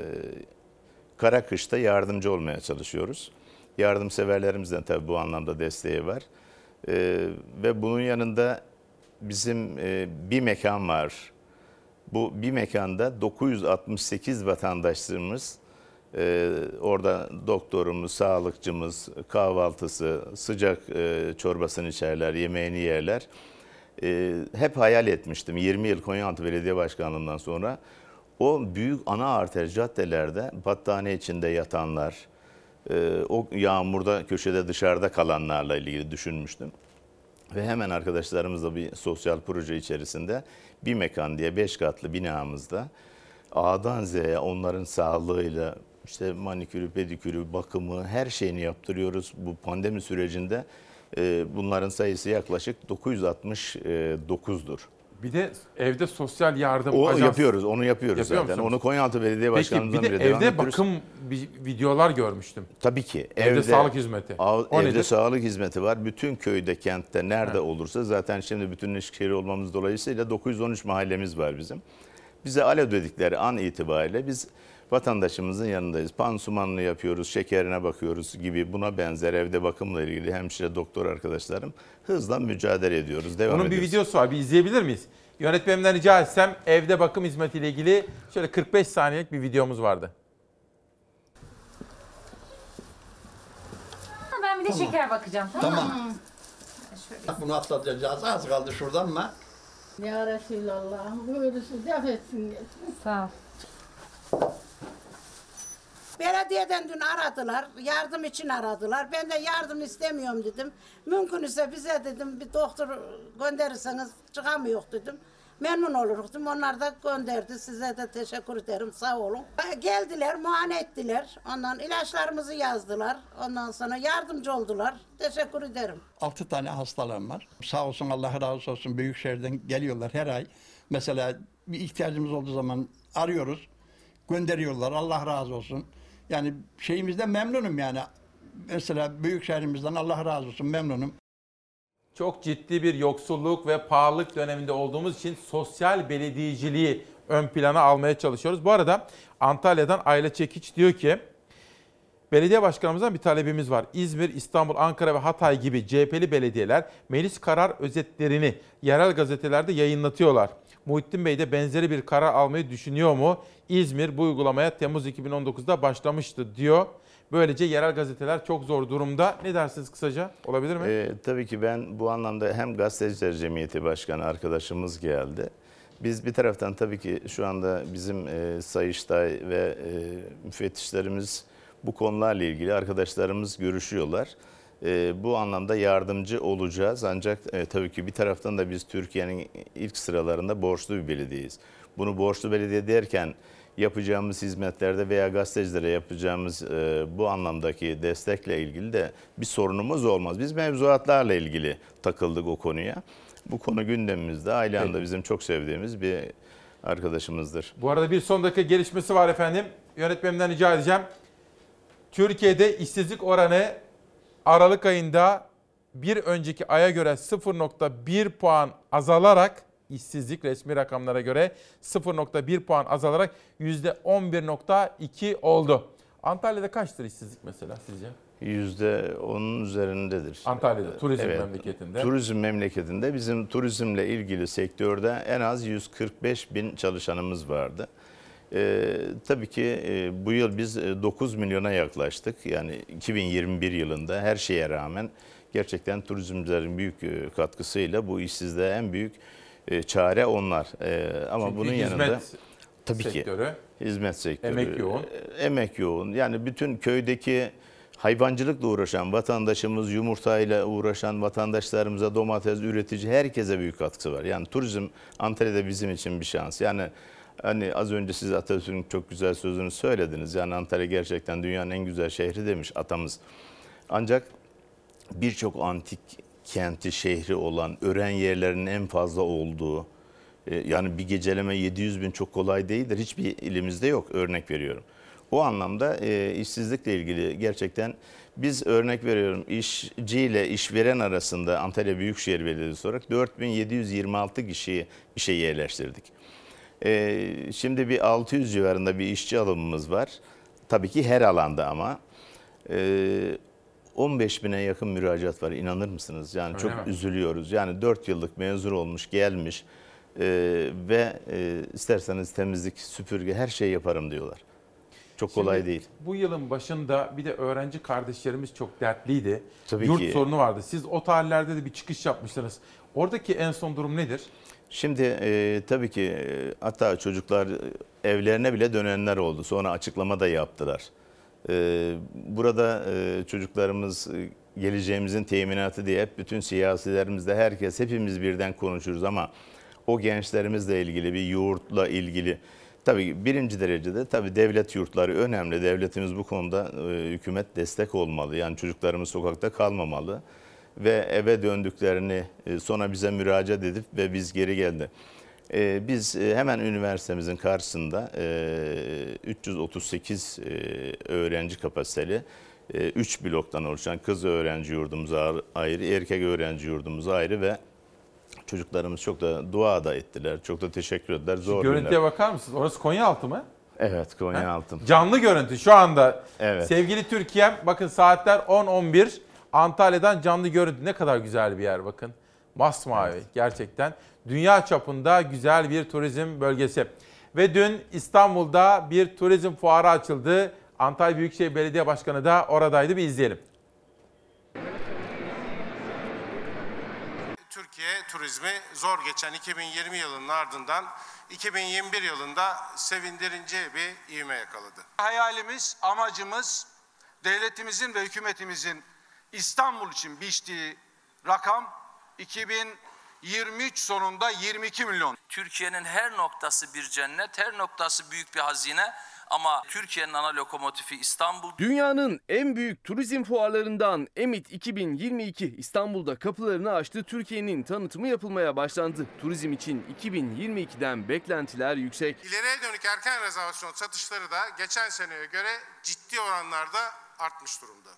Karakış'ta yardımcı olmaya çalışıyoruz. Yardımseverlerimizden tabii bu anlamda desteği var. Ee, ve bunun yanında bizim e, bir mekan var. Bu bir mekanda dokuz yüz altmış sekiz vatandaşlarımız, e, orada doktorumuz, sağlıkçımız, kahvaltısı, sıcak e, çorbasını içerler, yemeğini yerler. E, hep hayal etmiştim yirmi yıl Konyaaltı Belediye Başkanlığından sonra. O büyük ana arter caddelerde battaniye içinde yatanlar, e, o yağmurda köşede dışarıda kalanlarla ilgili düşünmüştüm. Ve hemen arkadaşlarımızla bir sosyal proje içerisinde bir mekan diye beş katlı binamızda A'dan Z'ye onların sağlığıyla işte manikürü, pedikürü, bakımı her şeyini yaptırıyoruz. Bu pandemi sürecinde e, bunların sayısı yaklaşık dokuz yüz altmış dokuzdur. Bir de evde sosyal yardım O ajans... yapıyoruz, onu yapıyoruz Yapıyor zaten. musunuz? Onu Konyaaltı Belediye Başkanımızdan Peki bir de biri devam evde ettiriyoruz. bakım videolar görmüştüm. Tabii ki. Evde, Evde sağlık hizmeti. Av, O evde nedir? sağlık hizmeti var. Bütün köyde, kentte, nerede Evet. olursa zaten şimdi bütün Eskişehir olmamız dolayısıyla dokuz yüz on üç mahallemiz var bizim. Bize alo dedikleri an itibariyle biz vatandaşımızın yanındayız. Pansumanını yapıyoruz, şekerine bakıyoruz gibi buna benzer evde bakımla ilgili hemşire, doktor arkadaşlarım hızla mücadele ediyoruz. Devam Onun bir ediyoruz. videosu var. Bir izleyebilir miyiz? Yönetmenimden rica etsem evde bakım hizmetiyle ilgili şöyle kırk beş saniyelik bir videomuz vardı. Ben bir de şeker bakacağım, tamam, Tamam. mı? Şöyle. Bunu atlatacağız. Az kaldı şuradan mı? Ya Resulallah, buyursun, def etsin. Sağ ol. Belediyeden dün aradılar, yardım için aradılar. Ben de yardım istemiyorum dedim. Mümkünse bize dedim bir doktor gönderirseniz çıkamıyor dedim. Memnun oluruz dedim. Onlar da gönderdi. Size de teşekkür ederim. Sağ olun. Geldiler, muayene ettiler. Ondan ilaçlarımızı yazdılar. Ondan sonra yardımcı oldular. Teşekkür ederim. Altı tane hastalığım var. Sağ olsun, Allah razı olsun. Büyükşehir'den geliyorlar her ay. Mesela bir ihtiyacımız olduğu zaman arıyoruz. Gönderiyorlar. Allah razı olsun. Yani şeyimizden memnunum yani. Mesela Büyükşehir'imizden Allah razı olsun, memnunum. Çok ciddi bir yoksulluk ve pahalılık döneminde olduğumuz için sosyal belediyeciliği ön plana almaya çalışıyoruz. Bu arada Antalya'dan Ayla Çekiç diyor ki, belediye başkanımızdan bir talebimiz var. İzmir, İstanbul, Ankara ve Hatay gibi C H P'li belediyeler meclis karar özetlerini yerel gazetelerde yayınlatıyorlar. Muhittin Bey de benzeri bir karar almayı düşünüyor mu? İzmir bu uygulamaya Temmuz iki bin on dokuzda başlamıştı diyor. Böylece yerel gazeteler çok zor durumda. Ne dersiniz kısaca? Olabilir mi? Ee, tabii ki ben bu anlamda hem Gazeteciler Cemiyeti Başkanı arkadaşımız geldi. Biz bir taraftan tabii ki şu anda bizim e, Sayıştay ve e, müfettişlerimiz bu konularla ilgili arkadaşlarımız görüşüyorlar. E, bu anlamda yardımcı olacağız. Ancak e, tabii ki bir taraftan da biz Türkiye'nin ilk sıralarında borçlu bir belediyeyiz. Bunu borçlu belediye derken yapacağımız hizmetlerde veya gazetecilere yapacağımız e, bu anlamdaki destekle ilgili de bir sorunumuz olmaz. Biz mevzuatlarla ilgili takıldık o konuya. Bu konu gündemimizde. Aylan da bizim çok sevdiğimiz bir arkadaşımızdır. Bu arada bir son dakika gelişmesi var efendim. Yönetmenimden rica edeceğim. Türkiye'de işsizlik oranı Aralık ayında bir önceki aya göre sıfır nokta bir puan azalarak, işsizlik resmi rakamlara göre sıfır nokta bir puan azalarak yüzde on bir nokta iki oldu. Antalya'da kaçtır işsizlik mesela sizce? yüzde onun üzerindedir. Antalya'da, turizm memleketinde. Turizm memleketinde bizim turizmle ilgili sektörde en az yüz kırk beş bin çalışanımız vardı. Ee, tabii ki e, bu yıl biz dokuz milyona yaklaştık. Yani iki bin yirmi bir yılında her şeye rağmen gerçekten turizmcilerin büyük e, katkısıyla bu işsizliğe en büyük e, çare onlar. E, ama Çünkü bunun hizmet yanında tabii sektörü, ki hizmet sektörü, emek yoğun. e, emek yoğun. Yani bütün köydeki hayvancılıkla uğraşan vatandaşımız, yumurtayla uğraşan vatandaşlarımıza, domates üretici herkese büyük katkısı var. Yani turizm Antalya'da bizim için bir şans. Yani hani az önce siz Atatürk'ün çok güzel sözünü söylediniz. Yani Antalya gerçekten dünyanın en güzel şehri demiş atamız. Ancak birçok antik kenti, şehri olan, öğren yerlerinin en fazla olduğu, yani bir geceleme yedi yüz bin çok kolay değildir. Hiçbir ilimizde yok, örnek veriyorum. O anlamda e, işsizlikle ilgili gerçekten biz örnek veriyorum işçi ile işveren arasında Antalya Büyükşehir Belediyesi olarak dört bin yedi yüz yirmi altı kişiyi işe yerleştirdik. E, şimdi bir altı yüz civarında bir işçi alımımız var. Tabii ki her alanda ama e, on beş bine yakın müracaat var. İnanır mısınız? Yani Öyle çok mi? üzülüyoruz. Yani dört yıllık mezun olmuş, gelmiş e, ve e, isterseniz temizlik, süpürge her şeyi yaparım diyorlar. Çok kolay Şimdi değil. Bu yılın başında bir de öğrenci kardeşlerimiz çok dertliydi. Tabii Yurt ki. sorunu vardı. Siz o tarihlerde de bir çıkış yapmıştınız. Oradaki en son durum nedir? Şimdi e, tabii ki e, hatta çocuklar evlerine bile dönenler oldu. Sonra açıklama da yaptılar. E, burada e, çocuklarımız e, geleceğimizin teminatı diye hep bütün siyasilerimizde herkes hepimiz birden konuşuruz ama o gençlerimizle ilgili bir yurtla ilgili tabii birinci derecede tabii devlet yurtları önemli. Devletimiz bu konuda e, hükümet destek olmalı. Yani çocuklarımız sokakta kalmamalı. Ve eve döndüklerini sonra bize müracaat edip ve biz geri geldi. Biz hemen üniversitemizin karşısında üç yüz otuz sekiz öğrenci kapasiteli üç bloktan oluşan kız öğrenci yurdumuz ayrı, erkek öğrenci yurdumuz ayrı ve çocuklarımız çok da dua da ettiler. Çok da teşekkür ettiler. Zor Görüntüye günler. bakar mısınız? Orası Konyaaltı mı? Evet, Konyaaltı. Canlı görüntü şu anda. Evet. Sevgili Türkiye'm, bakın saatler on on bir. Antalya'dan canlı görüntü, ne kadar güzel bir yer bakın. Masmavi evet. Gerçekten. Dünya çapında güzel bir turizm bölgesi. Ve dün İstanbul'da bir turizm fuarı açıldı. Antalya Büyükşehir Belediye Başkanı da oradaydı, bir izleyelim. Türkiye turizmi zor geçen iki bin yirmi yılının ardından iki bin yirmi bir yılında sevindirici bir ivme yakaladı. Hayalimiz, amacımız devletimizin ve hükümetimizin İstanbul için biçtiği rakam iki bin yirmi üç sonunda yirmi iki milyon. Türkiye'nin her noktası bir cennet, her noktası büyük bir hazine ama Türkiye'nin ana lokomotifi İstanbul. Dünyanın en büyük turizm fuarlarından Emit iki bin yirmi iki İstanbul'da kapılarını açtı. Türkiye'nin tanıtımı yapılmaya başlandı. Turizm için iki bin yirmi ikiden beklentiler yüksek. İleriye dönük erken rezervasyon satışları da geçen seneye göre ciddi oranlarda artmış durumda.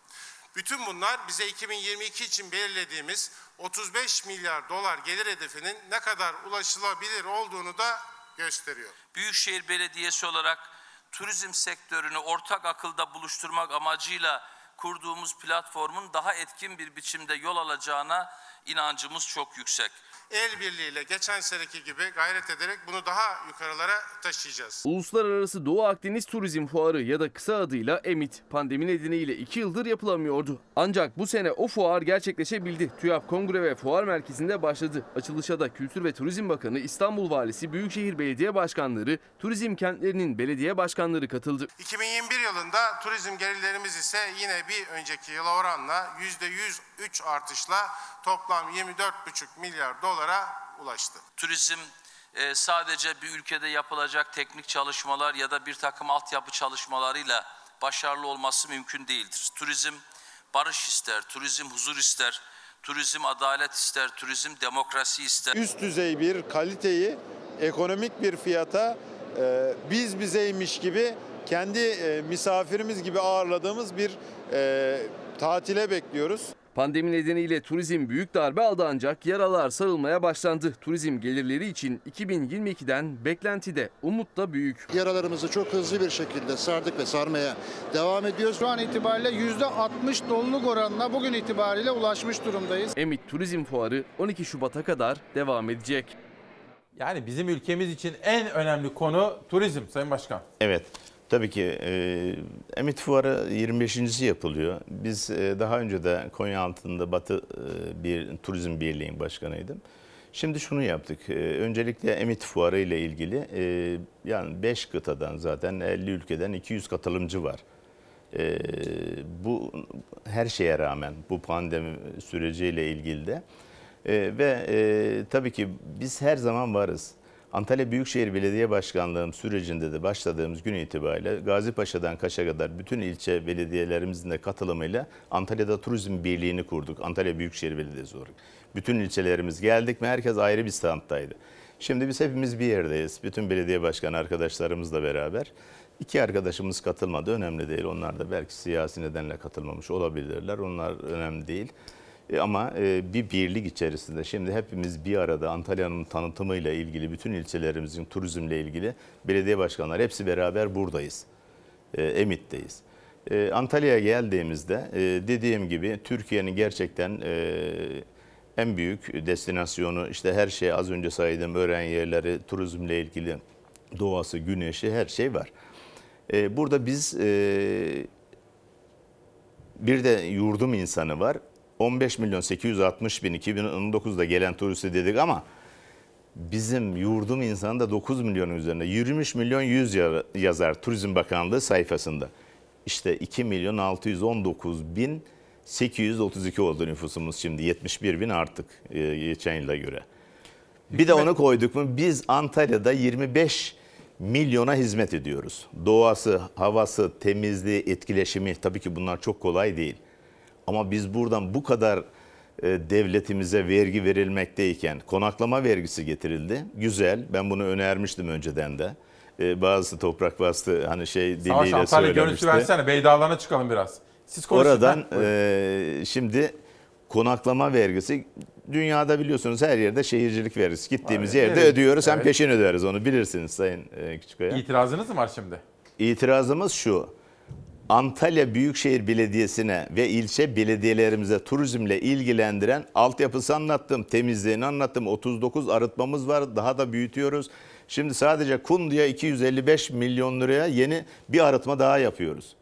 Bütün bunlar bize iki bin yirmi iki için belirlediğimiz otuz beş milyar dolar gelir hedefinin ne kadar ulaşılabilir olduğunu da gösteriyor. Büyükşehir Belediyesi olarak turizm sektörünü ortak akılda buluşturmak amacıyla kurduğumuz platformun daha etkin bir biçimde yol alacağına inancımız çok yüksek. El birliğiyle geçen seneki gibi gayret ederek bunu daha yukarılara taşıyacağız. Uluslararası Doğu Akdeniz Turizm Fuarı ya da kısa adıyla Emit pandemi nedeniyle iki yıldır yapılamıyordu. Ancak bu sene o fuar gerçekleşebildi. TÜYAP Kongre ve Fuar Merkezi'nde başladı. Açılışa da Kültür ve Turizm Bakanı, İstanbul Valisi, Büyükşehir Belediye Başkanları, turizm kentlerinin belediye başkanları katıldı. iki bin yirmi bir yılında turizm gelirlerimiz ise yine bir önceki yıla oranla yüzde yüz üç artışla toplam yirmi dört buçuk milyar dolara ulaştı. Turizm e, sadece bir ülkede yapılacak teknik çalışmalar ya da bir takım altyapı çalışmalarıyla başarılı olması mümkün değildir. Turizm barış ister, turizm huzur ister, turizm adalet ister, turizm demokrasi ister. Üst düzey bir kaliteyi ekonomik bir fiyata e, biz bizeymiş gibi kendi e, misafirimiz gibi ağırladığımız bir e, tatile bekliyoruz. Pandemi nedeniyle turizm büyük darbe aldı ancak yaralar sarılmaya başlandı. Turizm gelirleri için iki bin yirmi ikiden beklenti de umut da büyük. Yaralarımızı çok hızlı bir şekilde sardık ve sarmaya devam ediyoruz. Şu an itibariyle yüzde altmış doluluk oranına bugün itibariyle ulaşmış durumdayız. Emit Turizm Fuarı on iki Şubat'a kadar devam edecek. Yani bizim ülkemiz için en önemli konu turizm Sayın Başkan. Evet. Tabii ki e, Emit Fuarı yirmi beşincisi yapılıyor. Biz e, daha önce de Konyaaltı'nda Batı e, bir Turizm Birliği'nin başkanıydım. Şimdi şunu yaptık. E, öncelikle Emit Fuarı ile ilgili e, yani beş kıtadan zaten elli ülkeden iki yüz katılımcı var. E, bu her şeye rağmen bu pandemi süreciyle ilgili de e, ve e, tabii ki biz her zaman varız. Antalya Büyükşehir Belediye Başkanlığım sürecinde de başladığımız gün itibariyle Gazipaşa'dan Kaş'a kadar bütün ilçe belediyelerimizin de katılımıyla Antalya'da Turizm Birliği'ni kurduk. Antalya Büyükşehir Belediyesi olarak. Bütün ilçelerimiz geldik mi herkes ayrı bir standdaydı. Şimdi biz hepimiz bir yerdeyiz. Bütün belediye başkanı arkadaşlarımızla beraber. İki arkadaşımız katılmadı. Önemli değil. Onlar da belki siyasi nedenle katılmamış olabilirler. Onlar önemli değil. Ama bir birlik içerisinde şimdi hepimiz bir arada Antalya'nın tanıtımıyla ilgili bütün ilçelerimizin turizmle ilgili belediye başkanları hepsi beraber buradayız. Emit'teyiz. Antalya'ya geldiğimizde dediğim gibi Türkiye'nin gerçekten en büyük destinasyonu işte her şey az önce saydığım öğren yerleri, turizmle ilgili doğası, güneşi her şey var. E, burada biz e, bir de yurdum insanı var. on beş milyon sekiz yüz altmış bin iki bin on dokuzda gelen turisti dedik ama bizim yurdum insanı da dokuz milyonun üzerinde. yirmi üç milyon yüz yazar Turizm Bakanlığı sayfasında. İşte iki milyon altı yüz on dokuz bin sekiz yüz otuz iki oldu nüfusumuz şimdi. yetmiş bir bin arttık e, geçen yıla göre. Bir de onu koyduk mu biz Antalya'da yirmi beş milyona hizmet ediyoruz. Doğası, havası, temizliği, etkileşimi tabii ki bunlar çok kolay değil. Ama biz buradan bu kadar e, devletimize vergi verilmekteyken konaklama vergisi getirildi. Güzel. Ben bunu önermiştim önceden de. E, bazısı toprak bastı hani şey diliyle Savaş, söylemişti. Antalya görüntüsü versene. Beydağlarına çıkalım biraz. Siz konuşun. Oradan e, şimdi konaklama vergisi dünyada biliyorsunuz her yerde şehircilik vergisi. Gittiğimiz Evet, yerde evet. ödüyoruz hem Evet. peşin öderiz onu bilirsiniz Sayın e, Küçükkaya. İtirazınız mı var şimdi? İtirazımız şu. Antalya Büyükşehir Belediyesi'ne ve ilçe belediyelerimize turizmle ilgilendiren altyapısı anlattım, temizliğini anlattım. otuz dokuz arıtmamız var, daha da büyütüyoruz. Şimdi sadece Kundu'ya iki yüz elli beş milyon liraya yeni bir arıtma daha yapıyoruz.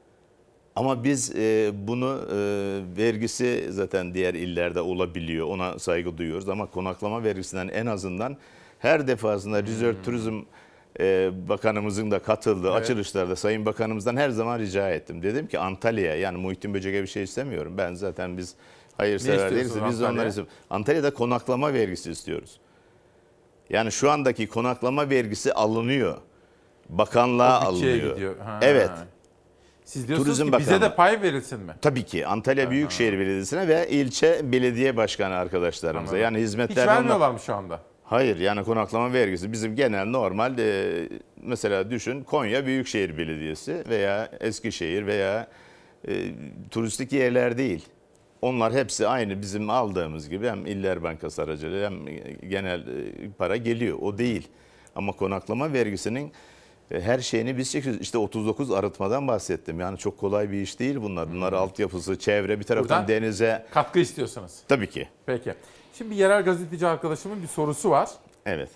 Ama biz e, bunu e, vergisi zaten diğer illerde olabiliyor, ona saygı duyuyoruz. Ama konaklama vergisinden en azından her defasında Resort Turizm Ee, bakanımızın da katıldığı evet. açılışlarda Sayın Bakanımızdan her zaman rica ettim. Dedim ki Antalya'ya yani Muhittin Böcek'e bir şey istemiyorum. Ben zaten biz hayırsever değiliz. Biz de onları istiyoruz. Antalya'da konaklama vergisi istiyoruz. Yani şu andaki konaklama vergisi alınıyor. Bakanlığa alınıyor. Gidiyor. Ha. Evet. Siz diyorsunuz Turizm ki Bakanlığı. Bize de pay verilsin mi? Tabii ki. Antalya Büyükşehir Belediyesi'ne ve ilçe belediye başkanı arkadaşlarımıza. Anladım. Yani hizmetler... Hiç vermiyorlar mı şu anda? Hayır yani konaklama vergisi bizim genel normal e, mesela düşün Konya Büyükşehir Belediyesi veya Eskişehir veya e, turistik yerler değil. Onlar hepsi aynı bizim aldığımız gibi hem İller Bankası aracılığıyla hem genel e, para geliyor. O değil. Ama konaklama vergisinin e, her şeyini biz çekiyoruz. İşte otuz dokuz arıtmadan bahsettim. Yani çok kolay bir iş değil bunlar. Bunlar hmm. altyapısı, çevre bir taraftan Buradan denize. Katkı istiyorsunuz. Tabii ki. Peki. Şimdi bir yerel gazeteci arkadaşımın bir sorusu var. Evet.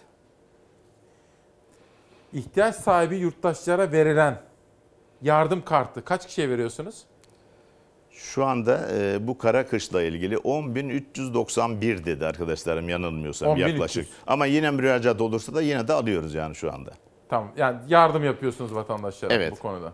İhtiyaç sahibi yurttaşlara verilen yardım kartı kaç kişiye veriyorsunuz? Şu anda e, bu kara kışla ilgili on bin üç yüz doksan bir dedi arkadaşlarım yanılmıyorsam yaklaşık. Ama yine müracaat olursa da yine de alıyoruz yani şu anda. Tamam yani yardım yapıyorsunuz vatandaşlara evet. bu konuda.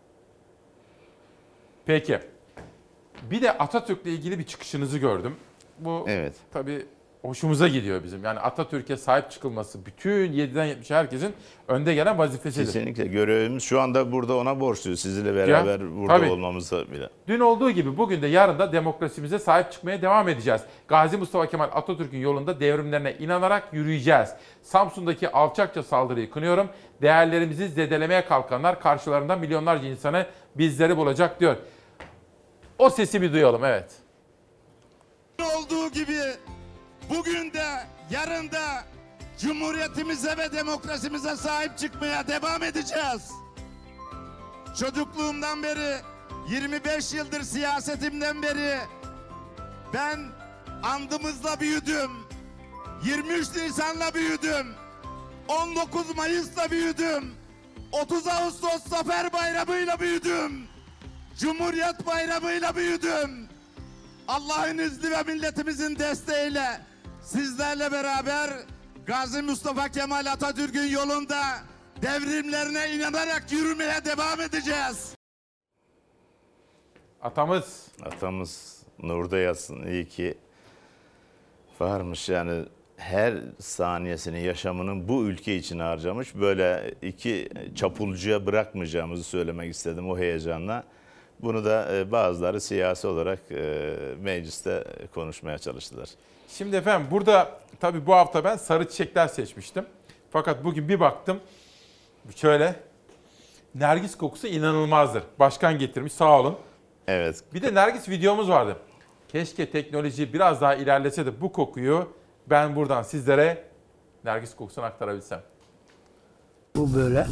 Peki. Bir de Atatürk'le ilgili bir çıkışınızı gördüm. Bu evet. tabii hoşumuza gidiyor bizim. Yani Atatürk'e sahip çıkılması bütün yediden yetmişe herkesin önde gelen vazifesidir. Kesinlikle görevimiz şu anda burada ona borçluyuz. Sizinle beraber ya, burada tabii. olmamıza bile. Dün olduğu gibi bugün de yarın da demokrasimize sahip çıkmaya devam edeceğiz. Gazi Mustafa Kemal Atatürk'ün yolunda devrimlerine inanarak yürüyeceğiz. Samsun'daki alçakça saldırıyı kınıyorum. Değerlerimizi zedelemeye kalkanlar karşılarında milyonlarca insanı bizleri bulacak diyor. O sesi bir duyalım evet. Olduğu gibi bugün de yarın da Cumhuriyetimize ve demokrasimize sahip çıkmaya devam edeceğiz. Çocukluğumdan beri, yirmi beş yıldır siyasetimden beri ben andımızla büyüdüm. yirmi üç Nisan'la büyüdüm. on dokuz Mayıs'la büyüdüm. otuz Ağustos Zafer Bayramı'yla büyüdüm. Cumhuriyet Bayramı'yla büyüdüm. Allah'ın izni ve milletimizin desteğiyle sizlerle beraber Gazi Mustafa Kemal Atatürk'ün yolunda devrimlerine inanarak yürümeye devam edeceğiz. Atamız. Atamız nurda yatsın. İyi ki varmış yani her saniyesini yaşamının bu ülke için harcamış. Böyle iki çapulcuya bırakmayacağımızı söylemek istedim o heyecanla. Bunu da bazıları siyasi olarak mecliste konuşmaya çalıştılar. Şimdi efendim burada tabii bu hafta ben sarı çiçekler seçmiştim. Fakat bugün bir baktım şöyle nergis kokusu inanılmazdır. Başkan getirmiş sağ olun. Evet. Bir de nergis videomuz vardı. Keşke teknoloji biraz daha ilerlese de bu kokuyu ben buradan sizlere nergis kokusunu aktarabilsem. Bu böyle.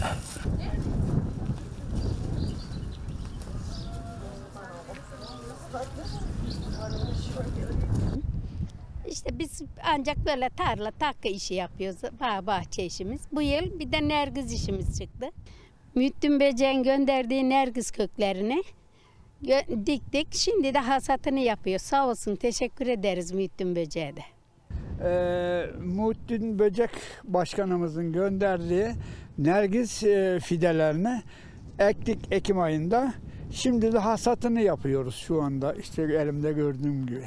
İşte biz ancak böyle tarla takı işi yapıyoruz. Bağ bahçe işimiz. Bu yıl bir de nergiz işimiz çıktı. Muhittin Böcek'in gönderdiği nergis köklerini gö- diktik. Şimdi de hasatını yapıyor. Sağ olsun, teşekkür ederiz Muhittin Böcek'e de. Ee, Muhittin Böcek Başkanımızın gönderdiği nergis e, fidelerini ektik Ekim ayında. Şimdi de hasatını yapıyoruz şu anda. İşte elimde gördüğüm gibi.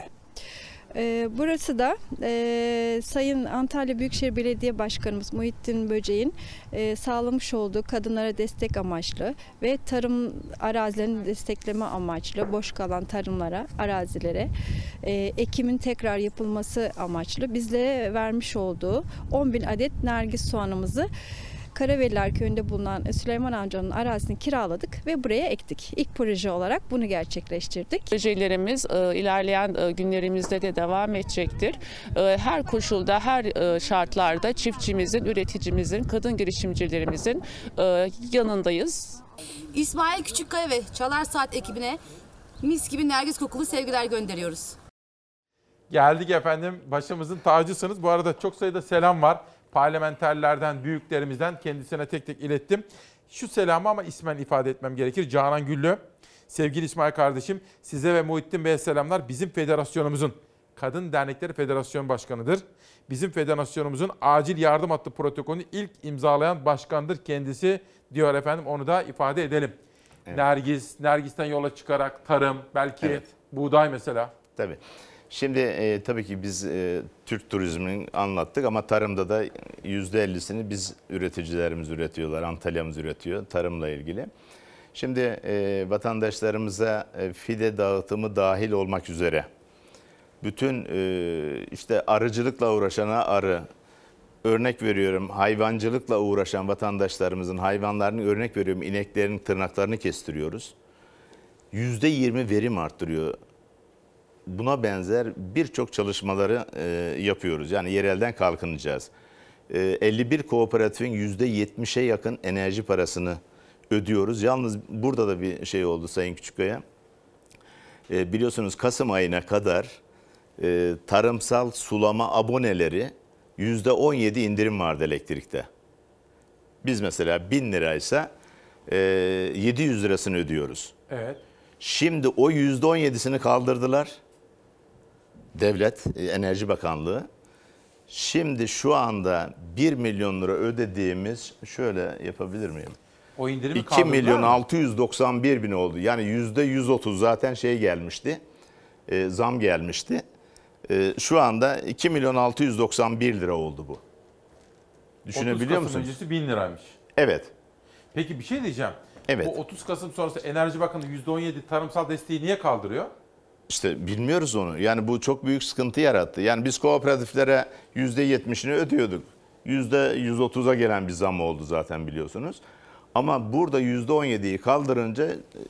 Ee, burası da e, Sayın Antalya Büyükşehir Belediye Başkanımız Muhittin Böcek'in e, sağlamış olduğu kadınlara destek amaçlı ve tarım arazilerini destekleme amaçlı boş kalan tarımlara, arazilere e, ekimin tekrar yapılması amaçlı bizlere vermiş olduğu on bin adet nergis soğanımızı Karaveliler Köyü'nde bulunan Süleyman amcanın arazisini kiraladık ve buraya ektik. İlk proje olarak bunu gerçekleştirdik. Projelerimiz e, ilerleyen e, günlerimizde de devam edecektir. E, her koşulda, her e, şartlarda çiftçimizin, üreticimizin, kadın girişimcilerimizin e, yanındayız. İsmail Küçükkaya ve Çalar Saat ekibine mis gibi nergis kokulu sevgiler gönderiyoruz. Geldik efendim. Başımızın tacısınız. Bu arada çok sayıda selam var. Parlamenterlerden, büyüklerimizden kendisine tek tek ilettim. Şu selamı ama ismen ifade etmem gerekir. Canan Güllü, sevgili İsmail kardeşim, size ve Muhittin Bey'e selamlar. Bizim federasyonumuzun, Kadın Dernekleri Federasyon Başkanı'dır. Bizim federasyonumuzun acil yardım hattı protokolünü ilk imzalayan başkandır kendisi diyor efendim. Onu da ifade edelim. Evet. Nergis, Nergis'ten yola çıkarak tarım, belki evet. buğday mesela. Tabii. Şimdi e, tabii ki biz e, Türk turizmini anlattık ama tarımda da yüzde ellisini biz üreticilerimiz üretiyorlar. Antalya'mız üretiyor tarımla ilgili. Şimdi e, vatandaşlarımıza e, fide dağıtımı dahil olmak üzere bütün e, işte arıcılıkla uğraşana arı, örnek veriyorum hayvancılıkla uğraşan vatandaşlarımızın hayvanlarını örnek veriyorum ineklerin tırnaklarını kestiriyoruz. yüzde yirmi verim arttırıyor. Buna benzer birçok çalışmaları e, yapıyoruz. Yani yerelden kalkınacağız. E, elli bir kooperatifin yüzde yetmişe yakın enerji parasını ödüyoruz. Yalnız burada da bir şey oldu Sayın Küçükkaya. E, biliyorsunuz Kasım ayına kadar e, tarımsal sulama aboneleri yüzde on yedi indirim vardı elektrikte. Biz mesela bin liraysa e, yedi yüz lirasını ödüyoruz. Evet. Şimdi o yüzde on yedisini kaldırdılar. Devlet, Enerji Bakanlığı. Şimdi şu anda bir milyon lira ödediğimiz, şöyle yapabilir miyim? O indirimi iki milyon altı yüz doksan bir bin oldu. Yani yüzde yüz otuz zaten şey gelmişti, e, zam gelmişti. E, şu anda iki milyon altı yüz doksan bir lira oldu bu. Düşünebiliyor musunuz? otuz Kasım öncesi bin liraymış. Evet. Peki bir şey diyeceğim. Evet. Bu otuz Kasım sonrası Enerji Bakanı yüzde on yedi tarımsal desteği niye kaldırıyor? İşte bilmiyoruz onu. Yani bu çok büyük sıkıntı yarattı. Yani biz kooperatiflere yüzde yetmişini ödüyorduk. yüzde yüz otuza gelen bir zam oldu zaten biliyorsunuz. Ama burada yüzde on yediyi kaldırınca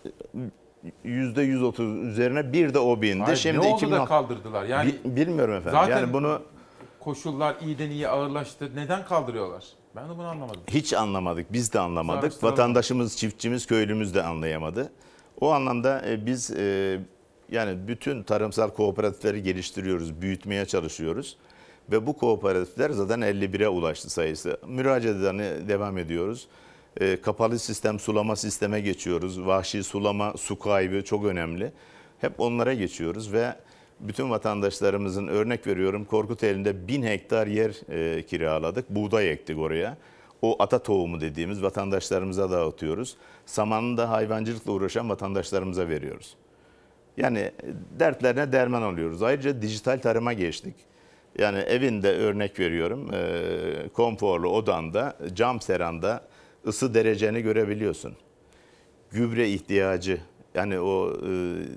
yüzde yüz otuz üzerine bir de o bindi. Hayır, Şimdi ne oldu iki bin on... da kaldırdılar? Yani bilmiyorum efendim. Zaten yani bunu koşullar iyiden iyi ağırlaştı. Neden kaldırıyorlar? Ben de bunu anlamadım. Hiç anlamadık. Biz de anlamadık. Vatandaşımız, çiftçimiz, köylümüz de anlayamadı. O anlamda biz yani bütün tarımsal kooperatifleri geliştiriyoruz, büyütmeye çalışıyoruz. Ve bu kooperatifler zaten elli bire ulaştı sayısı. Müracaatlarına devam ediyoruz. E, kapalı sistem, sulama sisteme geçiyoruz. Vahşi sulama, su kaybı çok önemli. Hep onlara geçiyoruz ve bütün vatandaşlarımızın örnek veriyorum Korkuteli'nde bin hektar yer e, kiraladık. Buğday ektik oraya. O ata tohumu dediğimiz vatandaşlarımıza dağıtıyoruz. Samanını da hayvancılıkla uğraşan vatandaşlarımıza veriyoruz. Yani dertlerine derman oluyoruz. Ayrıca dijital tarıma geçtik. Yani evinde örnek veriyorum e, konforlu odanda, cam seranda ısı dereceni görebiliyorsun. Gübre ihtiyacı, yani o e,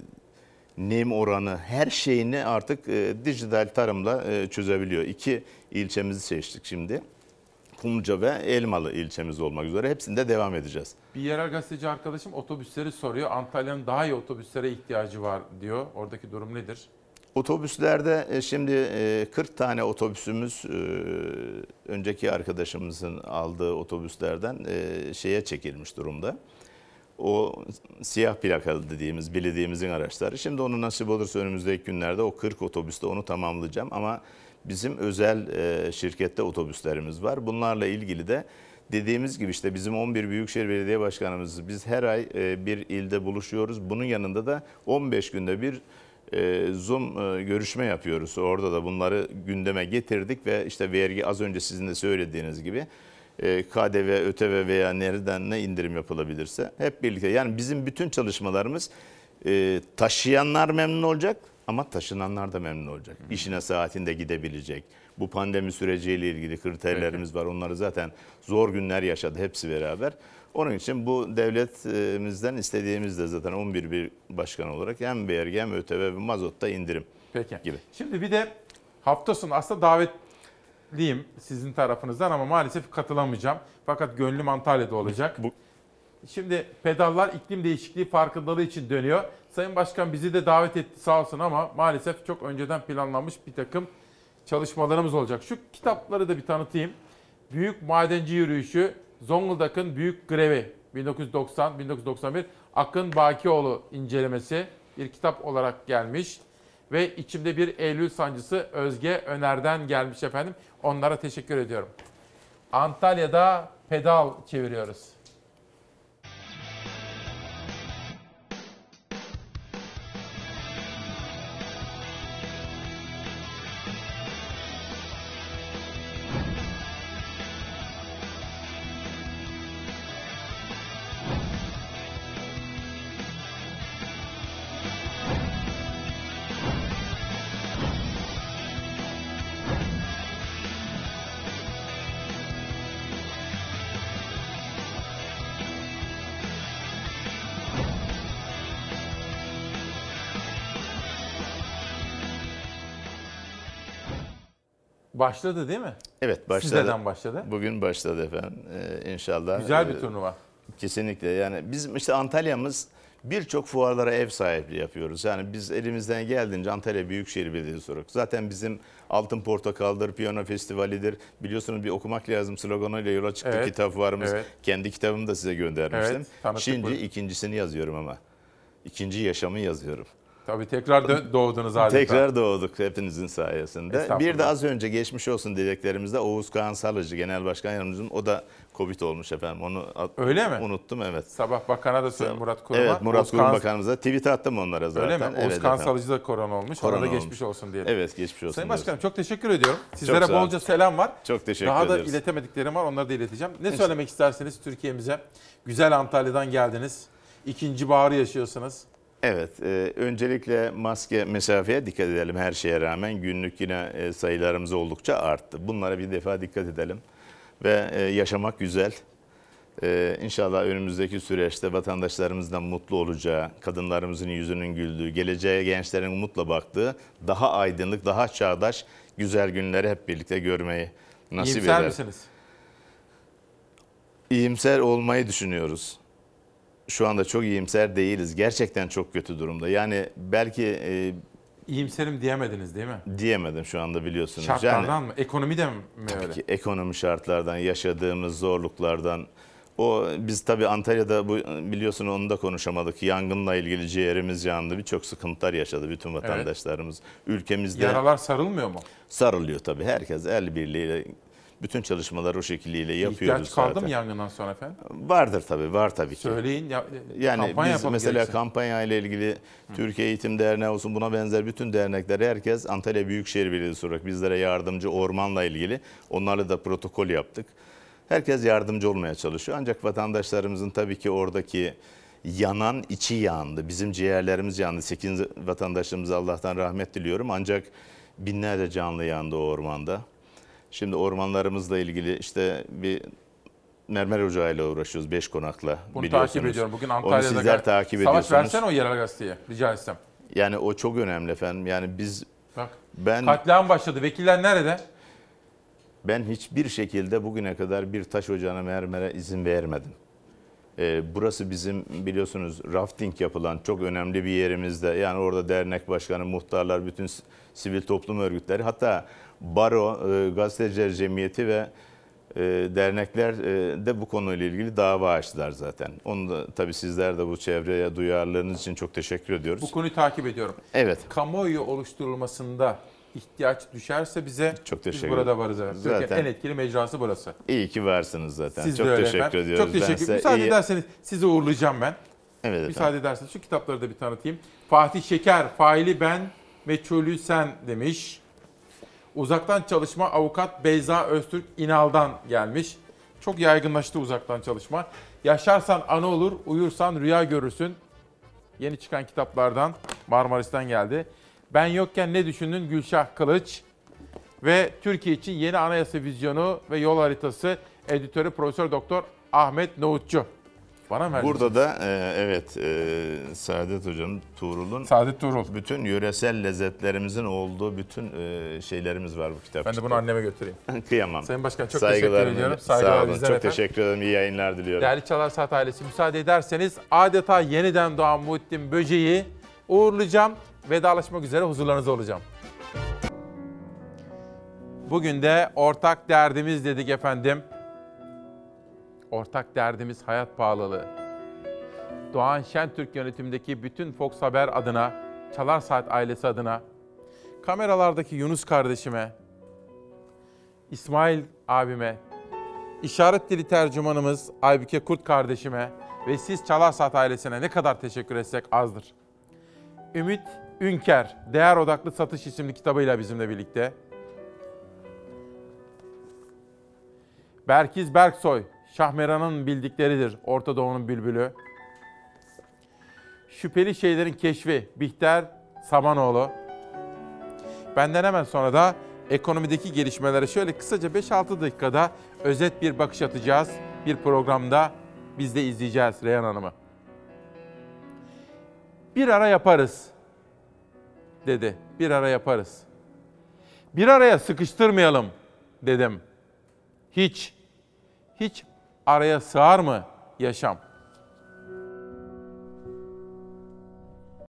nem oranı, her şeyini artık e, dijital tarımla e, çözebiliyor. İki ilçemizi seçtik şimdi. Kumluca ve Elmalı ilçemiz olmak üzere hepsinde devam edeceğiz. Bir yerel gazeteci arkadaşım otobüsleri soruyor. Antalya'nın daha iyi otobüslere ihtiyacı var diyor. Oradaki durum nedir? Otobüslerde şimdi kırk tane otobüsümüz önceki arkadaşımızın aldığı otobüslerden şeye çekilmiş durumda. O siyah plakalı dediğimiz, bildiğimizin araçları. Şimdi onu nasip olursa önümüzdeki günlerde o kırk otobüste onu tamamlayacağım. Ama bizim özel şirkette otobüslerimiz var. Bunlarla ilgili de dediğimiz gibi işte bizim on bir Büyükşehir Belediye Başkanımız, biz her ay e, bir ilde buluşuyoruz. Bunun yanında da on beş günde bir e, Zoom e, görüşme yapıyoruz. Orada da bunları gündeme getirdik ve işte vergi, az önce sizin de söylediğiniz gibi e, K D V, ÖTV veya nereden ne indirim yapılabilirse hep birlikte. Yani bizim bütün çalışmalarımız e, taşıyanlar memnun olacak ama taşınanlar da memnun olacak. Hı. İşine saatinde gidebilecek. Bu pandemi süreciyle ilgili kriterlerimiz var. Onları zaten zor günler yaşadı hepsi beraber. Onun için bu devletimizden istediğimiz de zaten on bir bir başkan olarak hem vergi hem ÖTV ve mazotta indirim Peki. gibi. Şimdi bir de hafta sonu aslında davetliyim sizin tarafınızdan ama maalesef katılamayacağım. Fakat gönlüm Antalya'da olacak. Bu... Şimdi pedallar iklim değişikliği farkındalığı için dönüyor. Sayın Başkan bizi de davet etti sağ olsun ama maalesef çok önceden planlanmış bir takım çalışmalarımız olacak. Şu kitapları da bir tanıtayım. Büyük Madenci Yürüyüşü, Zonguldak'ın Büyük Grevi bin dokuz yüz doksan bin dokuz yüz doksan bir Akın Bakioğlu incelemesi bir kitap olarak gelmiş. Ve içimde bir Eylül sancısı Özge Öner'den gelmiş efendim. Onlara teşekkür ediyorum. Antalya'da pedal çeviriyoruz. Başladı değil mi? Evet başladı. Sizlerden başladı. Bugün başladı efendim ee, inşallah. Güzel bir turnuva. Kesinlikle yani bizim işte Antalya'mız birçok fuarlara ev sahipliği yapıyoruz. Yani biz elimizden geldiğince Antalya Büyükşehir Belediyesi olarak. Zaten bizim Altın Portakal'dır, Piyano Festivali'dir. Biliyorsunuz bir okumak lazım sloganıyla yola çıktık evet, kitap fuarımız. Evet. Kendi kitabımı da size göndermiştim. Evet, Şimdi bunu. ikincisini yazıyorum ama. İkinci yaşamı yazıyorum. Tabii tekrar doğdunuz adeta. Tekrar doğduk hepinizin sayesinde. Bir de az önce geçmiş olsun dileklerimizde Oğuz Kağan Salıcı Genel Başkan Yardımcımız, o da Covid olmuş efendim. Onu öyle mi? Unuttum evet. Sabah Bakan'a da söyledim Murat Kurum'a. Evet Murat Oğuz Kurum Kağan... Bakanımıza tweet attım onlara zaten. Öyle mi? Oğuz evet, Kağan Salıcı da korona olmuş. Korona Ona da olmuş. geçmiş olsun diyelim. Evet geçmiş olsun. Sayın Başkanım diyorsun. çok teşekkür ediyorum. Sizlere bolca selam var. Çok teşekkür Daha ederiz. Daha da iletemediklerim var, onları da ileteceğim. Ne İnşallah. Söylemek isterseniz Türkiye'mize? Güzel Antalya'dan geldiniz. İkinci baharı yaşıyorsunuz. Evet, e, öncelikle maske, mesafeye dikkat edelim her şeye rağmen. Günlük yine e, sayılarımız oldukça arttı. Bunlara bir defa dikkat edelim. Ve e, yaşamak güzel. E, İnşallah önümüzdeki süreçte vatandaşlarımızdan mutlu olacağı, kadınlarımızın yüzünün güldüğü, geleceğe gençlerin umutla baktığı, daha aydınlık, daha çağdaş, güzel günleri hep birlikte görmeyi nasip eder. İyimser misiniz? İyimser olmayı düşünüyoruz. Şu anda çok iyimser değiliz. Gerçekten çok kötü durumda. Yani belki... E, İyimserim diyemediniz değil mi? Diyemedim şu anda biliyorsunuz. Şartlardan yani, mı? Ekonomiden mi tabii öyle? Ki ekonomi şartlardan, yaşadığımız zorluklardan. O biz tabii Antalya'da bu biliyorsun onu da konuşamadık. Yangınla ilgili ciğerimiz yandı. Birçok sıkıntılar yaşadı bütün vatandaşlarımız. Evet. Ülkemizde... Yaralar sarılmıyor mu? Sarılıyor tabii. Herkes el birliğiyle... Bütün çalışmalar o şekliyle yapıyoruz. İhtiyaç kaldı zaten. mı yangından sonra efendim? Vardır tabii, var tabii ki. Söyleyin. Ya, yani biz mesela gereksin. kampanya ile ilgili Hı. Türkiye Eğitim Derneği olsun, buna benzer bütün dernekler, herkes Antalya Büyükşehir Belediyesi olarak bizlere yardımcı, ormanla ilgili onlarla da protokol yaptık. Herkes yardımcı olmaya çalışıyor. Ancak vatandaşlarımızın tabii ki oradaki yanan içi yandı. Bizim ciğerlerimiz yandı. sekiz vatandaşlarımıza Allah'tan rahmet diliyorum. Ancak binlerce canlı yandı o ormanda. Şimdi ormanlarımızla ilgili işte bir mermer ocağıyla uğraşıyoruz. Beş konakla Bunu biliyorsunuz. takip ediyorum. Bugün Antalya'da onu sizler gel- takip Savaş ediyorsunuz. versene o yerel gazeteye rica etsem. Yani o çok önemli efendim. Yani biz Bak, ben katliam başladı. Vekiller nerede? Ben hiçbir şekilde bugüne kadar bir taş ocağına mermere izin vermedim. Ee, burası bizim biliyorsunuz rafting yapılan çok önemli bir yerimizde. Yani orada dernek başkanı, muhtarlar, bütün sivil toplum örgütleri, hatta baro, e, gazeteciler cemiyeti ve e, dernekler e, de bu konuyla ilgili dava açtılar zaten. Onu da tabii sizler de bu çevreye duyarlılığınız için çok teşekkür ediyoruz. Bu konuyu takip ediyorum. Evet. Kamuoyu oluşturulmasında ihtiyaç düşerse bize Çok biz teşekkür burada ederim. varız. Evet. Zaten- Türkiye'nin en etkili mecrası burası. İyi ki varsınız zaten. Siz Çok de öyle teşekkür efendim. ediyoruz. Çok Ben teşekkür size Müsaade iyi- ederseniz sizi uğurlayacağım ben. Evet efendim. Müsaade ederseniz şu kitapları da bir tanıtayım. Fatih Şeker, faili ben, meçhulü sen demiş. Uzaktan çalışma avukat Beyza Öztürk İnal'dan gelmiş. Çok yaygınlaştı uzaktan çalışma. Yaşarsan ana olur, uyursan rüya görürsün. Yeni çıkan kitaplardan Marmaris'ten geldi. Ben yokken ne düşündün Gülşah Kılıç. Ve Türkiye için yeni anayasa vizyonu ve yol haritası editörü Profesör Doktor Ahmet Nohutçu. Bana mı verdiniz? Burada da e, evet e, Saadet Hocam, Tuğrul'un Saadet Tuğrul. bütün yöresel lezzetlerimizin olduğu bütün e, şeylerimiz var bu kitapta. Ben de bunu anneme götüreyim. Kıyamam. Sayın Başkan çok Saygılarımı- teşekkür ediyorum. Saygılar Sağ olun. bizden Çok efendim. teşekkür ederim. İyi yayınlar diliyorum. Değerli Çalar Saat ailesi müsaade ederseniz adeta yeniden doğan Muhittin Böceği uğurlayacağım. Vedalaşmak üzere huzurlarınızda olacağım. Bugün de ortak derdimiz dedik efendim. Ortak derdimiz hayat pahalılığı. Doğan Şentürk yönetimindeki bütün Fox Haber adına, Çalar Saat ailesi adına, kameralardaki Yunus kardeşime, İsmail abime, işaret dili tercümanımız Aybüke Kurt kardeşime ve siz Çalar Saat ailesine ne kadar teşekkür etsek azdır. Ümit Ünker, Değer Odaklı Satış isimli kitabıyla bizimle birlikte. Berkiz Berksoy, Şahmeran'ın bildikleridir, Orta Doğu'nun bülbülü. Şüpheli Şeylerin Keşfi, Bihter Samanoğlu. Benden hemen sonra da ekonomideki gelişmelere şöyle kısaca beş altı dakikada özet bir bakış atacağız. Bir programda biz de izleyeceğiz Reyhan Hanım'ı. Bir ara yaparız dedi. Bir ara yaparız. Bir araya sıkıştırmayalım dedim. Hiç, hiç araya sığar mı yaşam?